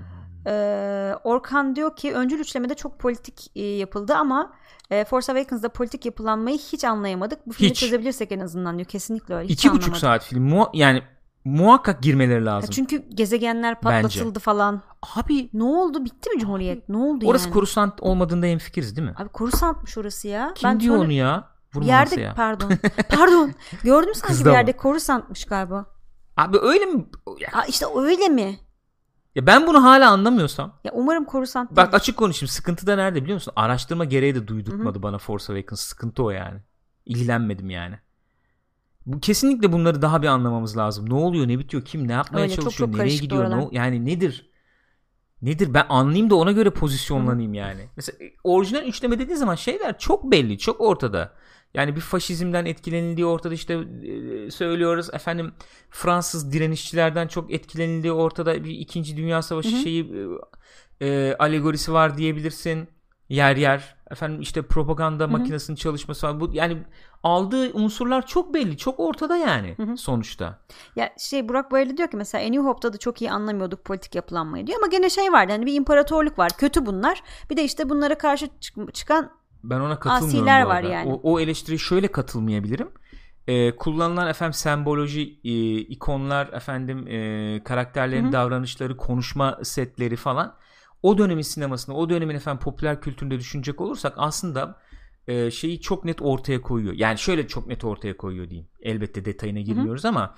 Orkan diyor ki öncül üçlemede çok politik yapıldı ama Force Awakens'da politik yapılanmayı hiç anlayamadık. Bu filmi çözebilirsek en azından diyor. Kesinlikle öyle. 2,5 saat film. Yani muhakkak girmeleri lazım. Çünkü gezegenler patlatıldı bence. Falan. Abi ne oldu? Bitti mi Cumhuriyet? Ne oldu orası yani? Coruscant olmadığında hemfikiriz değil mi? Abi Coruscant'mış orası ya. Kim diyor onu ya? Yerde ya. Pardon. Gördüm sanki bir yerde Coruscant'mış galiba. Abi öyle mi? İşte öyle mi? Ya ben bunu hala anlamıyorsam. Ya umarım Coruscant değil. Bak açık konuşayım. Sıkıntı da nerede biliyor musun? Araştırma gereği de duydurtmadı bana Force Awakens. Sıkıntı o yani. İlgilenmedim yani. Bu kesinlikle bunları daha bir anlamamız lazım. Ne oluyor, ne bitiyor, kim ne yapmaya çalışıyor, çok nereye gidiyor, yani nedir? Ben anlayayım da ona göre pozisyonlanayım yani. Mesela orijinal üçleme dediğin zaman şeyler çok belli, çok ortada. Yani bir faşizmden etkilenildiği ortada, işte söylüyoruz efendim, Fransız direnişçilerden çok etkilenildiği ortada, bir 2. Dünya Savaşı alegorisi var diyebilirsin. Yer efendim işte propaganda makinesinin çalışması var. Bu yani aldığı unsurlar çok belli, çok ortada yani sonuçta. Ya Burak böyle diyor ki mesela A New Hope'da da çok iyi anlamıyorduk politik yapılanmayı diyor ama gene vardı. Hani bir imparatorluk var. Kötü bunlar. Bir de işte bunlara karşı çıkan ben ona katılmıyorum asiler var yani. O eleştiriye şöyle katılmayabilirim. Kullanılan efendim semboloji, ikonlar, efendim karakterlerin davranışları, konuşma setleri falan, o dönemin sinemasında, o dönemin efendim popüler kültüründe düşünecek olursak aslında şeyi çok net ortaya koyuyor. Yani şöyle çok net ortaya koyuyor diyeyim. Elbette detayına girmiyoruz ama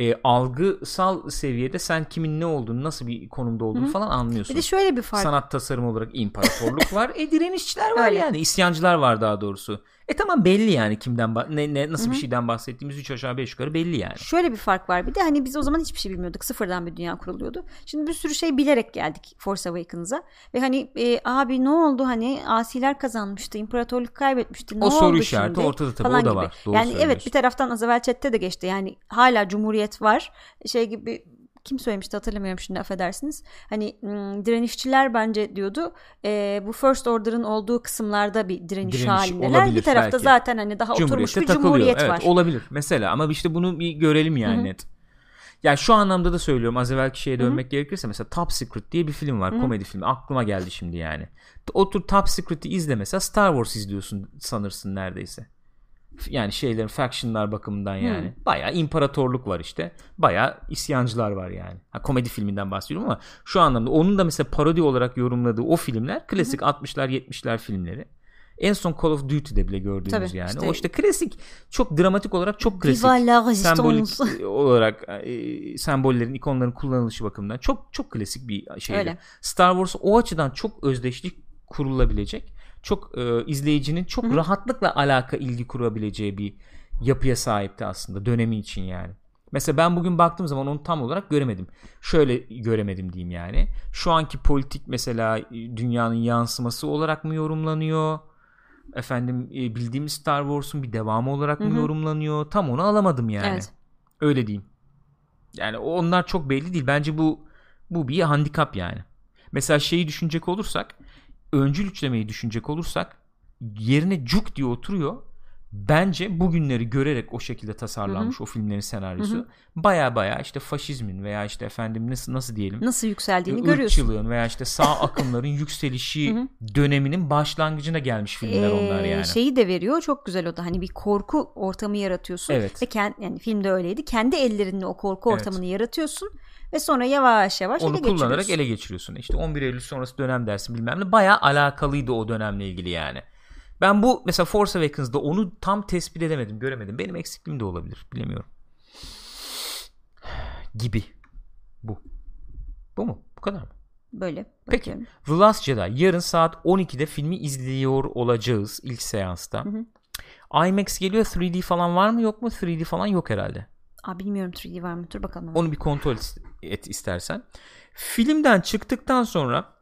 algısal seviyede sen kimin ne olduğunu, nasıl bir konumda olduğunu falan anlıyorsun. Bir de şöyle bir fark. Sanat tasarım olarak imparatorluk var. Direnişçiler var yani. İsyancılar var daha doğrusu. Tamam, belli yani kimden nasıl bir şeyden bahsettiğimiz 3 aşağı 5 yukarı belli yani. Şöyle bir fark var bir de, hani biz o zaman hiçbir şey bilmiyorduk. Sıfırdan bir dünya kuruluyordu. Şimdi bir sürü şey bilerek geldik Force Awakens'a. Ve hani abi ne oldu, hani asiler kazanmıştı, imparatorluk kaybetmişti. Ne o oldu soru işareti şimdi? ortada tabii, o da var. Doğru yani evet, bir taraftan az evvel chatte de geçti. Yani hala Cumhuriyet var. Gibi, kim söylemişti hatırlamıyorum şimdi, affedersiniz. Hani direnişçiler bence diyordu. Bu First Order'ın olduğu kısımlarda bir direniş halindeler. Bir tarafta belki zaten hani daha oturmuş bir cumhuriyet var. Evet, olabilir mesela, ama işte bunu bir görelim yani net. Yani şu anlamda da söylüyorum, az evvelki şeye dönmek gerekirse, mesela Top Secret diye bir film var, komedi filmi, aklıma geldi şimdi yani. Otur Top Secret'i izle mesela, Star Wars izliyorsun sanırsın neredeyse. Yani factionlar bakımından yani. Bayağı imparatorluk var işte. Bayağı isyancılar var yani. Komedi filminden bahsediyorum ama şu anlamda onun da mesela parodi olarak yorumladığı o filmler klasik 60'lar 70'ler filmleri. En son Call of Duty'de bile gördüğümüz yani. O işte klasik, çok dramatik olarak çok klasik. Sembolik olarak sembollerin, ikonların kullanılışı bakımından çok klasik bir şeydi. Öyle. Star Wars o açıdan çok özdeşlik kurulabilecek, çok izleyicinin çok rahatlıkla ilgi kurabileceği bir yapıya sahipti aslında dönemi için yani. Mesela ben bugün baktığım zaman onu tam olarak göremedim. Şöyle göremedim diyeyim yani. Şu anki politik mesela dünyanın yansıması olarak mı yorumlanıyor? Efendim bildiğimiz Star Wars'un bir devamı olarak mı yorumlanıyor? Tam onu alamadım yani. Evet. Öyle diyeyim. Yani onlar çok belli değil. Bence bu bir handikap yani. Mesela şeyi düşünecek olursak, öncül üçlemeyi düşünecek olursak, yerine cuk diye oturuyor. Bence bugünleri görerek o şekilde tasarlanmış o filmlerin senaryosu. Baya işte faşizmin veya işte efendim nasıl diyelim, nasıl yükseldiğini görüyorsun. Irkçılığın veya işte sağ akımların yükselişi döneminin başlangıcına gelmiş filmler onlar yani. Şeyi de veriyor, çok güzel o da, hani bir korku ortamı yaratıyorsun. Evet. Ve yani filmde öyleydi. Kendi ellerinle o korku ortamını yaratıyorsun. Ve sonra yavaş yavaş onu kullanarak ele geçiriyorsun. İşte 11 Eylül sonrası dönem dersi bilmem ne, bayağı alakalıydı o dönemle ilgili yani. Ben bu mesela Force Awakens'da onu tam tespit edemedim, göremedim. Benim eksikliğim de olabilir, bilemiyorum. Gibi. Bu mu? Bu kadar mı? Böyle. Peki. Bakıyorum. The Last Jedi. Yarın saat 12'de filmi izliyor olacağız ilk seansta. IMAX geliyor. 3D falan var mı yok mu? 3D falan yok herhalde. Bilmiyorum 3D var mı? Dur bakalım. Onu bir kontrol et istersen. Filmden çıktıktan sonra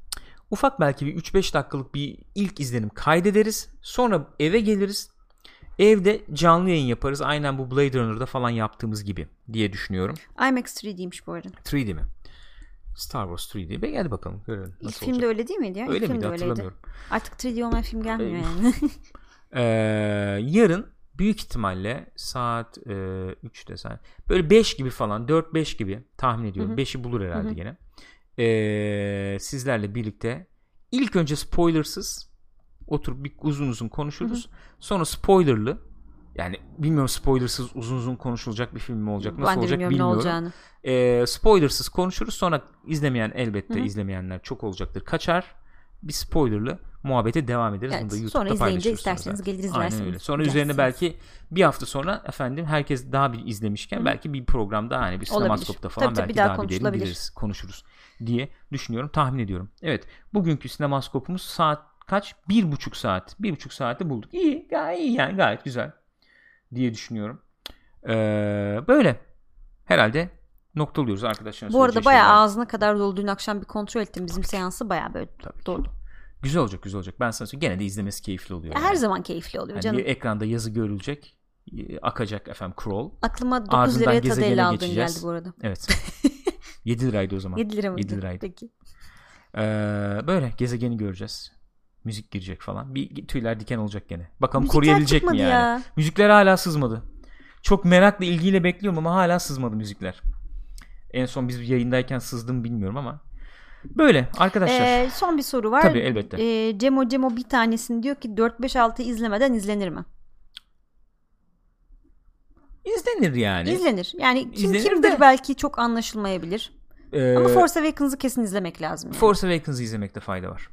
ufak belki bir 3-5 dakikalık bir ilk izlenim kaydederiz. Sonra eve geliriz. Evde canlı yayın yaparız. Aynen bu Blade Runner'da falan yaptığımız gibi diye düşünüyorum. IMAX 3D'ymiş bu arada. 3D mi? Star Wars 3D. Be gel bakalım. Görelim nasıl İlk filmde olacak. öyle değil miydi ya? Öyle İlk miydi? filmde Hatırlamıyorum. Artık 3D olmayan film gelmiyor yani. Yarın büyük ihtimalle saat 3'te saat böyle 5 gibi falan 4-5 gibi tahmin ediyorum. 5'i bulur herhalde gene. Sizlerle birlikte ilk önce spoilersız oturup bir uzun konuşuruz. Sonra spoilerlı, yani bilmiyorum spoilersız uzun konuşulacak bir film mi olacak, nasıl olacak bilmiyorum. Spoilersız konuşuruz. Sonra izlemeyen elbette izlemeyenler çok olacaktır. Kaçar. Bir spoilerlı muhabbete devam ederiz. Evet, bunu da YouTube'da sonra izleyince paylaşırız. isterseniz gelir izlersiniz. Aynen öyle. Sonra üzerine belki bir hafta sonra efendim herkes daha bir izlemişken belki bir programda hani bir Sinemaskop'ta falan tabii, belki daha bir derin biliriz, konuşuruz diye düşünüyorum, tahmin ediyorum. Evet, bugünkü Sinemaskop'umuz saat kaç? 1,5 saat. 1,5 saati bulduk. İyi yani gayet güzel diye düşünüyorum. Böyle herhalde noktalıyoruz arkadaşlar. Bu arada bayağı ağzına kadar dolu. Dün akşam bir kontrol ettim. Bizim seansı bayağı böyle dolu. Güzel olacak. Ben sana söyleyeyim. Gene de izlemesi keyifli oluyor. Her zaman keyifli oluyor canım. Ekranda yazı görülecek. Akacak efendim crawl. Aklıma 9 liraya Tadelle aldığın geldi bu arada. Evet. 7 liraydı o zaman. 7 lira mıydı? 7 liraydı. Peki. Böyle gezegeni göreceğiz. Müzik girecek falan. Bir tüyler diken olacak gene. Bakalım Müzikler koruyabilecek mi yani? Ya. Müzikler hala sızmadı. Çok merakla ilgiyle bekliyorum ama hala sızmadı müzikler. En son biz yayındayken sızdı mı bilmiyorum ama. Böyle arkadaşlar. Son bir soru var. Tabii elbette. Cemo bir tanesini diyor ki 4-5-6 izlemeden izlenir mi? İzlenir yani. İzlenir. Yani İzlenir kimdir de belki çok anlaşılmayabilir. Ama Force Awakens'ı kesin izlemek lazım. Yani. Force Awakens'ı izlemekte fayda var.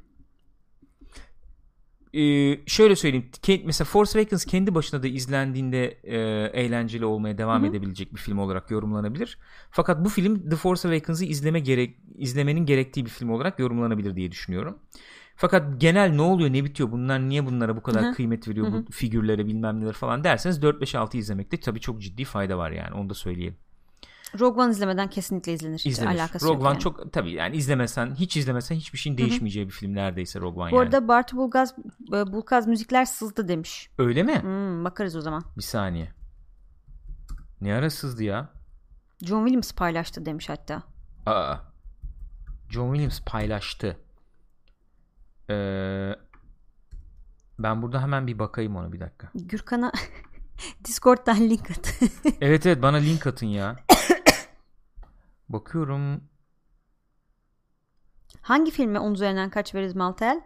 Şöyle söyleyeyim. Mesela Force Awakens kendi başına da izlendiğinde eğlenceli olmaya devam edebilecek bir film olarak yorumlanabilir. Fakat bu film The Force Awakens'ı izlemenin gerektiği bir film olarak yorumlanabilir diye düşünüyorum. Fakat genel ne oluyor ne bitiyor, bunlar niye bunlara bu kadar kıymet veriyor, bu figürlere bilmem neler falan derseniz 4-5-6 izlemekte tabii çok ciddi fayda var yani, onu da söyleyeyim. Rogue One izlemeden kesinlikle izlenir. Alakası Rogue One yani. çok tabii yani hiç izlemesen hiçbir şeyin değişmeyeceği bir film neredeyse Rogue One. Bu arada Bartu Bulgaz müzikler sızdı demiş. Öyle mi? Bakarız o zaman. Bir saniye. Ne ara sızdı ya? John Williams paylaştı demiş hatta. John Williams paylaştı. Ben burada hemen bir bakayım ona, bir dakika. Gürkan'a Discord'dan link at. Evet bana link atın ya. Bakıyorum. Hangi filme 10 üzerinden kaç veririz Maltel?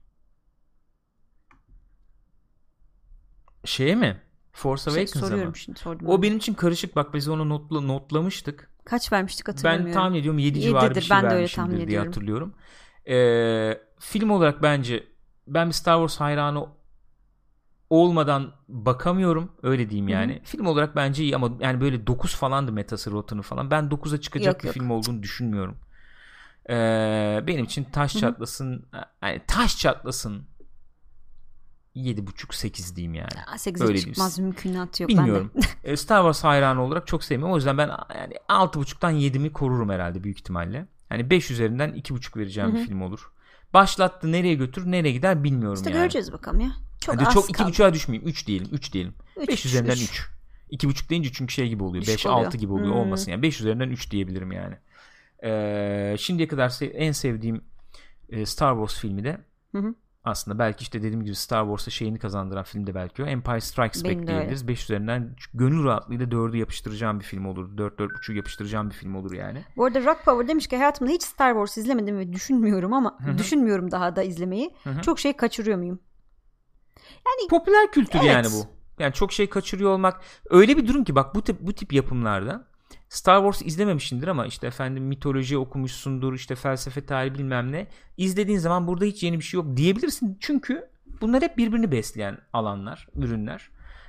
Şeye mi? Force Awakens'a mı? Soruyorum şimdi, sordum. O benim için karışık. Bak biz onu notlamıştık. Kaç vermiştik hatırlamıyorum. Ben tahmin ediyorum 7 civarı bir şey vermişimdir diye hatırlıyorum. Film olarak bence ben bir Star Wars hayranı olmadan bakamıyorum. Öyle diyeyim yani. Film olarak bence iyi ama yani böyle 9 falandı Metası Rotten'ı falan. Ben 9'a çıkacak bir film olduğunu düşünmüyorum. Benim için taş çatlasın. Yani taş çatlasın 7,5-8 diyeyim yani. 8'e çıkmaz, mümkünatı yok. Bilmiyorum. Star Wars hayranı olarak çok sevmiyorum. O yüzden ben yani 6,5'tan 7'mi korurum herhalde büyük ihtimalle. Yani 5 üzerinden 2,5 vereceğim bir film olur. Başlattı, nereye götür, nereye gider bilmiyorum işte yani. Göreceğiz bakalım ya. Çok hadi az çok kaldı. 2,5'a düşmeyeyim. 3 diyelim. 5 üzerinden 3. 2,5 deyince çünkü şey gibi oluyor. 5-6 gibi oluyor. Olmasın yani. 5 üzerinden 3 diyebilirim yani. Şimdiye kadar en sevdiğim Star Wars filmi de aslında belki işte dediğim gibi Star Wars'a şeyini kazandıran film de belki o. Empire Strikes Back diyebiliriz. 5 üzerinden gönül rahatlığıyla 4'ü yapıştıracağım bir film olur. 4-4,5'u yapıştıracağım bir film olur yani. Bu arada Rock Power demiş ki hayatımda hiç Star Wars izlemedim ve düşünmüyorum ama düşünmüyorum daha da izlemeyi. Çok şey kaçırıyor muyum? Yani popüler kültür yani bu. Yani çok şey kaçırıyor olmak öyle bir durum ki bak bu tip yapımlarda Star Wars izlememişsindir ama işte efendim mitoloji okumuşsundur, işte felsefe tarihi bilmem ne. İzlediğin zaman burada hiç yeni bir şey yok diyebilirsin. Çünkü bunlar hep birbirini besleyen alanlar, ürünler.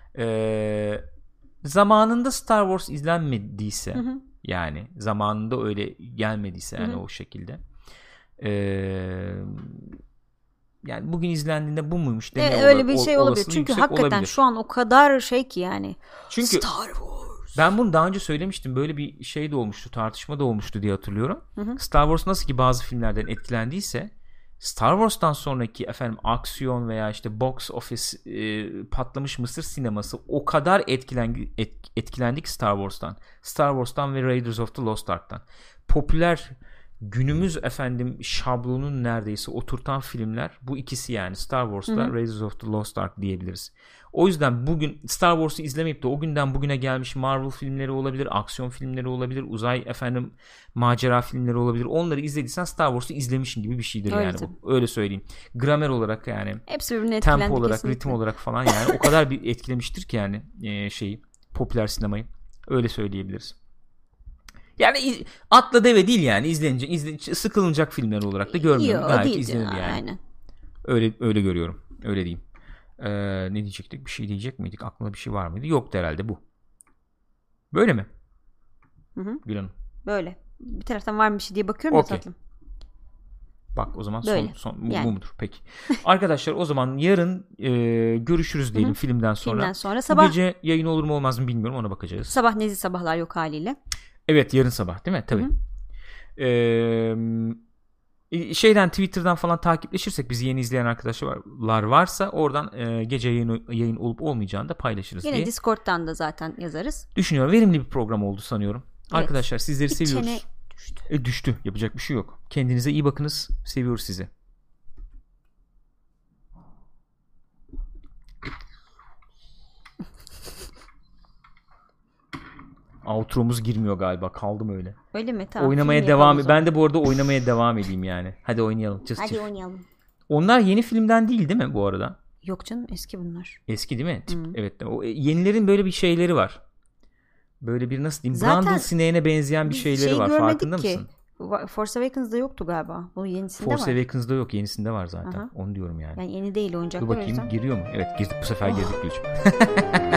Zamanında Star Wars izlenmediyse yani zamanında öyle gelmediyse yani o şekilde. Yani bugün izlendiğinde bu muymuş deme öyle bir şey olabilir. Çünkü hakikaten olabilir. Şu an o kadar şey ki yani. Çünkü Star Wars. Ben bunu daha önce söylemiştim. Böyle bir şey de olmuştu, tartışma da olmuştu diye hatırlıyorum. Star Wars nasıl ki bazı filmlerden etkilendiyse Star Wars'tan sonraki aksiyon veya işte box office patlamış mısır sineması o kadar etkilendik Star Wars'tan ve Raiders of the Lost Ark'tan. Popüler günümüz şablonun neredeyse oturtan filmler bu ikisi yani Star Wars'la Raiders of the Lost Ark diyebiliriz. O yüzden bugün Star Wars'u izlemeyip de o günden bugüne gelmiş Marvel filmleri olabilir, aksiyon filmleri olabilir, uzay macera filmleri olabilir. Onları izlediysen Star Wars'u izlemişsin gibi bir şeydir öyle yani bu. Öyle söyleyeyim. Gramer olarak yani. Hepsi birbirine etkilendi tempo olarak, kesinlikle. ritim olarak falan yani o kadar bir etkilemiştir ki yani popüler sinemayı. Öyle söyleyebiliriz. Yani atla deve değil yani sıkılınacak filmler olarak da görmüyorum. Gayet izlenir yani. Aynen. Öyle görüyorum. Öyle diyeyim. Ne diyecektik? Bir şey diyecek miydik? Aklına bir şey var mıydı? Yoktu herhalde bu. Böyle mi? Gül Hanım. Böyle. Bir taraftan var mı bir şey diye bakıyorum da tatlım. Bak o zaman son yani. Bu mudur? Peki. Arkadaşlar o zaman yarın görüşürüz diyelim filmden sonra. Filmden sonra sabah. Bu gece yayın olur mu olmaz mı bilmiyorum, ona bakacağız. Sabah nezih sabahlar yok haliyle. Evet, yarın sabah değil mi? Tabii. Twitter'dan falan takipleşirsek bizi yeni izleyen arkadaşlar varsa oradan gece yayın olup olmayacağını da paylaşırız yine diye. Discord'dan da zaten yazarız. Düşünüyorum. Verimli bir program oldu sanıyorum. Evet. Arkadaşlar sizleri seviyoruz. Düştü. Düştü. Yapacak bir şey yok. Kendinize iyi bakınız. Seviyoruz sizi. Outro'muz girmiyor galiba. Kaldım öyle. Öyle mi? Tamam. Oynamaya devam. Ben de bu arada oynamaya devam edeyim yani. Hadi oynayalım. Hadi oynayalım. Onlar yeni filmden değil mi bu arada? Yok canım, eski bunlar. Eski değil mi? Evet. O yenilerin böyle bir şeyleri var. Böyle bir nasıl diyeyim? Zaten Brandon sineğine benzeyen bir şeyleri var. Farkında ki. mısın? Force Awakens'da yoktu galiba. Bu yenisinde Force var. Force Awakens'da yok. Yenisinde var zaten. Aha. Onu diyorum yani. Yani yeni değil oyuncaklar. Dur bakayım, giriyor mu? Evet, girdik bu sefer, girdik Gülcüm.